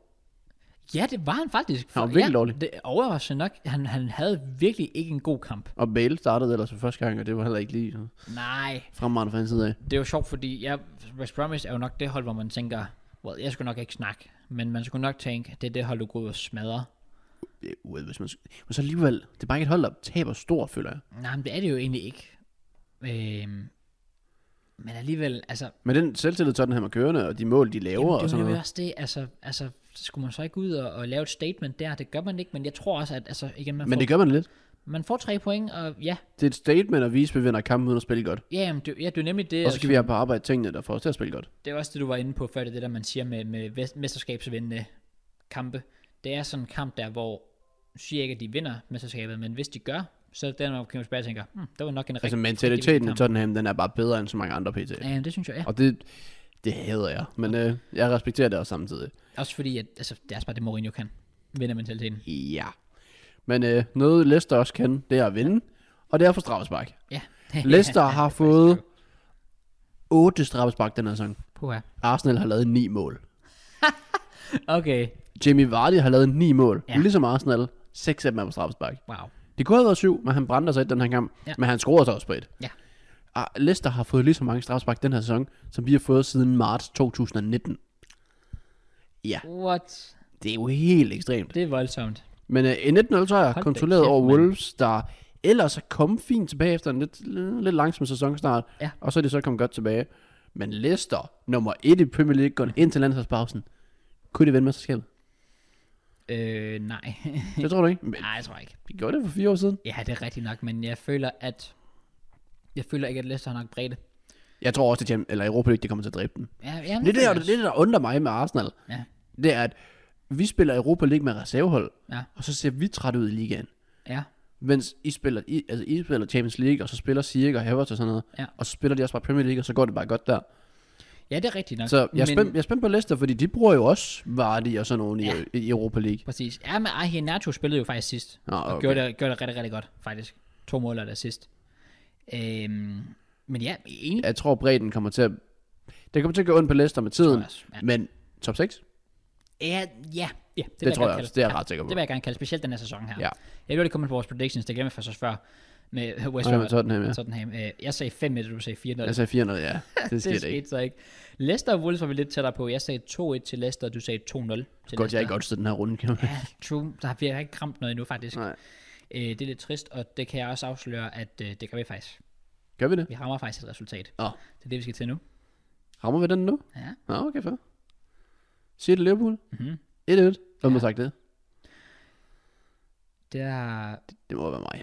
Ja, det var han faktisk. Han var virkelig ja, dårlig. Det overraskende nok. Han, han havde virkelig ikke en god kamp. Og Bale startede ellers for første gang, og det var heller ikke lige Nej. fremragende fra hans side af. Det er jo sjovt, fordi ja, West Bromwich er jo nok det hold, hvor man tænker, well, jeg skulle nok ikke snakke, men man skulle nok tænke, det er det hold, du går ud og smadrer. Well, hvis man, men så alligevel, det er bare ikke et hold, der taber stort, føler jeg. Nej, men det er det jo egentlig ikke. Øhm, men alligevel, altså... Men den selvtillid Tottenham er kørende, og de mål, de laver jamen, og sådan noget. Det er også det, altså, altså, skulle man så ikke ud og, og lave et statement der? Det gør man ikke, men jeg tror også, at altså, igen, man Men får, det gør man lidt. Man får tre point, og ja. Det er et statement at vise, at vi vinder kampen uden at spille godt. Ja, men det, ja, det er nemlig det. Og så skal altså, vi have på arbejde tingene, der får os til at spille godt. Det er også det, du var inde på før, det er det, der man siger med, med mesterskabsvindende kampe. Det er sådan en kamp der, hvor nu siger jeg ikke, at de vinder mesterskabet, men hvis de gør, så er det der, når man tilbage og tænker, hm, det var nok en rigtig... Altså mentaliteten i Tottenham, den er bare bedre end så mange andre P T. Ja, det synes jeg, ja. Og det, det hader jeg, men øh, jeg respekterer det også samtidig. Også fordi, at, altså, det er bare det, Mourinho kan. Vinder mentaliteten. Ja. Men øh, noget Leicester også kan, det er at vinde, og det er for straffespark. Ja. Leicester har fået otte straffespark den her sæson. Puha. Arsenal har lavet ni mål. Okay. Jamie Vardy har lavet ni mål, ja. Ligesom Arsenal. Seks af dem er på straffespark. Wow. Det kunne have været syv, men han brændte sig i den her kamp. Ja. Men han scorede sig også på et. Ja. ah, Leicester har fået lige så mange straffespark den her sæson, som vi har fået siden marts to tusind nitten. Ja. What? Det er jo helt ekstremt. Det er voldsomt. Men uh, en nitten nul sejr kontrolleret kæft, over man. Wolves, der ellers er kommet fint tilbage efter en lidt, lidt langsom sæsonstart. Ja. Og så er de så kommet godt tilbage. Men Leicester, nummer et i Premier League, går ind til landsholdspausen. Kunne de vinde mesterskabet? Øh, nej. Det tror du ikke? Men Nej, jeg tror ikke. de gjorde det for fire år siden. Ja, det er rigtigt nok, men jeg føler, at... Jeg føler ikke, at Leicester har nok bredde. Jeg tror også, at Champions- eller Europa League, de kommer til at dræbe den. Ja, ja, Det er det, der, det, er det, der undrer mig med Arsenal. Ja. Det er, at vi spiller Europa League med reservehold, Ja. og så ser vi træt ud i ligaen. Ja. Mens I spiller, I, altså I spiller Champions League, og så spiller Ziyech og Havertz og sådan noget. Ja. Og så spiller de også bare Premier League, og så går det bare godt der. Ja, det er rigtigt nok. Så jeg er, men, spændt, jeg er spændt på Leicester, fordi de bruger jo også Vardy og sådan nogen Ja. i, i Europa League. Præcis. Ja, men Ahi Nacho spillede jo faktisk sidst. Nå, Og okay. gjorde det, gjorde det rigtig, rigtig godt, faktisk. To mål der sidst. Øhm, men ja, enig. Jeg tror, bredden kommer til at... Det kommer til at gå ondt på Leicester med tiden, Også, ja. men top seks? Ja, ja, ja. Det, Det, det tror jeg også, det er jeg ret sikker på. Det vil jeg gerne kalde, specielt den her sæson her. Ja. Jeg vil lige komme på vores predictions, det glemte jeg faktisk også før, med West Og Ham med Tottenham, ja. og Tottenham. Øh, Jeg sagde fem et, og du sagde fire nul. Jeg sagde fire nul, ja. Det Det sker det skete ikke. så ikke. Leicester og Wolves var vi lidt tættere på. Jeg sagde to et til Leicester, og du sagde to nul til Godt, Leicester. jeg ikke godt den her runde, kan man. Ja, true. Der har vi har ikke ramt noget endnu, faktisk. Nej. Øh, det er lidt trist, og det kan jeg også afsløre, at øh, det gør vi faktisk. Gør vi det? Vi rammer faktisk et resultat. Åh. Det er det, vi skal til nu. Rammer vi den nu? Ja. Nå, okay, fair. Siger det Liverpool? Mm-hmm. et et. Hvem har Ja. sagt det? Det er... Det må være mig.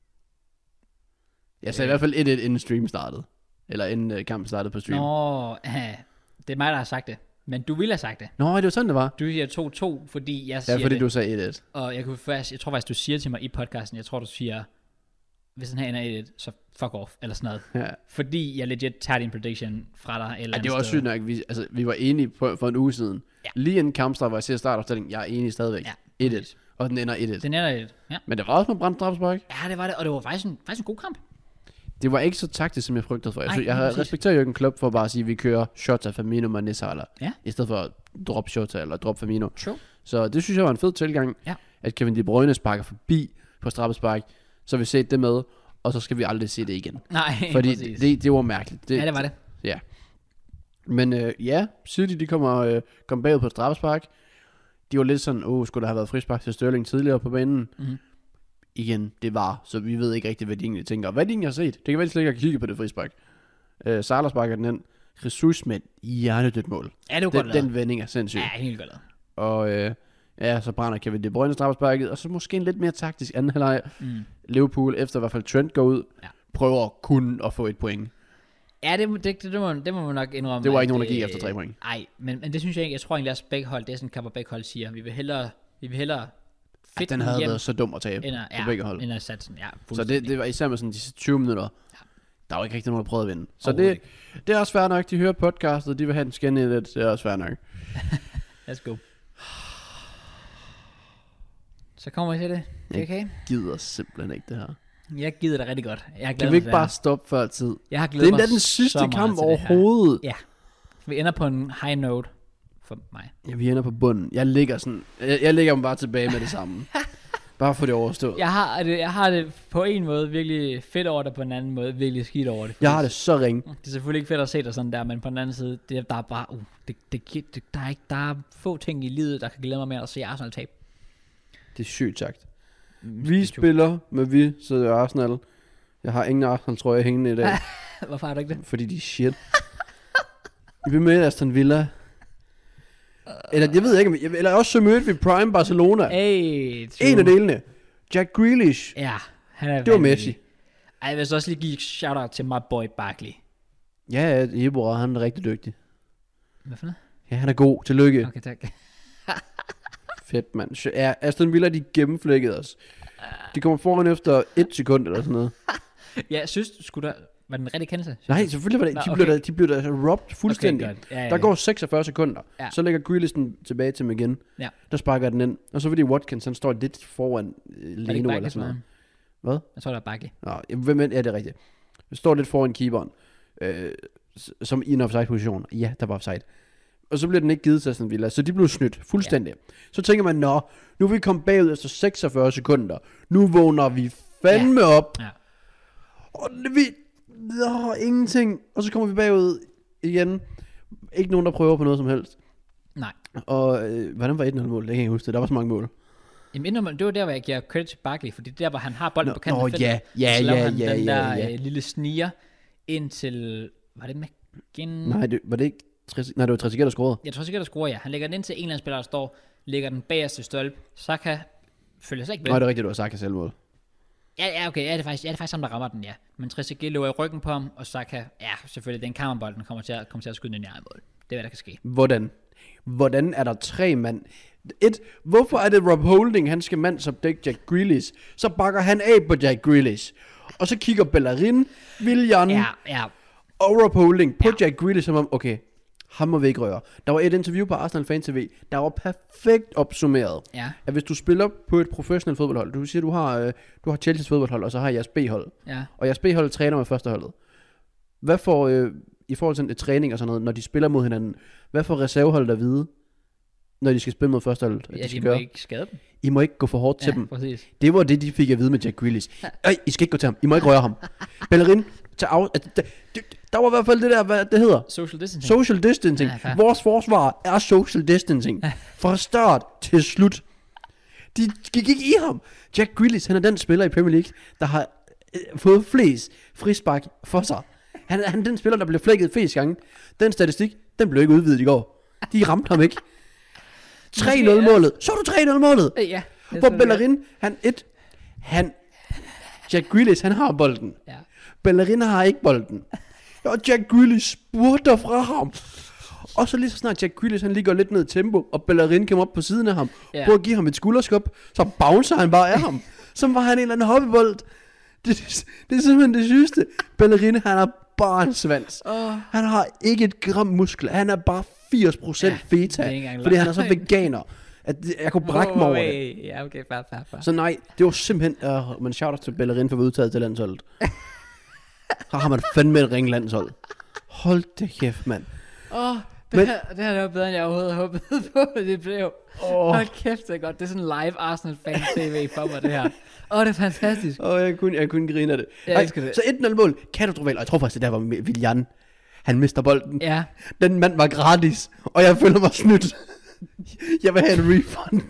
Jeg sagde i hvert fald et et inden stream startede. Eller inden uh, kampen startede på stream. Nå. Nå, øh, det er mig, der har sagt det. Men du ville have sagt det. Nå, det var sådan, det var. Du siger to to, fordi jeg Ja, siger fordi det. du sagde et et. Og jeg, kunne faktisk, jeg tror faktisk, du siger til mig i podcasten, jeg tror, du siger, hvis den her ender et et, så fuck off, eller sådan noget. Ja. Fordi jeg legit tager din prediction fra dig. Eller Ja, det var også sygt nok. Vi, altså, vi var enige på, for en uge siden. Ja. Lige inden kampstart var jeg til at starte opstillingen. Jeg er enig stadigvæk. Ja, et et. Og den ender et et. Den ender et. Ja. Men det var også med brændt straffespark. Ja, det var det, og det var faktisk en, faktisk en god kamp. Det var ikke så taktisk, som jeg frygtede for. Jeg, Nej, synes, jeg lige har præcis. respekteret Jürgen Klopp for bare at sige, at vi kører shots af Firmino, Mané, Salah. Ja. I stedet for at droppe shots eller droppe Firmino. True. Så det synes jeg var en fed tilgang. Ja. At Kevin De Bruyne sparker forbi på straffespark. Så har vi set det med. Og så skal vi aldrig se det igen. Nej, Fordi præcis. det, det var mærkeligt. Det, Ja, det var det. Ja. Men øh, ja, City de kommer, øh, kommer bagud på et straffespark. De var lidt sådan, åh, skulle der have været frispark til Sterling tidligere på banen? Mhm. Igen, det var, så vi ved ikke rigtigt, hvad de egentlig tænker. Og hvad de egentlig har set, det kan være, de slet ikke har kigget på det frispark. Øh, Salah sparker den ind. Jesus med et hjernedødt mål. Ja, det var godt Den, lavet. den vending er sindssyg. Ja, helt godt lavet. Og øh, ja, så brænder Kevin De Bruyne straffesparket. Og så måske en lidt mere taktisk anden halvleg. Mm. Liverpool, efter i hvert fald Trent går ud, Ja. prøver kun at få et point. Ja, det, det, det, det, må, det må man nok indrømme. Det var at, ikke nogen, der gik øh, efter tre point. Nej, men, men det synes jeg ikke. Jeg tror egentlig også, begge hold, det er sådan, Kapper begge hold siger. Vi vil hellere, vi vil hellere Ja, fedt den havde hjem, været så dum at tabe end at, på ja, begge hold. end at satsen. Ja, Så det, det var især med sådan de sidste tyve minutter. Ja. Der var ikke rigtig nogen, der prøvede at vinde. Så Overhovedet det, det er også fair nok. De hører podcastet, de vil have den skænde lidt. Det er også fair nok. Let's go. Så kommer vi til det. Det er okay? Jeg gider simpelthen ikke det her. Jeg gider det rigtig godt. Jeg har Kan glædet vi mig ikke til bare det stoppe før tid? her. Jeg har Det er glædet mig endda den sidste så meget kamp til det her. overhovedet. Ja. Vi ender på en high note for mig. Ja, vi ender på bunden. Jeg ligger sådan, jeg, jeg ligger mig bare tilbage med det samme. Bare for det overstået. Jeg har, det, jeg har det på en måde virkelig fedt over det, på en anden måde virkelig skidt over det. Jeg har det så ringe. Det er selvfølgelig ikke fedt at se dig sådan der, men på den anden side, det, der er bare, uh, det, det, det, det, der, er ikke, der er få ting i livet, der kan glæde mig mere at se Arsenal tabe. Det er sygt sagt. Mm, Vi det er spiller med vi, så det er Arsenal. Jeg har ingen Arsenal, tror jeg, hængende i dag. sjovt. Hvorfor har du ikke det? Fordi de er shit. Vi mødte Aston Villa. Eller jeg ved ikke, om- eller også så mødte vi Prime Barcelona. Hey, true. En af delene. Jack Grealish. Ja, han er Det var vanvittig. Messi. Ej, jeg vil så også lige give shout-out til my boy Barkley. Ja, ja, Ibra, han er rigtig dygtig. Hvad for noget? Ja, han er god. Tillykke. Okay, tak. Fedt, mand. Ja, Aston Villa, de gennemflækkede os. De kommer foran efter et sekund eller sådan noget. Ja, jeg synes, skulle der... Var den rigtig kendelse? Nej, selvfølgelig var det. Nå, De okay. blev der, de blev der robbed fuldstændig. Okay, godt. Ja, ja, Der ja. går seksogfyrre sekunder. Ja. Så lægger Grealish den tilbage til dem igen. Ja. Der sparker den ind. Og så fordi Watkins, han står lidt foran øh, Var det ikke Leno Barkley eller for sådan noget. ham? Hvad? Jeg tror, det var Barkley. Nå, jamen, hvem end er det rigtigt? Vi står lidt foran keeperen. Øh, s- som i en offside-position. Ja, der var offside. Og så bliver den ikke givet til Aston Villa. Så de blev snydt fuldstændig. Ja. Så tænker man, nå, nu er vi kommet bagud efter seksogfyrre sekunder. Nu vågner vi fandme ja. op. Ja. Og vi, Nå, ingenting. Og så kommer vi bagud igen. Ikke nogen, der prøver på noget som helst. Nej. Og øh, hvordan var et nul mål? Det kan jeg ikke huske. Der var så mange mål. Jamen, det var der, hvor jeg giver credit til Barkley, fordi det er der, hvor han har bolden Nå, på kanten af feltet. ja, ja, så laver ja, han ja, den ja, der ja. øh, lille sniger ind til, var det McGinn? Nej, det, var det ikke Tres- Nej, det var Trezeguet, der scorede. Jeg tror sikkert, der scorer, ja. Han lægger den ind til en eller anden spiller, der står, lægger den bagerste stolpe. Saka følger sig ikke med. Nej, det er rigtigt, det var Saka selvmål. Ja, ja, okay, ja, det er faktisk, ja, det er faktisk ham, der rammer den, ja. Men Trezeguet løber i ryggen på ham, og Saka, ja, selvfølgelig, den kammerbold, den kommer til at, kommer til at skyde den i eget mål. Det er, hvad der kan ske. Hvordan? Hvordan er der tre mand? Et, hvorfor er det Rob Holding, han skal mand som dække Jack Grealish? Så bakker han af på Jack Grealish. Og så kigger Bellerin, Willian Ja, ja. og Rob Holding på ja. Jack Grealish, som om, okay, ham må vi ikke røre. Der var et interview på Arsenal Fan T V, der var perfekt opsummeret. Ja. At hvis du spiller på et professionelt fodboldhold, du siger, du har, øh, du har Chelsea's fodboldhold, og så har jeres B-hold. Ja. Og jeres B-hold træner med førsteholdet. Hvad får, øh, i forhold til træning og sådan noget, når de spiller mod hinanden, hvad får reserveholdet at vide, når de skal spille mod førsteholdet? Ja, de, skal de må gøre? ikke skade dem. I må ikke gå for hårdt Ja, til dem. præcis. Det var det, de fik at vide med Jack Grealish. Øj, I skal ikke gå til ham. I må ikke røre ham. Bellerin, tag af. Der, der var i hvert fald det der, hvad det hedder. Social distancing. Social distancing. Ja, fair. Vores forsvar er social distancing. Fra start til slut. De gik ikke i ham. Jack Grealish, han er den spiller i Premier League, der har øh, fået flest frispark for sig. Han, han er den spiller, der blev flækket flest gange. Den statistik, den blev ikke udvidet i går. De ramte ham ikke. tre nul målet. Så du tre nul målet? Ja. Hvor Bellerin, han et, han, Jack Grealish, han har bolden. Ja. Bellerin har ikke bolden. Og Jack Grealish spurter fra ham. Og så lige så snart Jack Grealish, han lige går lidt ned i tempo, og Bellerin kommer op på siden af ham, Ja. prøver at give ham et skulderskub, så bouncer han bare af ham. Som var han en eller anden hoppibold. Det, det, det er simpelthen det sygeste. Bellerin, han har bare en svans. Oh. Han har ikke et gram muskel. Han er bare firs procent Ja, feta, det er ikke engang fordi han er så løgn. veganer, at det- jeg kunne brække mig over det. Ja, okay, fair, fair, fair. Så nej, det var simpelthen, uh, man shout out til Bellerin for at være udtaget til landsholdet. Så har man fandme et ringlandshold. Hold det kæft, mand. Åh, oh, det, Men- her, det her det var bedre, end jeg overhovedet håbede på, det blev. Åh, Hold kæft, det er godt. Det er sådan live Arsenal fan tv for mig, det her. Åh, oh, det er fantastisk. oh, jeg, kunne, jeg kunne grine af det. Jeg Ej, elsker det. Så et nul mål, katastrofalt, og jeg tror faktisk, det der var med Willian. Han mister bolden. Ja, Den mand var gratis, og jeg føler mig snydt. Jeg vil have en refund.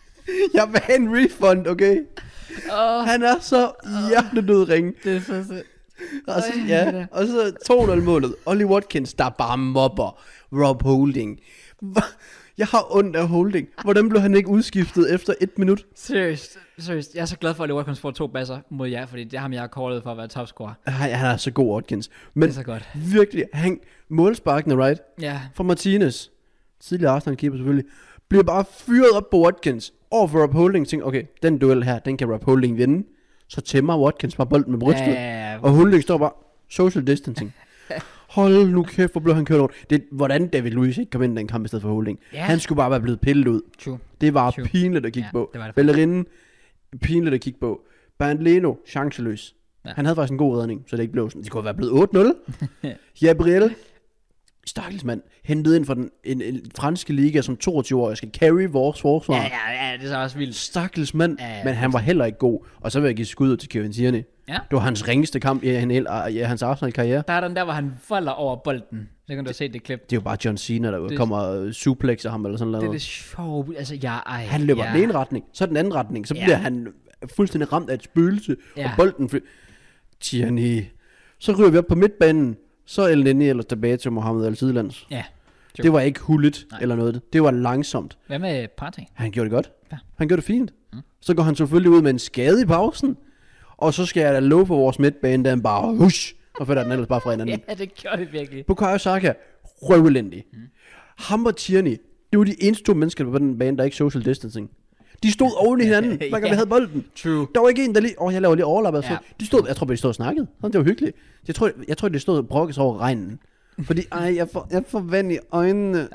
Jeg vil have en refund, okay? åh, oh, Han er så hjertedød ringe. det er så sødt. Og så, Øj, ja, det. og så to nul målet. Ollie Watkins, der bare mobber Rob Holding. Hva- Jeg har ondt af Holding. Hvordan blev han ikke udskiftet efter et minut? Seriøst, seriøst. Jeg er så glad for, at Lee Watkins får to basser mod jer, fordi det er ham, jeg har callet for at være topscorer. Han, han er så god, Watkins. Det Men er så godt. virkelig, han målsparkene, right? Ja, For Martinez, tidligere Arsenal-keeper selvfølgelig, bliver bare fyret op på Watkins. Over for Rob Holding. Tænker, okay, den duel her, den kan Rob Holding vinde. Så tæmmer Watkins bare bolden med brystet. ja, ja, ja. Og Holding står bare, social distancing. Hold nu kæft, hvor blev han kørt over. Det er, hvordan David Luiz ikke kom ind i den kamp i stedet for Holding. Ja. Han skulle bare være blevet pillet ud. True. Det var True. pinligt at kigge Ja, på. det var det. Bellerin, pinligt at kigge på. Bernd Leno, chanceløs. Ja. Han havde faktisk en god redning, så det ikke blev sådan. Det kunne have været blevet otte nul. Gabriel, stakkels mand, hentet ind fra den en, en franske liga som toogtyve-årig, skal carry vores forsvar. Ja, ja, ja, det er så også vildt. Stakkels mand, Ja, ja, men han var heller ikke god. Og så vil jeg give skud ud til Kevin Tierney. Ja. Det var hans ringeste kamp i, i, i hans Arsenal-karriere. Der er den der, hvor han falder over bolden. Så kan du se det klip. Det er jo bare John Cena, der Det- kommer og suplexer ham eller sådan Det er noget. det sjove. Altså, jeg, ej, Han løber ja. den ene retning, så den anden retning, så Ja. bliver han fuldstændig ramt af et spøgelse, Ja. og bolden fly... Tierney. Så ryger vi op på midtbanen, så er El Neni ellers tilbage til Mohamed Al-Sidlands. Ja. Det var ikke hullet Nej. eller noget. Det var langsomt. Hvad med Partey? Han gjorde det godt. Ja. Han gjorde det fint. Mm. Så går han selvfølgelig ud med en skade i pausen, og så skal jeg da love for vores midtbane, den bare hush, og fælder den ellers bare fra hinanden. Ja, det gjorde det virkelig. Bukayo Saka, røvelendig. Mm. Ham og Tierney, det var de eneste to mennesker på den bane, der ikke social distancing. De stod oven i hinanden, hver gang Ja. vi havde bolden. True. Der var ikke en, der lige... Åh, oh, jeg laver lige overlappet. Ja. Ja. De stod, jeg tror, de stod og snakkede. Sådan, det var hyggeligt. Jeg tror, jeg tror, de stod og brokkede sig over regnen. Fordi, ej, jeg får, jeg får vand i øjnene.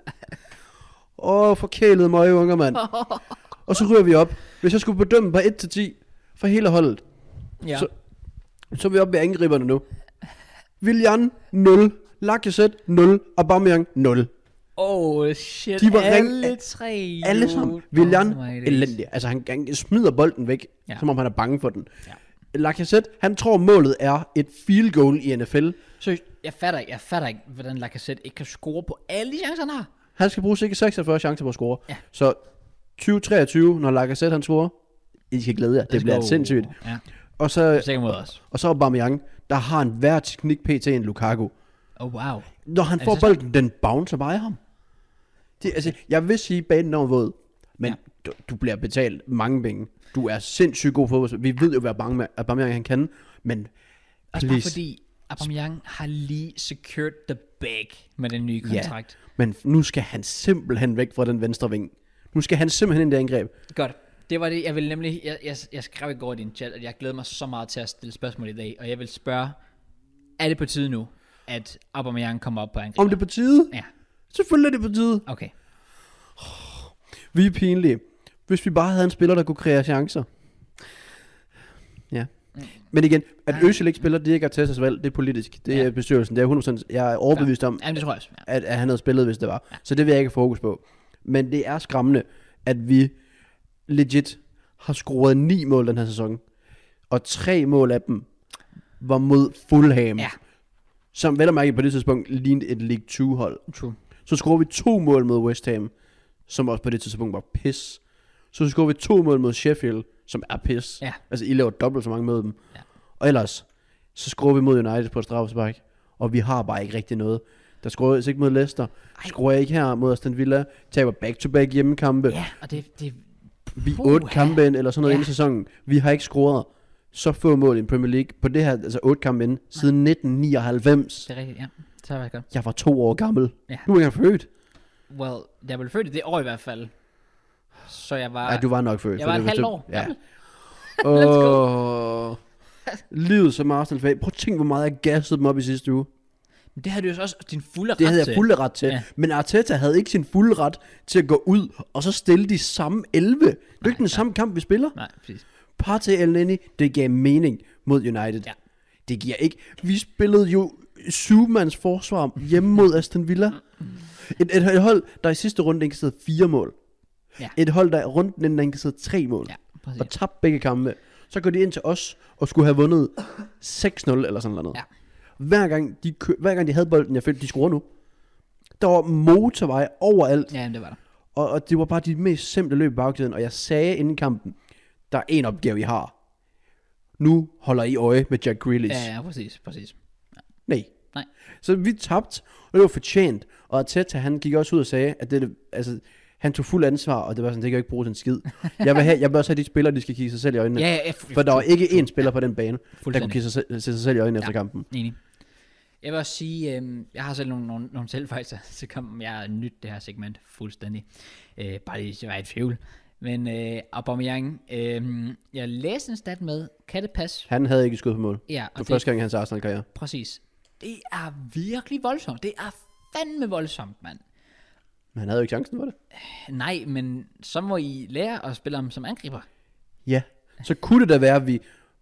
Åh, oh, forkælede mig, unger mand. Og så ryger vi op. Hvis jeg skulle bedømme på et til ti for hele holdet, Ja. så, så er vi oppe ved angriberne nu. Willian, nul. Lacazette, nul. Aubameyang, nul. Oh shit. De var alle ring- tre. Alle dude. sammen. Willian, Oh my days. elendig. Altså, han, han smider bolden væk, Ja. ja. som om han er bange for den. Ja. Lacazette, han tror målet er et field goal i N F L. Så jeg fatter ikke, jeg fatter ikke, hvordan Lacazette ikke kan score på alle de chancer, han har. Han skal bruge sikkert seksogfyrre chancer på at score. Ja. Så tyve treogtyve, når Lacazette han scorer, I skal glæde jer. Det bliver sindssygt. Ja. Og så, mod os. og så Aubameyang, der har en værre teknik pt. End Lukaku. Oh, wow. Når han får bolden, den bouncer bare i ham. Det, altså, jeg vil sige, banen er våd, men ja. du, du bliver betalt mange penge. Du er sindssygt god fodbold. Vi ved jo, hvad Aubameyang han kan, men også bare fordi Aubameyang har lige secured the bag med den nye kontrakt. Ja, men nu skal han simpelthen væk fra den venstre ving. Nu skal han simpelthen ind i det angreb. Godt. Det var det, jeg vil nemlig, jeg, jeg, jeg skrev i går i din chat, at jeg glæder mig så meget til at stille spørgsmål i dag, og jeg vil spørge, er det på tide nu, at Aubameyang kommer op på angrebet? Om det er på tide? Ja. Selvfølgelig er det på tide. Okay. Vi er pinlige. Hvis vi bare havde en spiller, der kunne kreere chancer. Ja. Mm. Men igen, at Özil ikke spiller, det er ikke Artetas valg, det er politisk. Det er ja. bestyrelsen. Det er hundrede procent. Jeg er overbevist om, Jamen, det tror jeg også. Ja. At, at han havde spillet, hvis det var. Ja. Så det vil jeg ikke have fokus på. Men det er skræmmende, at vi legit har scoret ni mål den her sæson. Og tre mål af dem var mod Fulham. Ja. Som vel og mærke på det tidspunkt lignede et League to hold. True. Så scorede vi to mål mod West Ham, som også på det tidspunkt var pis. Så scorede vi to mål mod Sheffield, som er pis. Ja. Altså I laver dobbelt så mange med dem. Ja. Og ellers, så scorede vi mod United på et straffespark. Og vi har bare ikke rigtig noget. Der scorede ikke mod Leicester. Scorede jeg ikke her mod Aston Villa. Taber back-to-back hjemmekampe. Ja, og det... det vi otte kampe ind, eller sådan noget ja. inden sæsonen. Vi har ikke scoret så få mål i Premier League på det her, altså otte kampe ind, siden nitten nioghalvfems. Det er rigtigt, ja. Så er det godt. Jeg var to år gammel. Ja. Nu er jeg født. Well, jeg blev født i det år i hvert fald. Så jeg var... Ja, du var nok født. Jeg var et halvt år. Ja. Åh, livet som Arsenal-fan. Prøv at tænke, hvor meget jeg gassede dem op i sidste uge. Men det havde du jo også din fulde ret til. Det havde til. jeg fulde ret til. Ja. Men Arteta havde ikke sin fulde ret til at gå ud og så stille de samme elleve. Det er ikke den samme kamp, vi spiller. Nej, præcis. Partey Elneny, det gav mening mod United. Ja. Det giver ikke. Vi spillede jo syvmands forsvar hjemme mod Aston Villa. Et, et, et hold, der i sidste runde indkasserede fire mål. Ja. Et hold, der runden inden indkasserede tre mål. Ja, og tabte begge kampe. Så går de ind til os og skulle have vundet seks nul eller sådan noget. Ja. Hver gang, de kø- hver gang de havde bolden, jeg følte, de scorede nu. Der var motorvej overalt. Ja, det var der. Og, og det var bare de mest simple løb i bagtiden. Og jeg sagde inden kampen, der er en opgave, I har. Nu holder I øje med Jack Grealish. Ja, ja, præcis, præcis. Ja. Nej. Nej. Så vi tabte, og det var fortjent. Og Arteta, han gik også ud og sagde, at det, altså, han tog fuld ansvar, og det var sådan, det kan jo ikke bruge til en skid. Jeg vil, have, jeg vil også have de spillere, de skal kigge sig selv i øjnene. Ja, ja, f- for der var ikke én spiller på den bane, der kunne kigge sig, se sig selv i øjnene ja, efter kampen. Enig. Jeg vil også sige, øh, jeg har selv nogle, nogle, nogle selvfejser til kampen. Jeg har nyt det her segment fuldstændig. Øh, bare lige, jeg var i tvivl. Men øh, Aubameyang, øh, jeg læste en stat med, kan det passe? Han havde ikke skudt på mål. Ja, det var første gang i hans Arsenal-karriere. Præcis. Det er virkelig voldsomt. Det er fandme voldsomt, mand. Men han havde jo ikke chancen for det. Nej, men så må I lære at spille ham som angriber. Ja, så kunne det da være, at vi...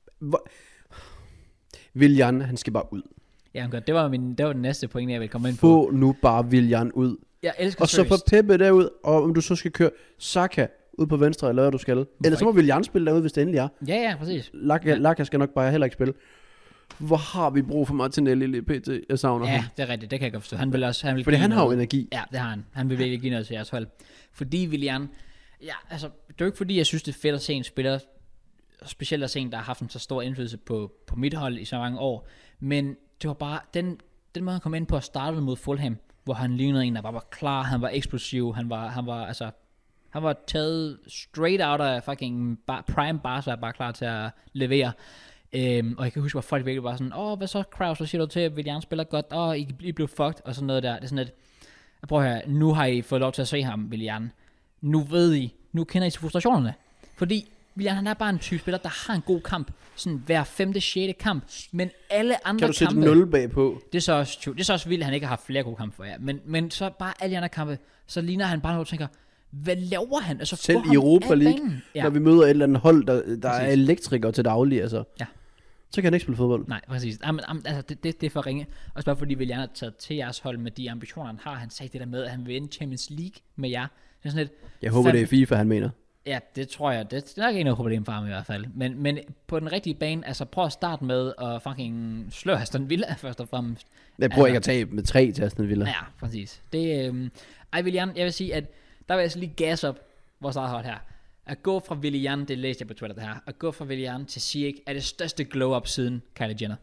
Willian, han skal bare ud. Ja, godt. Det var, min, det var den næste point, jeg vil komme ind på. Få nu bare Willian ud. Jeg elsker og så få Pepe derud, og om du så skal køre Saka ud på venstre, eller hvad du skal. Eller så må Willian spille derude, hvis det endelig er. Ja, ja, præcis. Laka, ja. Laka skal nok bare heller ikke spille. Hvor har vi brug for Martinelli lige pt? Jeg savner ja, ham. Ja, det er rigtigt. Det kan jeg godt forstå. Han vil også... Han vil Fordi han noget. har jo energi. Ja, det har han. Han vil virkelig give noget til jeres hold. Fordi Willian... Ja, altså, det er jo ikke fordi, jeg synes, det er fedt at se en spiller, specielt at se en, der har haft en så stor indflydelse på, på mit hold i så mange år. Men det var bare... Den, den måde, han kom ind på at starte mod Fulham, hvor han lignede en, der bare var klar, han var eksplosiv, han var, han var, altså... Han var taget straight out af fucking bar, prime bars, var bare klar til at levere. Øhm, og jeg kan huske, hvor folk virkelig var sådan, åh, hvad så, Kraus, hvad siger du til, at Willian spiller godt, åh, I, I blev fucked, og sådan noget der. Det er sådan et, jeg prøver her, nu har I fået lov til at se ham, Willian. Nu ved I, nu kender I til frustrationerne. Fordi Willian, han er bare en type spiller, der har en god kamp, sådan hver femte, sjette kamp, men alle andre kampe... Kan du sætte nul bagpå? Det er så også, det er så også vildt, at han ikke har haft flere gode kampe for jer, men, men så bare alle de andre kampe, så ligner han bare noget, og tænker, hvad laver han? Altså, selv i Europa League, ja. Når vi møder et eller andet hold, der, der er elektrikere til daglig, altså. Ja. Så kan han ikke spille fodbold. Nej, præcis. Jamen, altså, det, det, det er for ringe. Og så bare fordi Willian har taget til jeres hold med de ambitioner, han har. Han sagde det der med, at han vil vinde Champions League med jer. Det er sådan et, jeg håber, fem... det er FIFA, han mener. Ja, det tror jeg. Det, det er nok ikke noget problem for ham i hvert fald. Men, men på den rigtige bane, altså prøv at starte med at fucking slå Aston Villa først og fremmest. Jeg prøver altså, ikke at tage med tre til Aston Villa. Ja, præcis. Det, øhm, ej, Willian, jeg vil sige, at der vil jeg så lige gas op vores starthold her. At gå fra Willian, det læste jeg på Twitter det her, at gå fra Willian til Ziyech er det største glow-up siden Kylie Jenner.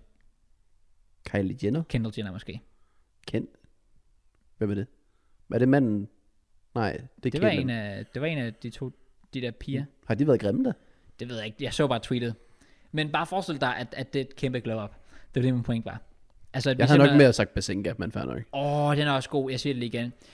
Kylie Jenner? Kendall Jenner måske. Ken? Hvem er det? Er det manden? Nej, det er det var, en af, det var en af de to, de der piger. Har de været grimme der? Det ved jeg ikke, jeg så bare tweetet. Men bare forestil dig, at, at det er et kæmpe glow-up. Det var det, min point var. Altså, at jeg har nok mere sagt Basenga, men fair nok. Åh, oh, den er også god, jeg siger det lige igen.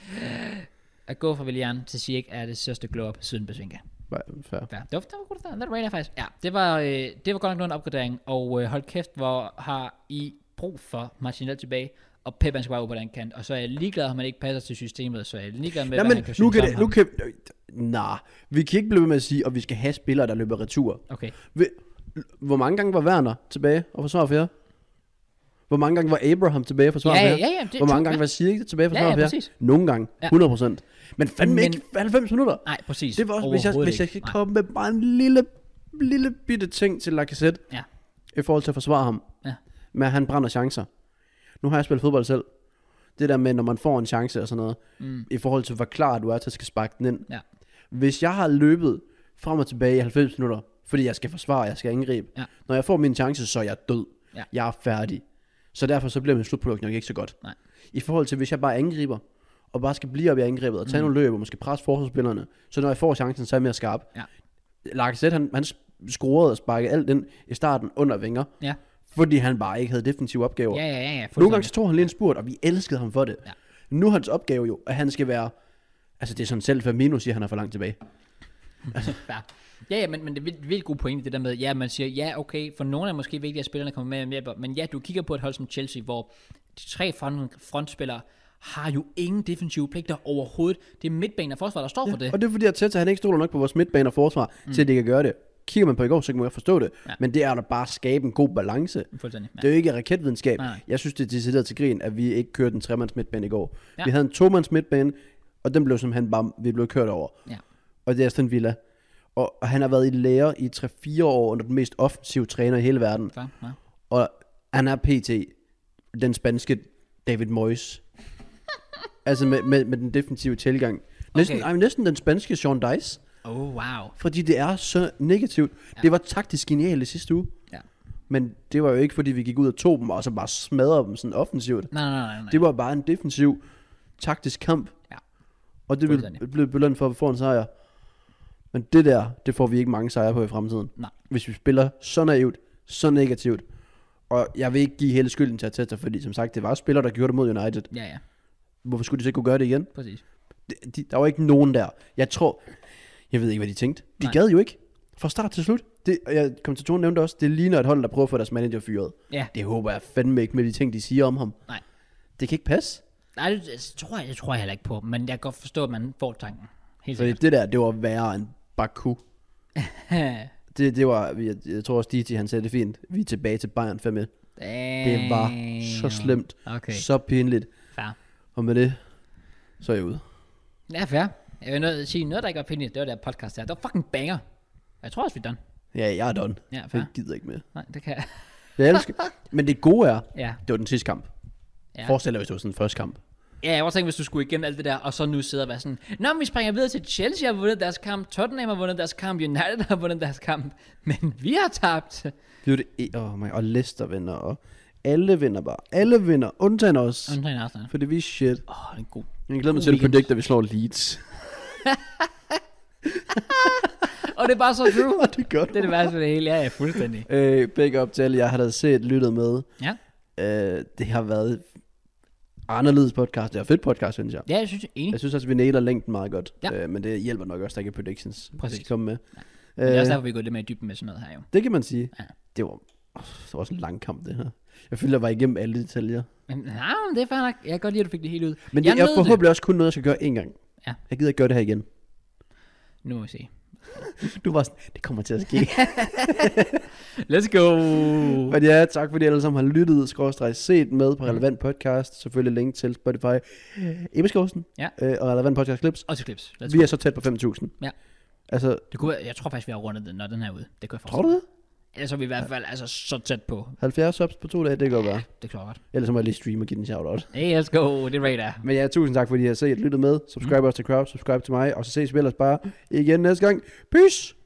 At gå fra Willian til Ziyech er det største glow-up siden Basenga. Fair. fair. Ja, det var, det var godt der. Det var det faktisk. Ja, det var, øh, det var godt nok noget en opgradering. Og øh, hold kæft, hvor har I brug for Martinelli tilbage. Og Pep han skal bare ud på den kant. Og så er jeg ligeglad, at man ikke passer til systemet. Så er jeg ligeglad med, ja, hvad men han kan nu synes kan det, nu kan, nej, vi kan ikke blive ved med at sige, at vi skal have spillere, der løber retur. Okay. Hvor mange gange var Werner tilbage og forsvar for jer? Hvor mange gange var Abraham tilbage og forsvar ja, for jer? ja, ja, det, Hvor mange gange var Ziyech tilbage og forsvar ja, ja, for jer? Nogle gange, hundrede procent. Men fandme men, ikke halvfems minutter. Nej, præcis. Det var også, hvis jeg, hvis jeg skal komme med bare en lille, lille bitte ting til Lacazette, ja. i forhold til at forsvare ham, ja. med at han brænder chancer. Nu har jeg spillet fodbold selv. Det der med, når man får en chance og sådan noget, mm. i forhold til, hvor klar du er til at skal sparke den ind. Ja. Hvis jeg har løbet frem og tilbage i halvfems minutter, fordi jeg skal forsvare, jeg skal angribe, ja. når jeg får min chance, så er jeg død. Ja. Jeg er færdig. Så derfor så bliver min slutprodukt nok ikke så godt. Nej. I forhold til, hvis jeg bare angriber, og bare skal blive op i angrebet, og tage mm. nogle løb, og måske presse forsvarsspillerne, så når jeg får chancen, så er jeg mere skarp. Ja. Lacazette, han, han scorede og sparkede alt ind i starten under vinger. Ja. Fordi han bare ikke havde defensive opgaver. Ja, ja, ja, ja. Nogle gange så tog han lige en spurt, og vi elskede ham for det. Ja. Nu er hans opgave jo, at han skal være... Altså det er sådan selv, Firmino siger, han er for langt tilbage. Altså. Ja, ja, ja, men, men det er vildt, vildt god point det der med, ja, man siger, ja, okay, for nogle er måske vigtigt, at spillerne kommer med og mere, men ja, du kigger på et hold som Chelsea, hvor de tre front, frontspillere har jo ingen defensive pligter overhovedet. Det er midtbanen og forsvar, der står ja, for det. Og det er fordi, at Teta, han ikke stoler nok på vores midtbane og forsvar, mm. til at de kan gøre det. Kigger man på i går, så kan man jo forstå det. Ja. Men det er der bare skabe en god balance. Ja. Det er jo ikke raketvidenskab. Nej, nej. Jeg synes, det er decideret til grin, at vi ikke kørte en tremands midtbane i går. Ja. Vi havde en tomands midtbane, og den blev simpelthen bare, vi blev kørt over. Ja. Og det er Aston Villa. Og, og han har været i lære i tre fire år under den mest offensive træner i hele verden. Ja. Ja. Og han er pt. Den spanske David Moyes. Altså med, med, med den defensive tilgang. Næsten, okay. ej, næsten den spanske Sean Dice. Oh, wow. Fordi det er så negativt. Ja. Det var taktisk genialt i sidste uge. Ja. Men det var jo ikke, fordi vi gik ud og tog dem, og så bare smadrede dem sådan offensivt. Nej, nej, nej, nej. Det var bare en defensiv, taktisk kamp. Ja. Og det blev belønnet for at få en sejr. Men det der, det får vi ikke mange sejre på i fremtiden. Nej. Hvis vi spiller så naivt, så negativt. Og jeg vil ikke give hele skylden til Arteta, fordi som sagt, det var spillere, der gjorde det mod United. Ja, ja. Hvorfor skulle de så ikke kunne gøre det igen? Præcis. De, de, der var ikke nogen der. Jeg tror... Jeg ved ikke, hvad de tænkte. De Nej. gad jo ikke. Fra start til slut. Det, og jeg kom til tonen nævnte også, det ligner et hold, der prøver at få deres manager fyret. Ja. Det håber jeg fandme ikke med de ting, de siger om ham. Nej. Det kan ikke passe. Nej, det, det, tror jeg, det tror jeg heller ikke på. Men jeg kan godt forstå, at man får tanken. Helt Fordi det der, det var værre end Baku. det, det var, jeg, jeg tror også, D T han sagde det fint. Vi er tilbage til Bayern fem et. Det var så slemt. Okay. Så pinligt. Fair. Og med det, så er jeg ude. Ja, fair. Jeg vil nødt sige, noget der ikke var pinligt, det var der podcast her. Det var fucking banger. Jeg tror også, vi er done. Ja, jeg er done. Ja, jeg gider ikke mere. Nej, det kan jeg. Jeg elsker. Men det gode er, ja. Det var den sidste kamp. Ja. Forestil dig, hvis det var sådan en første kamp. Ja, jeg var tænkt, hvis du skulle igennem alt det der, og så nu sidder og være sådan, nå, men vi springer videre til Chelsea har vundet deres kamp, Tottenham har vundet deres kamp, United har vundet deres kamp, men vi har tabt. Det var det, oh my, og Leicester vinder, og alle vinder bare. Alle vinder, undtagen os. Undtagen Arsenal. Fordi vi er shit. Åh, oh, en god. Jeg glæder mig til at predict, at vi slår Leeds. Og det er bare så true. Det er godt. Det er det værste ved det hele. Ja, jeg er fuldstændig. Øh, begge op til alle, jeg har da set, lyttet med. Ja. Øh, det har været anderledes podcast. Det er fedt podcast, synes jeg. Ja, jeg synes, enig. Jeg synes også, vi nailer længden meget godt. Ja. Øh, men det hjælper nok også, der ikke er predictions. Præcis. Komme med. Ja. Men det er også derfor, vi går lidt mere i dybden med sådan noget her jo. Det kan man sige. Ja. Det var, oh, det var også en lang kamp, det her. Jeg følte, jeg var igennem alle detaljer. Men nej, det er fair nok. Jeg kan godt lide, at du fik det hele ud. Men det, jeg, jeg forhåbentlig også kun noget, jeg skal gøre en gang. Ja. Jeg gider ikke gøre det her igen. Nu må vi se. Du var sådan, det kommer til at ske. Let's go. Men ja, tak fordi I alle sammen har lyttet, skråstreg set med på Relevant Podcast. Selvfølgelig link til Spotify, Ebeskovsen, ja. øh, og Relevant Podcast Clips. Også Clips. Let's vi go. Er så tæt på fem tusind. Ja. Altså, Det kunne, være- jeg tror faktisk, vi har rundet den, når den her er ude. Det kunne jeg tror du det? Ellers er vi i hvert fald altså, så tæt på. halvfjerds subs på to dage, det kan godt være. Det klarer godt. Ellers så må jeg lige streame og give den shout-out. Hey, let's go. Det er right der. Men ja, tusind tak fordi I har set, lyttet med. Subscribe mm. også til Crowd, subscribe til mig, og så ses vi ellers bare igen næste gang. Peace!